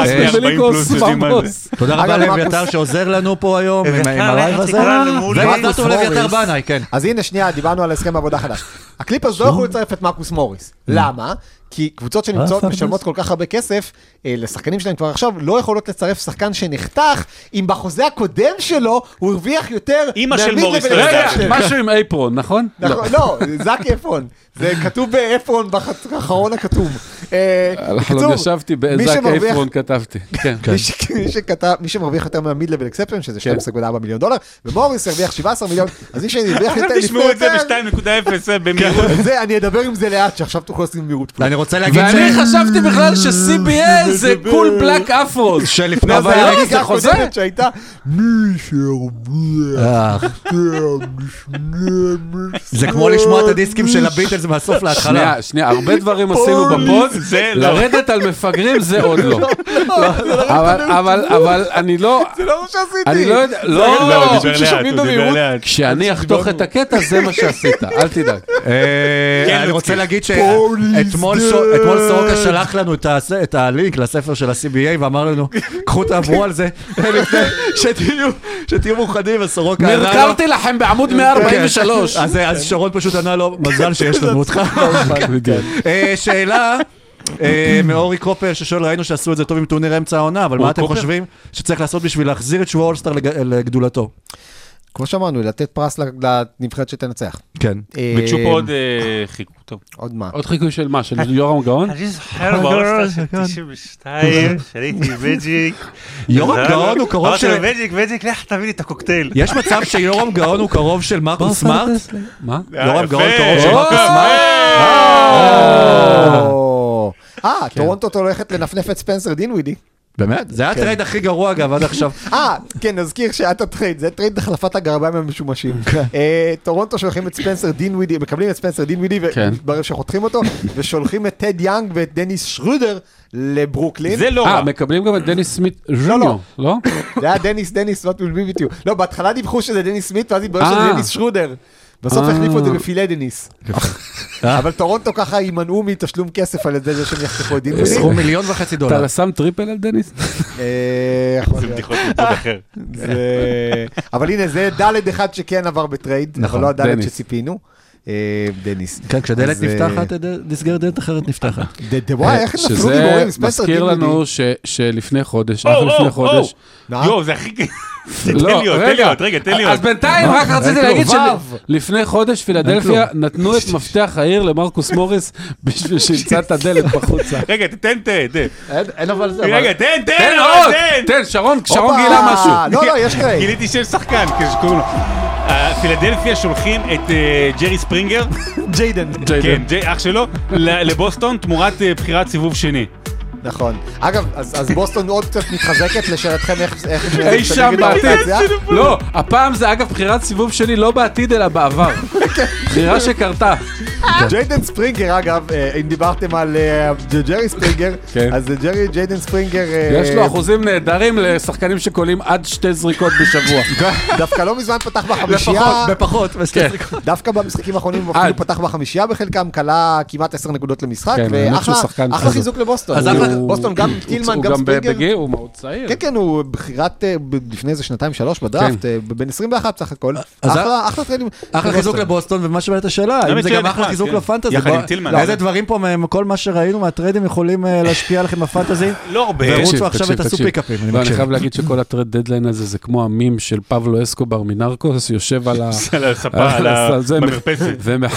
תודה רבה לאביתר שעוזר לנו פה היום עם הלייב הזה. ומזל טוב לאביתר בנאי, כן. אז הנה שנייה, דיברנו על הסכם עבודה חדש. הקליפרס לא יכולו לצרף את מרקוס מוריס. למה? כי קבוצות שנמצאות משלמות כל כך הרבה כסף, לשחקנים שלהם כבר עכשיו, לא יכולות לצרף שחקן שנחתך, אם בחוזה הקודם שלו הוא הרוויח יותר... אמא של מוריס. משהו עם אפרון, נכון? לא, זק אפרון. זה כתוב באפרון באחרון הכתוב. לא ישבתי בזק אפרון כתבתי. מי שמרוויח יותר מהמיד-לבל אקספשן, שזה $12.4 מיליון, ומוריס הרוויח 17 מיליון, אז מי שהרוויח יותר... תשמעו את זה ב-2.0 במהירות. אני אדבר עם זה לאט, שעכשיו תוכל לשים במהירות. אני רוצה להגיד ואני חשבתי בכלל ש-CBL זה קול בלק אפרון. שלפני אבל לא, זה חוזר. שהייתה מי שהרוויח זה כמו לשמוע את הדיסקים של הביטלס מהסוף להתחלה. שנייה, הרבה דברים עשינו בפוד, לרדת על מפגרים זה עוד לא. אבל אני לא... זה לא מה שעשיתי. אני לא יודע, לא, הוא דיבר לאט. כשאני אחתוך את הקטע זה מה שעשית, אל תדאג. אני רוצה להגיד שאתמול סורוקה שלח לנו את הלינק לספר של ה-CBA ואמר לנו, קחו תעברו על זה, שתהיו מוכנים, וסורוקה... נרקרתי לכם בעמוד 143. אז שרון פשוט ענה לו, מזל שיש לנו אותך. שאלה מאורי קרופר ששואל, ראינו שעשו את זה טוב עם טורניר אמצע העונה, אבל מה אתם חושבים שצריך לעשות בשביל להחזיר את שבוע אולסטאר לגדולתו? כמו שאמרנו, לתת פרס לנבחרת שתנצח. כן. ביקשו פה עוד חיקוי. טוב. עוד מה? עוד חיקוי של מה? של יורם גאון? אני זוכר באולסטאר של 92, שהייתי בג'יק. יורם גאון הוא קרוב של... בג'יק, לך תביא לי את הקוקטייל. יש מצב שיורם גאון הוא קרוב של מרקוס סמארט? מה? יורם גאון קרוב של מרקוס סמארט? טורונטו הולכת לנפנף את ספנסר דינווידי. באמת? זה היה הטרייד הכי גרוע אגב עד עכשיו. כן, נזכיר שהיה את הטרייד, זה טרייד החלפת הגרביים המשומשים. טורונטו שולחים את ספנסר דינווידי, מקבלים את ספנסר דינווידי, וברב שחותכים אותו, ושולחים את טד יאנג ואת דניס שרודר לברוקלין. זה לא רע. מקבלים גם את דניס סמית ז'וניור, לא? זה היה דניס, what will be with you. לא, בהתחלה דיווחו שזה דניס סמית, ואז התברר שזה דניס שרודר. בסוף החליפו את זה בפילה דניס. אבל טורונטו ככה יימנעו מתשלום כסף על זה שהם יחתכו את דינווידי. $1.5 מיליון. אתה שם טריפל על דניס? זה בדיחות מפוד אחר. אבל הנה, זה דלת אחד שכן עבר בטרייד, אבל לא הדלת שציפינו. דניס. כן, כשדלת נפתחת, נסגר דלת אחרת נפתחת. וואי, איך הם נפלו גיבורים? שזה מזכיר לנו שלפני חודש, יו, זה הכי... תן להיות. אז בינתיים רק רציתי להגיד שלפני חודש פילדלפיה נתנו את מפתח העיר למרקוס מוריס בשביל שימצא את הדלת בחוצה. רגע, תן. אין אבל זה. רגע, תן, שרון גילה משהו. לא, יש כאלה. גיליתי שם שחקן, כשקוראים לו. פילדלפיה שולחים את ג'רי ספרינגר, ג'יידן, אח שלו, לבוסטון תמורת בחירת סיבוב שני. נכון. אגב, אז בוסטון עוד קצת מתחזקת לשאלתכם איך... אי שם בעתיד. לא, הפעם זה אגב בחירת סיבוב שני לא בעתיד אלא בעבר. בחירה שקרתה. ג'יידן ספרינגר, אגב, אם דיברתם על ג'רי ספרינגר, אז ג'יידן ספרינגר... יש לו אחוזים נהדרים לשחקנים שקולים עד 2 זריקות בשבוע. דווקא לא מזמן פתח בחמישייה. בפחות. דווקא במשחקים האחרונים הוא אפילו פתח בחמישייה בחלקם, קלה כמעט 10 נקודות למשחק, ואחלה חיזוק לבוסטון. בוסטון גם טילמן, גם ספרינגר. הוא גם בגיר, הוא מאוד צעיר. כן, הוא בחירת לפני איזה 2-3 בדראפט, בין 21 סך הכל. אחלה טריידים. אחלה חיזוק לבוסטון, ומה שבאמת השאלה, אם זה גם אחלה חיזוק לפנטזי. איזה דברים פה, כל מה שראינו מהטריידים יכולים להשפיע עליכם בפנטזי? לא הרבה. ורוצו עכשיו את הסופיקאפים. אני חייב להגיד שכל הטרייד דדליין הזה זה כמו המים של פבלו אסקובר מנרקוס, יושב על הספה, על המרפסת.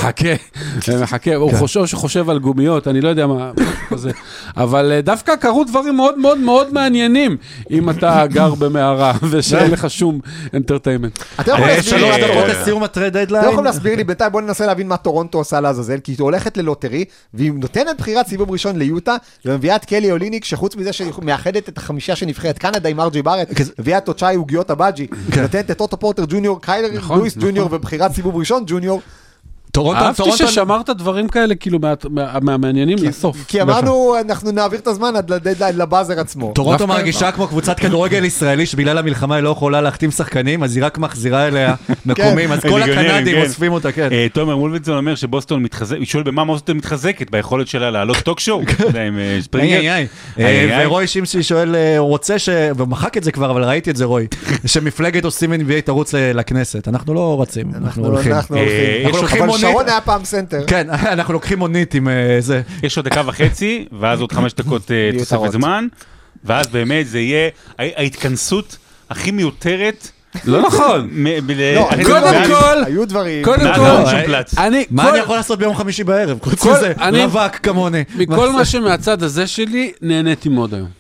ומחכה, הוא חושב על גומיות, אני לא יודע מה זה. אבל דווקא קרו דברים מאוד מאוד מאוד מעניינים, אם אתה גר במערה, ושאין לך שום אנטרטיימנט. 3 דקות לסיום הטרייד דדליין. אתה יכול להסביר לי, בינתיים בוא ננסה להבין מה טורונטו עושה לעזאזל, כי היא הולכת ללוטרי, והיא נותנת בחירת סיבוב ראשון ליוטה, ומביאה את קלי אוליניק, שחוץ מזה שמאחדת את החמישה שנבחרת קנדה עם ארג'י בארט, מביאה את תוצ'אי וגיות הבאג'י, נותנת את אוטו פורטר ג'וניור, קיילר לואיס ג'וניור, ובחירת סיבוב ראשון ג'וניור. אהבתי ששמרת דברים כאלה כאילו מהמעניינים לסוף. כי אמרנו, אנחנו נעביר את הזמן עד לבאזר עצמו. טורונטו מרגישה כמו קבוצת כדורגל ישראלי שבגלל המלחמה היא לא יכולה להחתים שחקנים, אז היא רק מחזירה אליה מקומים, אז כל הקנדים אוספים אותה, כן. תומר מולביטזון אומר שבוסטון מתחזק, היא שואל במה בוסטון מתחזקת, ביכולת שלה לעלות טוק שואו, עם ספרינגר. ורוי שימשי שואל, הוא רוצה ומחק את זה כבר, אבל ראיתי את זה רוי, שמפלגת עושים NBA תרוץ לכנסת. אנחנו לא רצים, אנחנו הולכים שרון היה פעם סנטר. כן, אנחנו לוקחים מונית עם זה. יש עוד 1.5 דקות, ואז עוד 5 דקות תוספת זמן, ואז באמת זה יהיה ההתכנסות הכי מיותרת. לא נכון. קודם כל, היו דברים. מה אני יכול לעשות ביום חמישי בערב? חוץ מזה, רווק כמוני. מכל מה שמהצד הזה שלי, נהניתי מאוד היום.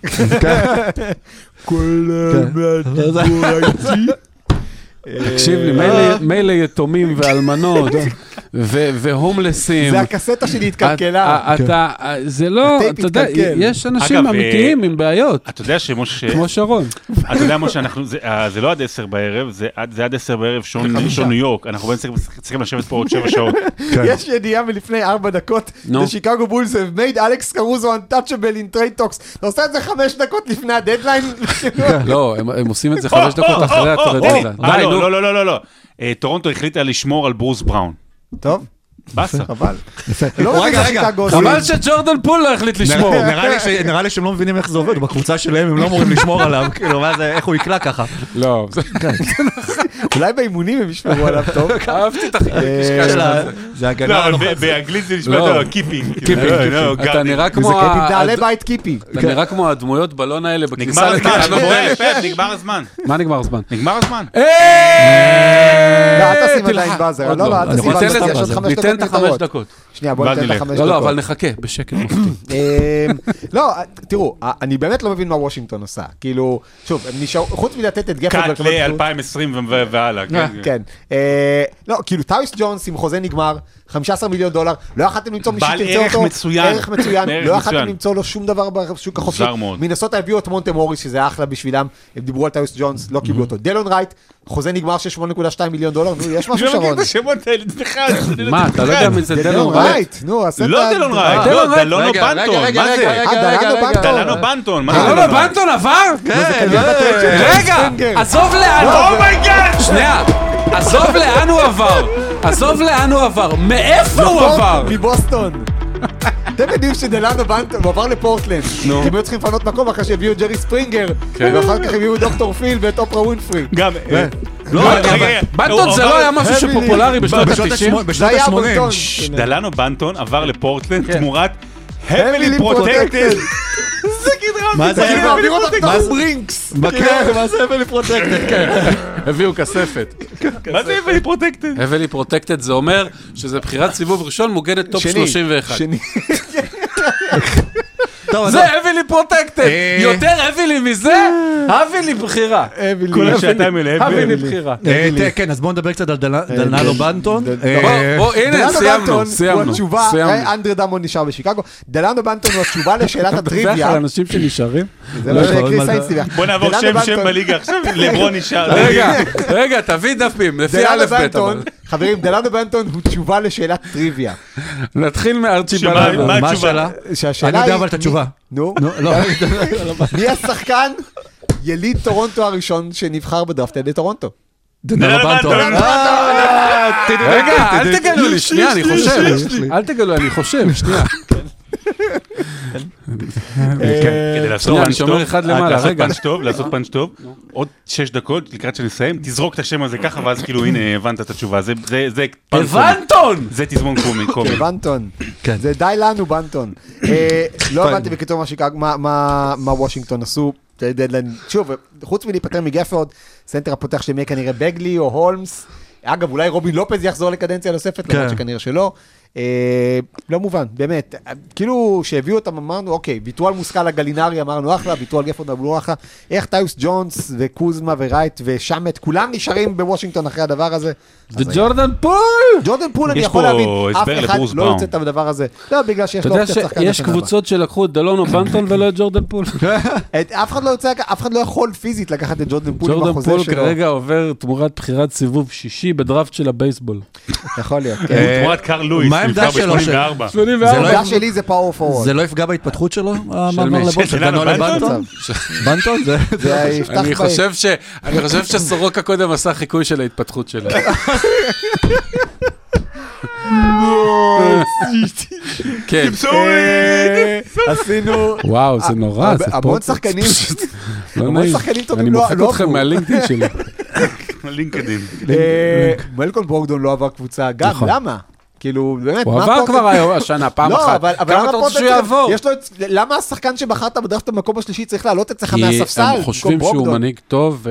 תקשיב לי, מילא יתומים ואלמנות והומלסים. זה הקסטה שלי התקלקלה. זה לא, אתה יודע, יש אנשים אמיתיים עם בעיות. אתה יודע שמשה... כמו שרון. אתה יודע משה, זה לא עד 10 בערב, זה עד 10 בערב שעון ניו יורק. אנחנו בעצם צריכים לשבת פה עוד 7 שעות. יש ידיעה מלפני 4 דקות, שיקגו בולס have made Alex Caruso untouchable in trade talks. אתה עושה את זה 5 דקות לפני הדדליין? לא, הם עושים את זה 5 דקות אחרי הדדליין. לא. טורונטו החליטה לשמור על ברוס בראון. טוב. בסה. חבל. רגע. חבל שג'ורדן פול לא החליט לשמור. נראה לי שהם לא מבינים איך זה עובד. בקבוצה שלהם הם לא אמורים לשמור עליו. כאילו, איך הוא יקלע ככה? לא. אולי באימונים הם ישמרו עליו טוב. אהבתי את הקשקש הזה. זה הגנה. לא, באנגלית זה נשמע טוב, קיפינג. אתה נראה כמו... זה נעלה בית קיפי. אתה נראה כמו הדמויות בלון האלה בכניסה נגמר הזמן. מה נגמר הזמן? נגמר הזמן. לא, אל תשים עדיין באזר. לא, אל תשים באזר. יש עוד 5 דקות. ניתן את 5 דקות. שנייה, בוא ניתן את 5 דקות. לא, אבל נחכה, בשקט מופתי. לא, תראו, אני באמת לא מבין מה וושינגטון עושה. כאילו, שוב, הם נשארו, חוץ מלתת את גפורד... קאט ל-2020 והלאה. כן. לא, כאילו, טאויס ג'ונס עם חוזה נגמר, $15 מיליון, לא יכלתם למצוא מי שתרצה אותו. ערך מצוין. לא יכלתם למצוא לו שום דבר בשוק החופשי. מנסוטה הביאו את מונטה מוריס, שזה אחלה בשבילם. הם דיברו על טאויס ג'ונס, לא קיבלו אותו. דלון רייט, חוזה נגמר של $8.2 מיליון. נו, יש משהו שרון. מה, אתה לא יודע מי זה דלון רייט? נו, עשה לא דלון רייט, לא, דלונו בנטון. מה זה? דלנו בנטון. דלנו בנטון עבר? רגע, עזוב לאן. אומייגאד! שנייה, עזוב לאן הוא עבר. מאיפה הוא עבר? מבוסטון. אתם יודעים שדלנו בנטון, הוא עבר לפורטלנד. הם היו צריכים לפנות מקום אחרי שהביאו את ג'רי ספרינגר, ואחר כך הביאו דוקטור פיל ואת אופרה ווינפרי. גם... בנטון זה לא היה משהו שפופולרי בשנות ה-90. זה היה בנטון. דלנו בנטון עבר לפורטלנד תמורת heavily protected. זה גדרה. מה זה? מה זה ברינקס? מה זה heavily protected? הביאו כספת. מה זה heavily protected? heavily protected זה אומר שזה בחירת סיבוב ראשון מוגנת טופ 31. שני. זה heavily protected. יותר heavily מזה, heavily בחירה. כולם שעתיים אלה heavily בחירה. כן, אז בואו נדבר קצת על דלנו בנטון. בוא, הנה, סיימנו. התשובה, אנדרי דמון נשאר בשיקגו. דלנו בנטון הוא התשובה לשאלת הטריוויה. בדרך כלל אנשים שנשארים. זה מה שקריס סיינס דיבר. בוא נעבור שם בליגה עכשיו, לברון נשאר. רגע, תביא דפים, לפי א' ב' אבל. חברים, דלנו בנטון הוא תשובה לשאלת טריוויה. נתחיל מארצ'י בלאגו. מה השאלה? אני יודע אבל את התשובה. נו, מי השחקן יליד טורונטו הראשון שנבחר בדראפט על ידי טורונטו? דלנו בנטון. רגע, אל תגלו לי, שנייה, אני חושב. שנייה. כדי לעשות פאנץ' טוב, עוד 6 דקות לקראת שנסיים, תזרוק את השם הזה ככה, ואז כאילו הנה הבנת את התשובה, זה הבנטון! זה תזמון קומי. הבנטון, זה די לנו בנטון. לא הבנתי בקיצור מה וושינגטון עשו, שוב, חוץ מלהיפטר מגפורד, סנטר הפותח שלהם יהיה כנראה בגלי או הולמס, אגב אולי רובין לופז יחזור לקדנציה נוספת, למרות שכנראה שלא. לא מובן, באמת, כאילו שהביאו אותם אמרנו, אוקיי, ביטרו על מושכל הגלינרי אמרנו אחלה, ביטרו על גפורד אמרנו אחלה, איך טיוס ג'ונס וקוזמה ורייט ושמת, כולם נשארים בוושינגטון אחרי הדבר הזה. וג'ורדן פול! ג'ורדן פול אני יכול להבין, אף אחד לא יוצא את הדבר הזה. לא, בגלל שיש לו אתה יודע שיש קבוצות שלקחו את דלונו בנטון ולא את ג'ורדן פול. אף אחד לא יכול פיזית לקחת את ג'ורדן פול עם ג'ורדן החוזה שלו. פול כרגע עובר תמורת בחירת סיבוב 6 בדראפט של הבייסבול. יכול להיות. תמורת קארל לואיס. מה העמדה שלו? העמדה שלי זה פאוור פורוורד. זה לא יפגע בהתפתחות שלו? המעבר לבונטון? דלנו לבנטון? בנטון? אני חושב שסורוקה קודם עשה חיקוי של ההתפתחות שלו. כן. עשינו... וואו, זה נורא. המון שחקנים טובים אני לא מוחק אתכם מהלינקדין שלי. לינקדין. מלקון ברוקדון לא עבר קבוצה. גם, למה? כאילו, באמת, הוא עבר כבר השנה, פעם אחת. כמה אתה רוצה שהוא יעבור? למה השחקן שבחרת בדראפט במקום השלישי צריך לעלות אצלך מהספסל? כי הם חושבים שהוא מנהיג טוב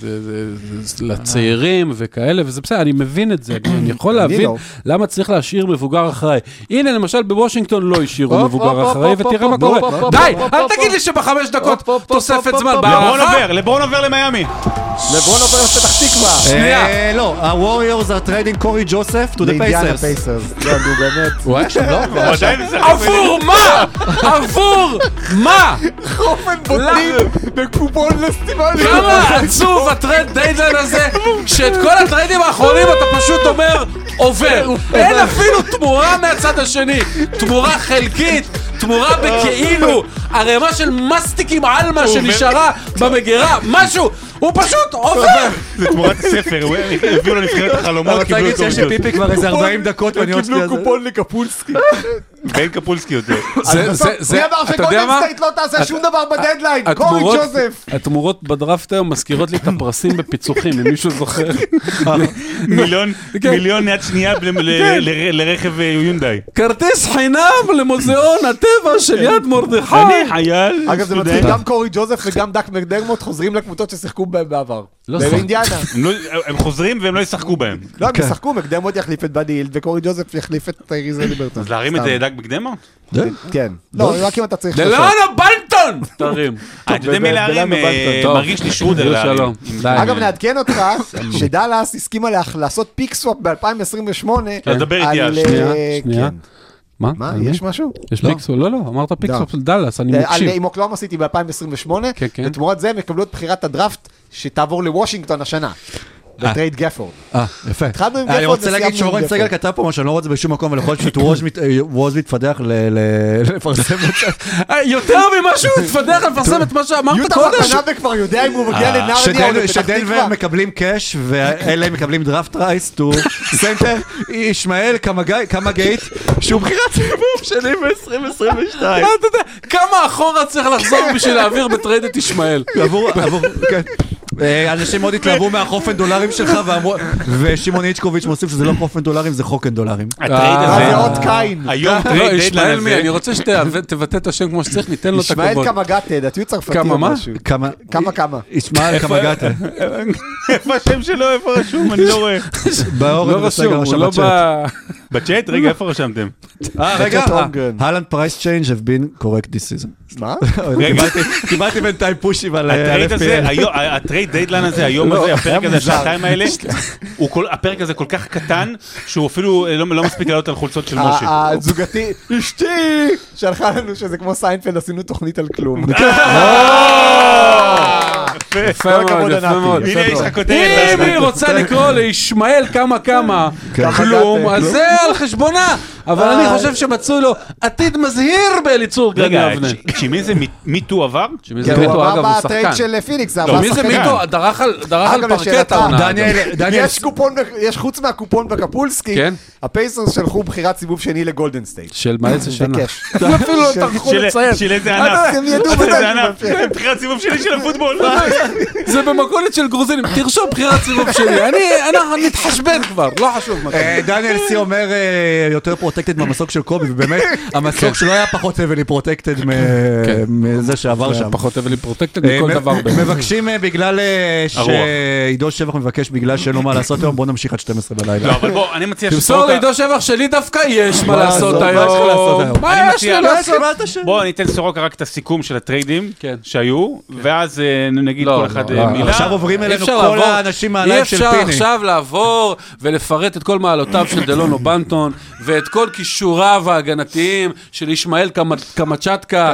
לצעירים וכאלה, וזה בסדר, אני מבין את זה, אני יכול להבין למה צריך להשאיר מבוגר אחראי. הנה, למשל, בוושינגטון לא השאירו מבוגר אחראי, ותראה מה קורה. די, אל תגיד לי שבחמש דקות תוספת זמן. לברון עובר למיימי. לברון עובר לפתח תקווה. שנייה. לא, הווריורס are trading קורי ג'וסף to the Pacers. לא, נו באמת. הוא היה שם, לא? עבור מה? עבור מה? חופן בוטנים בקופון לסטיבלי. כמה עצוב הטרייד דיידליין הזה, שאת כל הטריידים האחרונים אתה פשוט אומר עובר. אין אפילו תמורה מהצד השני, תמורה חלקית, תמורה בכאילו, הרמה של מסטיקים אלמה שנשארה במגירה, משהו, הוא פשוט עובר. זה תמורת ספר, הביאו לו נבחרת החלומות, קיבלו אותו. אני רוצה להגיד שיש פיפי כבר איזה 40 דקות הם קיבלו קופון לקפולסקי. ואין קפולסקי יותר. זה אמר שקולדן סטייט לא תעשה שום דבר בדדליין, קורי ג'וזף. התמורות בדראפט היום מזכירות לי את הפרסים בפיצוחים, אם מישהו זוכר. מיליון יד שנייה לרכב יונדאי. כרטיס חינם למוזיאון הטבע של יד מרדכי. אני חייל. אגב, זה מצחיק, גם קורי ג'וזף וגם דק מקדרמוט חוזרים לקבוצות ששיחקו בהם בעבר. באינדיאנה. הם חוזרים והם לא ישחקו בהם. לא, הם ישחקו, מקדרמוט יחליף את בדי הילד, וקורי ג'וזף יחליף את טייריזה ליברטון. אז להרים את דק מקדרמוט? כן. לא, רק אם אתה צריך... דלאנה בנטון! תרים. אתה יודע מי להרים? מרגיש לי שרודר להרים. אגב, נעדכן אותך שדלס הסכימה לעשות פיקסוואפ ב-2028. לדבר איתי שנייה. מה? יש משהו? יש פיקסוואפ? לא, אמרת פיקסוואפ של דלס, אני מקשיב. עם אוקלהומה סיטי ב-2028, ותמורת זה הם יקבלו את בחירת הדראפט שתעבור לוושינגטון השנה. בטרייד גפורד. יפה. התחלנו עם גפורד. אני רוצה להגיד שאורן סגל כתב פה מה שאני לא רוצה בשום מקום, אבל יכול להיות שוווז מתפתח לפרסם את זה. יותר ממה שהוא מתפתח לפרסם את מה שאמרת קודם. יוטה מקנאבה כבר יודע אם הוא מגיע לנרניה או לפתח תקווה. שדנבר מקבלים קאש, ואלה מקבלים דראפט רייס טו סנטר, ישמעאל קמה גייט, שהוא בחירת סיבוב שלי ב-2022. כמה אחורה צריך לחזור בשביל להעביר בטרייד את ישמעאל? עבור, כן. אנשים מאוד התלהבו מהחופן דולרים שלך, ושמעון איצ'קוביץ' מוסיף שזה לא חופן דולרים, זה חוקן דולרים. הטרייד הזה, זה עוד קין. היום טרייד ישמעאל מי, אני רוצה שתבטא את השם כמו שצריך, ניתן לו את הכבוד. ישמעאל קמגטה, דעתי הוא צרפתי או משהו. כמה. ישמעאל קמגטה. איפה השם שלו, איפה רשום? אני לא רואה. לא רשום, הוא לא בצ'אט? רגע, איפה רשמתם? רגע, הלנד פרייס צ'יינג' have been correct this season. מה? קיבלתי בינתיים פושים על הטרייד דיידליין הזה, היום הזה, הפרק הזה, השעתיים האלה, הפרק הזה כל כך קטן, שהוא אפילו לא מספיק לעלות על חולצות של משה. הזוגתי, אשתי, שלחה לנו שזה כמו סיינפלד, עשינו תוכנית על כלום. יפה מאוד. הנה יש לך כותרת. אם היא רוצה לקרוא לישמעאל כמה כלום, אז זה על חשבונה. אבל אני חושב שמצאו לו עתיד מזהיר באליצור גני אבנה. שמי זה מיטו עבר? הוא עבר בטרייד של פיניקס. מי זה מיטו? דרך על פרקט העונה. יש חוץ מהקופון בקפולסקי, הפייסרס שלחו בחירת סיבוב שני לגולדן סטייט. של מה איזה שנה? אפילו לא טרחו לציין. של איזה ענף? הם ידעו בזה. בחירת סיבוב שני של הפוטבול. זה במקולת של גרוזינים. תרשום בחירת סיבוב שני. אנחנו נתחשבן כבר, לא חשוב. דניאל סי אומר יותר פרוטקטד מהמסוק של קובי, ובאמת המסוק שלו היה פחות heavily פרוטקטד מזה שעבר שם. פחות heavily פרוטקטד מכל דבר. מבקשים בגלל שעידו שבח מבקש בגלל שאין לו מה לעשות היום, בוא נמשיך עד 12 בלילה. לא, אבל בוא, אני מציע תמסור לעידו שבח שלי דווקא יש מה לעשות היום. מה יש לי לעשות? בוא ניתן סורוקה רק את הסיכום של הטריידים שהיו, ואז נגיד כל אחד מילה. עכשיו עוברים אלינו כל האנשים מהלייב של פיני. אי אפשר עכשיו לעבור ולפרט את כל מעלותיו של דלונו בנטון, ואת כל כישוריו ההגנתיים של ישמעאל קמצ'טקה,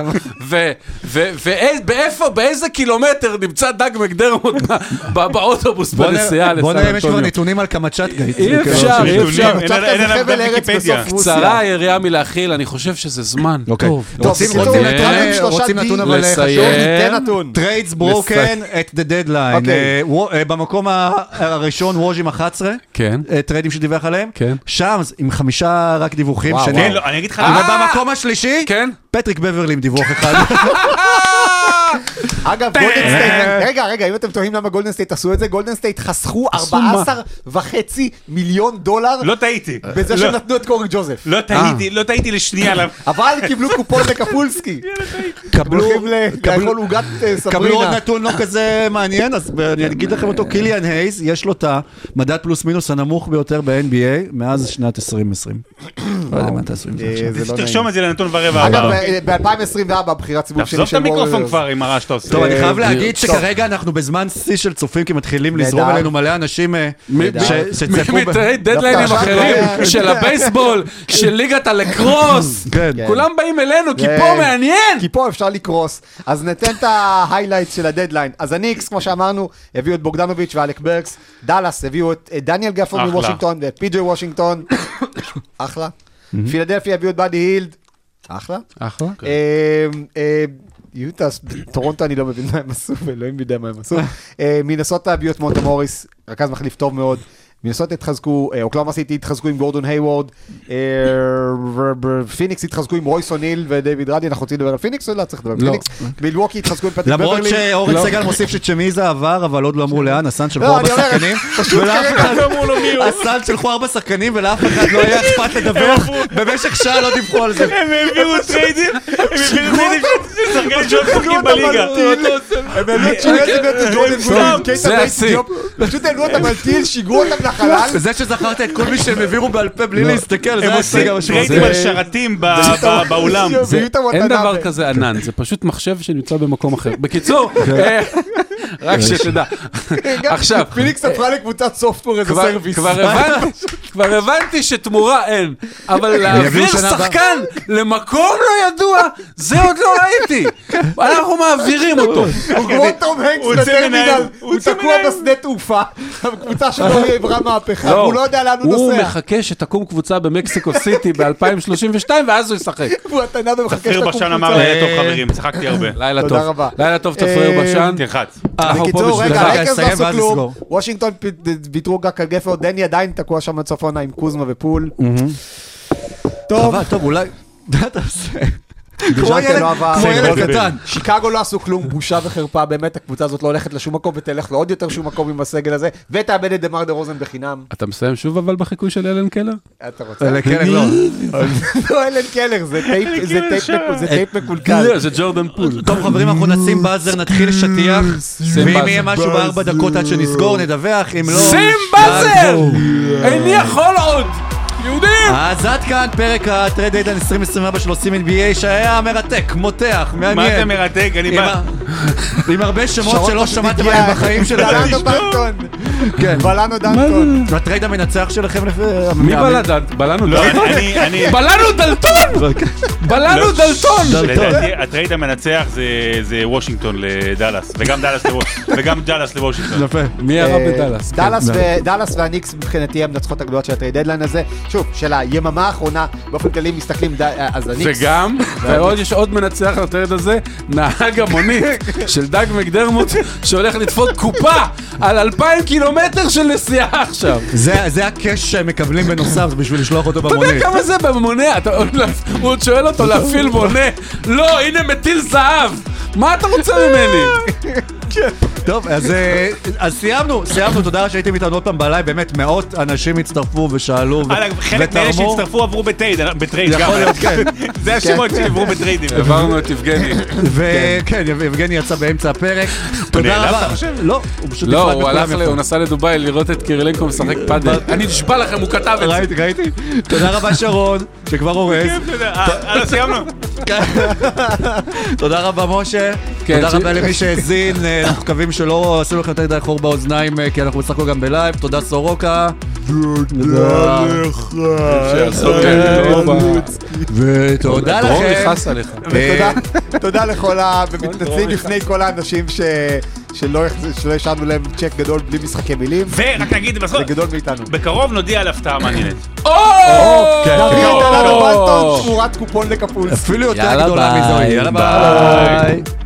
ואיפה, באיזה קילומטר נמצא דג מקדרמוט באוטובוס בנסיעה לסן בוא נראה אם יש כבר אנטוניו. נתונים על קמצ'טקה. אי אפשר. אין עליו גם ויקיפדיה. קצרה היריעה מלהכיל, אני חושב שזה זמן טוב. רוצים נתון אבל חשוב, טריידס ברוקן at the deadline. במקום הראשון ווז'ים 11, טריידים שדיווח עליהם, שם עם 5 רק דיווחים. אני אגיד לך, ובמקום השלישי, פטריק בברלי עם דיווח אחד. אגב, גולדן סטייט, רגע, אם אתם תוהים למה גולדן סטייט עשו את זה, גולדן סטייט חסכו $14.5 מיליון לא טעיתי. בזה שנתנו את קורי ג'וזף. לא טעיתי לשנייה. אבל קיבלו קופון לקפולסקי. הולכים לאכול עוגת סברינה. קבלו עוד נתון לא כזה מעניין, אז אני אגיד לכם אותו, קיליאן הייז, יש לו את המדד פלוס מינוס הנמוך ביותר ב-NBA מאז שנת 2020. לא יודע מה אתה עושים. תרשום את זה לנתון ורבע. אגב, ב-2024 בחירת סיבוב שני תחזוב את המיקרופון כבר עם הרעש שאתה עושה. טוב, אני חייב להגיד שכרגע אנחנו בזמן שיא של צופים, כי מתחילים לזרום עלינו מלא אנשים שצפו דדליינים אחרים, של הבייסבול, של ליגת הלקרוס, כולם באים אלינו, כי פה מעניין. כי פה אפשר לקרוס. אז ניתן את ההיילייט של הדדליין. אז הניקס, כמו שאמרנו, הביאו את בוגדנוביץ' ואלק ברקס, דאלאס הביאו את דניאל גפורד מוושינגטון ואת פי.ג'יי וושינגטון, אחלה. פילדלפיה הביאו את באדי הילד, אחלה. יוטה, טורונטו אני לא מבין מה הם עשו, ואלוהים יודע מה הם עשו. מינסוטה הביאו את מונטה מוריס, רכז מחליף טוב מאוד. מינסוטה התחזקו, אוקלהומה סיטי התחזקו עם גורדון היוורד, פיניקס התחזקו עם רויס אוניל ודייוויד רדי, אנחנו רוצים לדבר על פיניקס או לא צריך לדבר על פיניקס? מילווקי התחזקו עם פטריק בברלי. למרות שאורן סגל מוסיף שצ'מיזה עבר, אבל עוד לא אמרו לאן, הסן שלחו 4 שחקנים. הסן שלחו 4 שחקנים ולאף אחד לא היה אכפת לדבר, במשך שעה לא דיווחו על זה. הם העבירו טריידים, שחקנים שעוד חוקים בליגה. הם העלו את ג'ורדן פשוט העלו אותם על טיל, שיגרו אותם לחלל. וזה שזכרת את כל מי שהם העבירו בעל פה בלי להסתכל, הם עושים טריידים על שרתים באולם. אין דבר כזה ענן, זה פשוט מחשב שנמצא במקום אחר. בקיצור, רק שתדע. עכשיו. פיניקס הפכה לקבוצת סופטוור איזה סרוויס. כבר הבנתי שתמורה אין, אבל להעביר שחקן למקום לא ידוע, זה עוד לא ראיתי. אנחנו מעבירים אותו. הוא כמו תום הנקס בטרמינל, הוא תקוע בשדה תעופה, הקבוצה שלו עברה מהפכה, הוא לא יודע לאן הוא נוסע. הוא מחכה שתקום קבוצה במקסיקו סיטי ב-2032, ואז הוא ישחק. הוא התנה ומחכה שתקום קבוצה. בשן אמר לילה טוב חברים, צחקתי הרבה. לילה טוב. לילה טוב תפריר בשן. תלחץ. בקיצור, רגע, רייקרס לא עשו כלום. וושינגטון ויתרו רק על גפורד, דני עדיין תקוע שם בצפונה עם קוזמה ופול. טוב, אולי... אתה עושה... כמו ילד קטן. שיקגו לא עשו כלום, בושה וחרפה, באמת הקבוצה הזאת לא הולכת לשום מקום ותלך לעוד יותר שום מקום עם הסגל הזה, ותאבד את דמר דה רוזן בחינם. אתה מסיים שוב אבל בחיקוי של אלן קלר? אתה רוצה? אלן קלר לא. לא אלן קלר, זה טייפ מקולקל. זה ג'ורדן פול. טוב חברים, אנחנו נשים באזר, נתחיל לשטיח, ואם יהיה משהו ב4 דקות עד שנסגור, נדווח, אם לא... שים באזר! איני יכול עוד! יהודים! אז עד כאן פרק הטרייד דדליין 2024 של עושים NBA שהיה מרתק, מותח, מעניין. מה זה מרתק? אני בא... עם הרבה שמות שלא שמעתם עליהם בחיים שלכם. בלנו דנטון. כן. בלנו דנטון. הטרייד המנצח שלכם לפי... מי בלדנט? בלנו דלטון? בלנו דלטון! בלנו דלטון! הטרייד המנצח זה וושינגטון לדלס, וגם דלס לוושינגטון. יפה. מי הרע בדלס? דלס והניקס מבחינתי המנצחות הגדולות של הטרייד דדליין הזה. שוב, של היממה האחרונה, באופן כללי מסתכלים, אז הניקס... וגם, יש עוד מנצח לטרייד הזה, נהג המונית של דאג מקדרמוט, שהולך לתפות קופה על 2,000 קילומטר של נסיעה עכשיו. זה הקש שהם מקבלים בנוסף, זה בשביל לשלוח אותו במונה. אתה יודע כמה זה במונה? הוא עוד שואל אותו להפעיל מונה. לא, הנה מטיל זהב. מה אתה רוצה ממני? טוב, אז סיימנו, תודה שהייתם איתנו עוד פעם בלייב, באמת מאות אנשים הצטרפו ושאלו ותרמו. חלק מאלה שהצטרפו עברו בטרייד גם. יכול להיות, כן. זה השמות שעברו בטריידים. עברנו את יבגני. וכן, יבגני יצא באמצע הפרק. תודה רבה. לא, הוא פשוט לא, הוא נסע לדוביי לראות את קירילנקו משחק פאדל. אני נשבע לכם, הוא כתב את זה. ראיתי. תודה רבה שרון, שכבר הורס. סיימנו. תודה רבה משה. תודה רבה למי שהזין, אנחנו מקווים שלא עשינו לכם יותר די חור באוזניים, כי אנחנו משחקו גם בלייב. תודה סורוקה. תודה לך. ותודה לכם. תודה לכל ומתנצלים לפני כל האנשים שלא השארנו להם צ'ק גדול בלי משחקי מילים. ורק נגיד בסוף, זה גדול מאיתנו. בקרוב נודיע על הפתעה מעניינת. נביא את אלן בלטון תמורת קופון לקפולסקי. אפילו יותר גדולה מזו. יאללה ביי.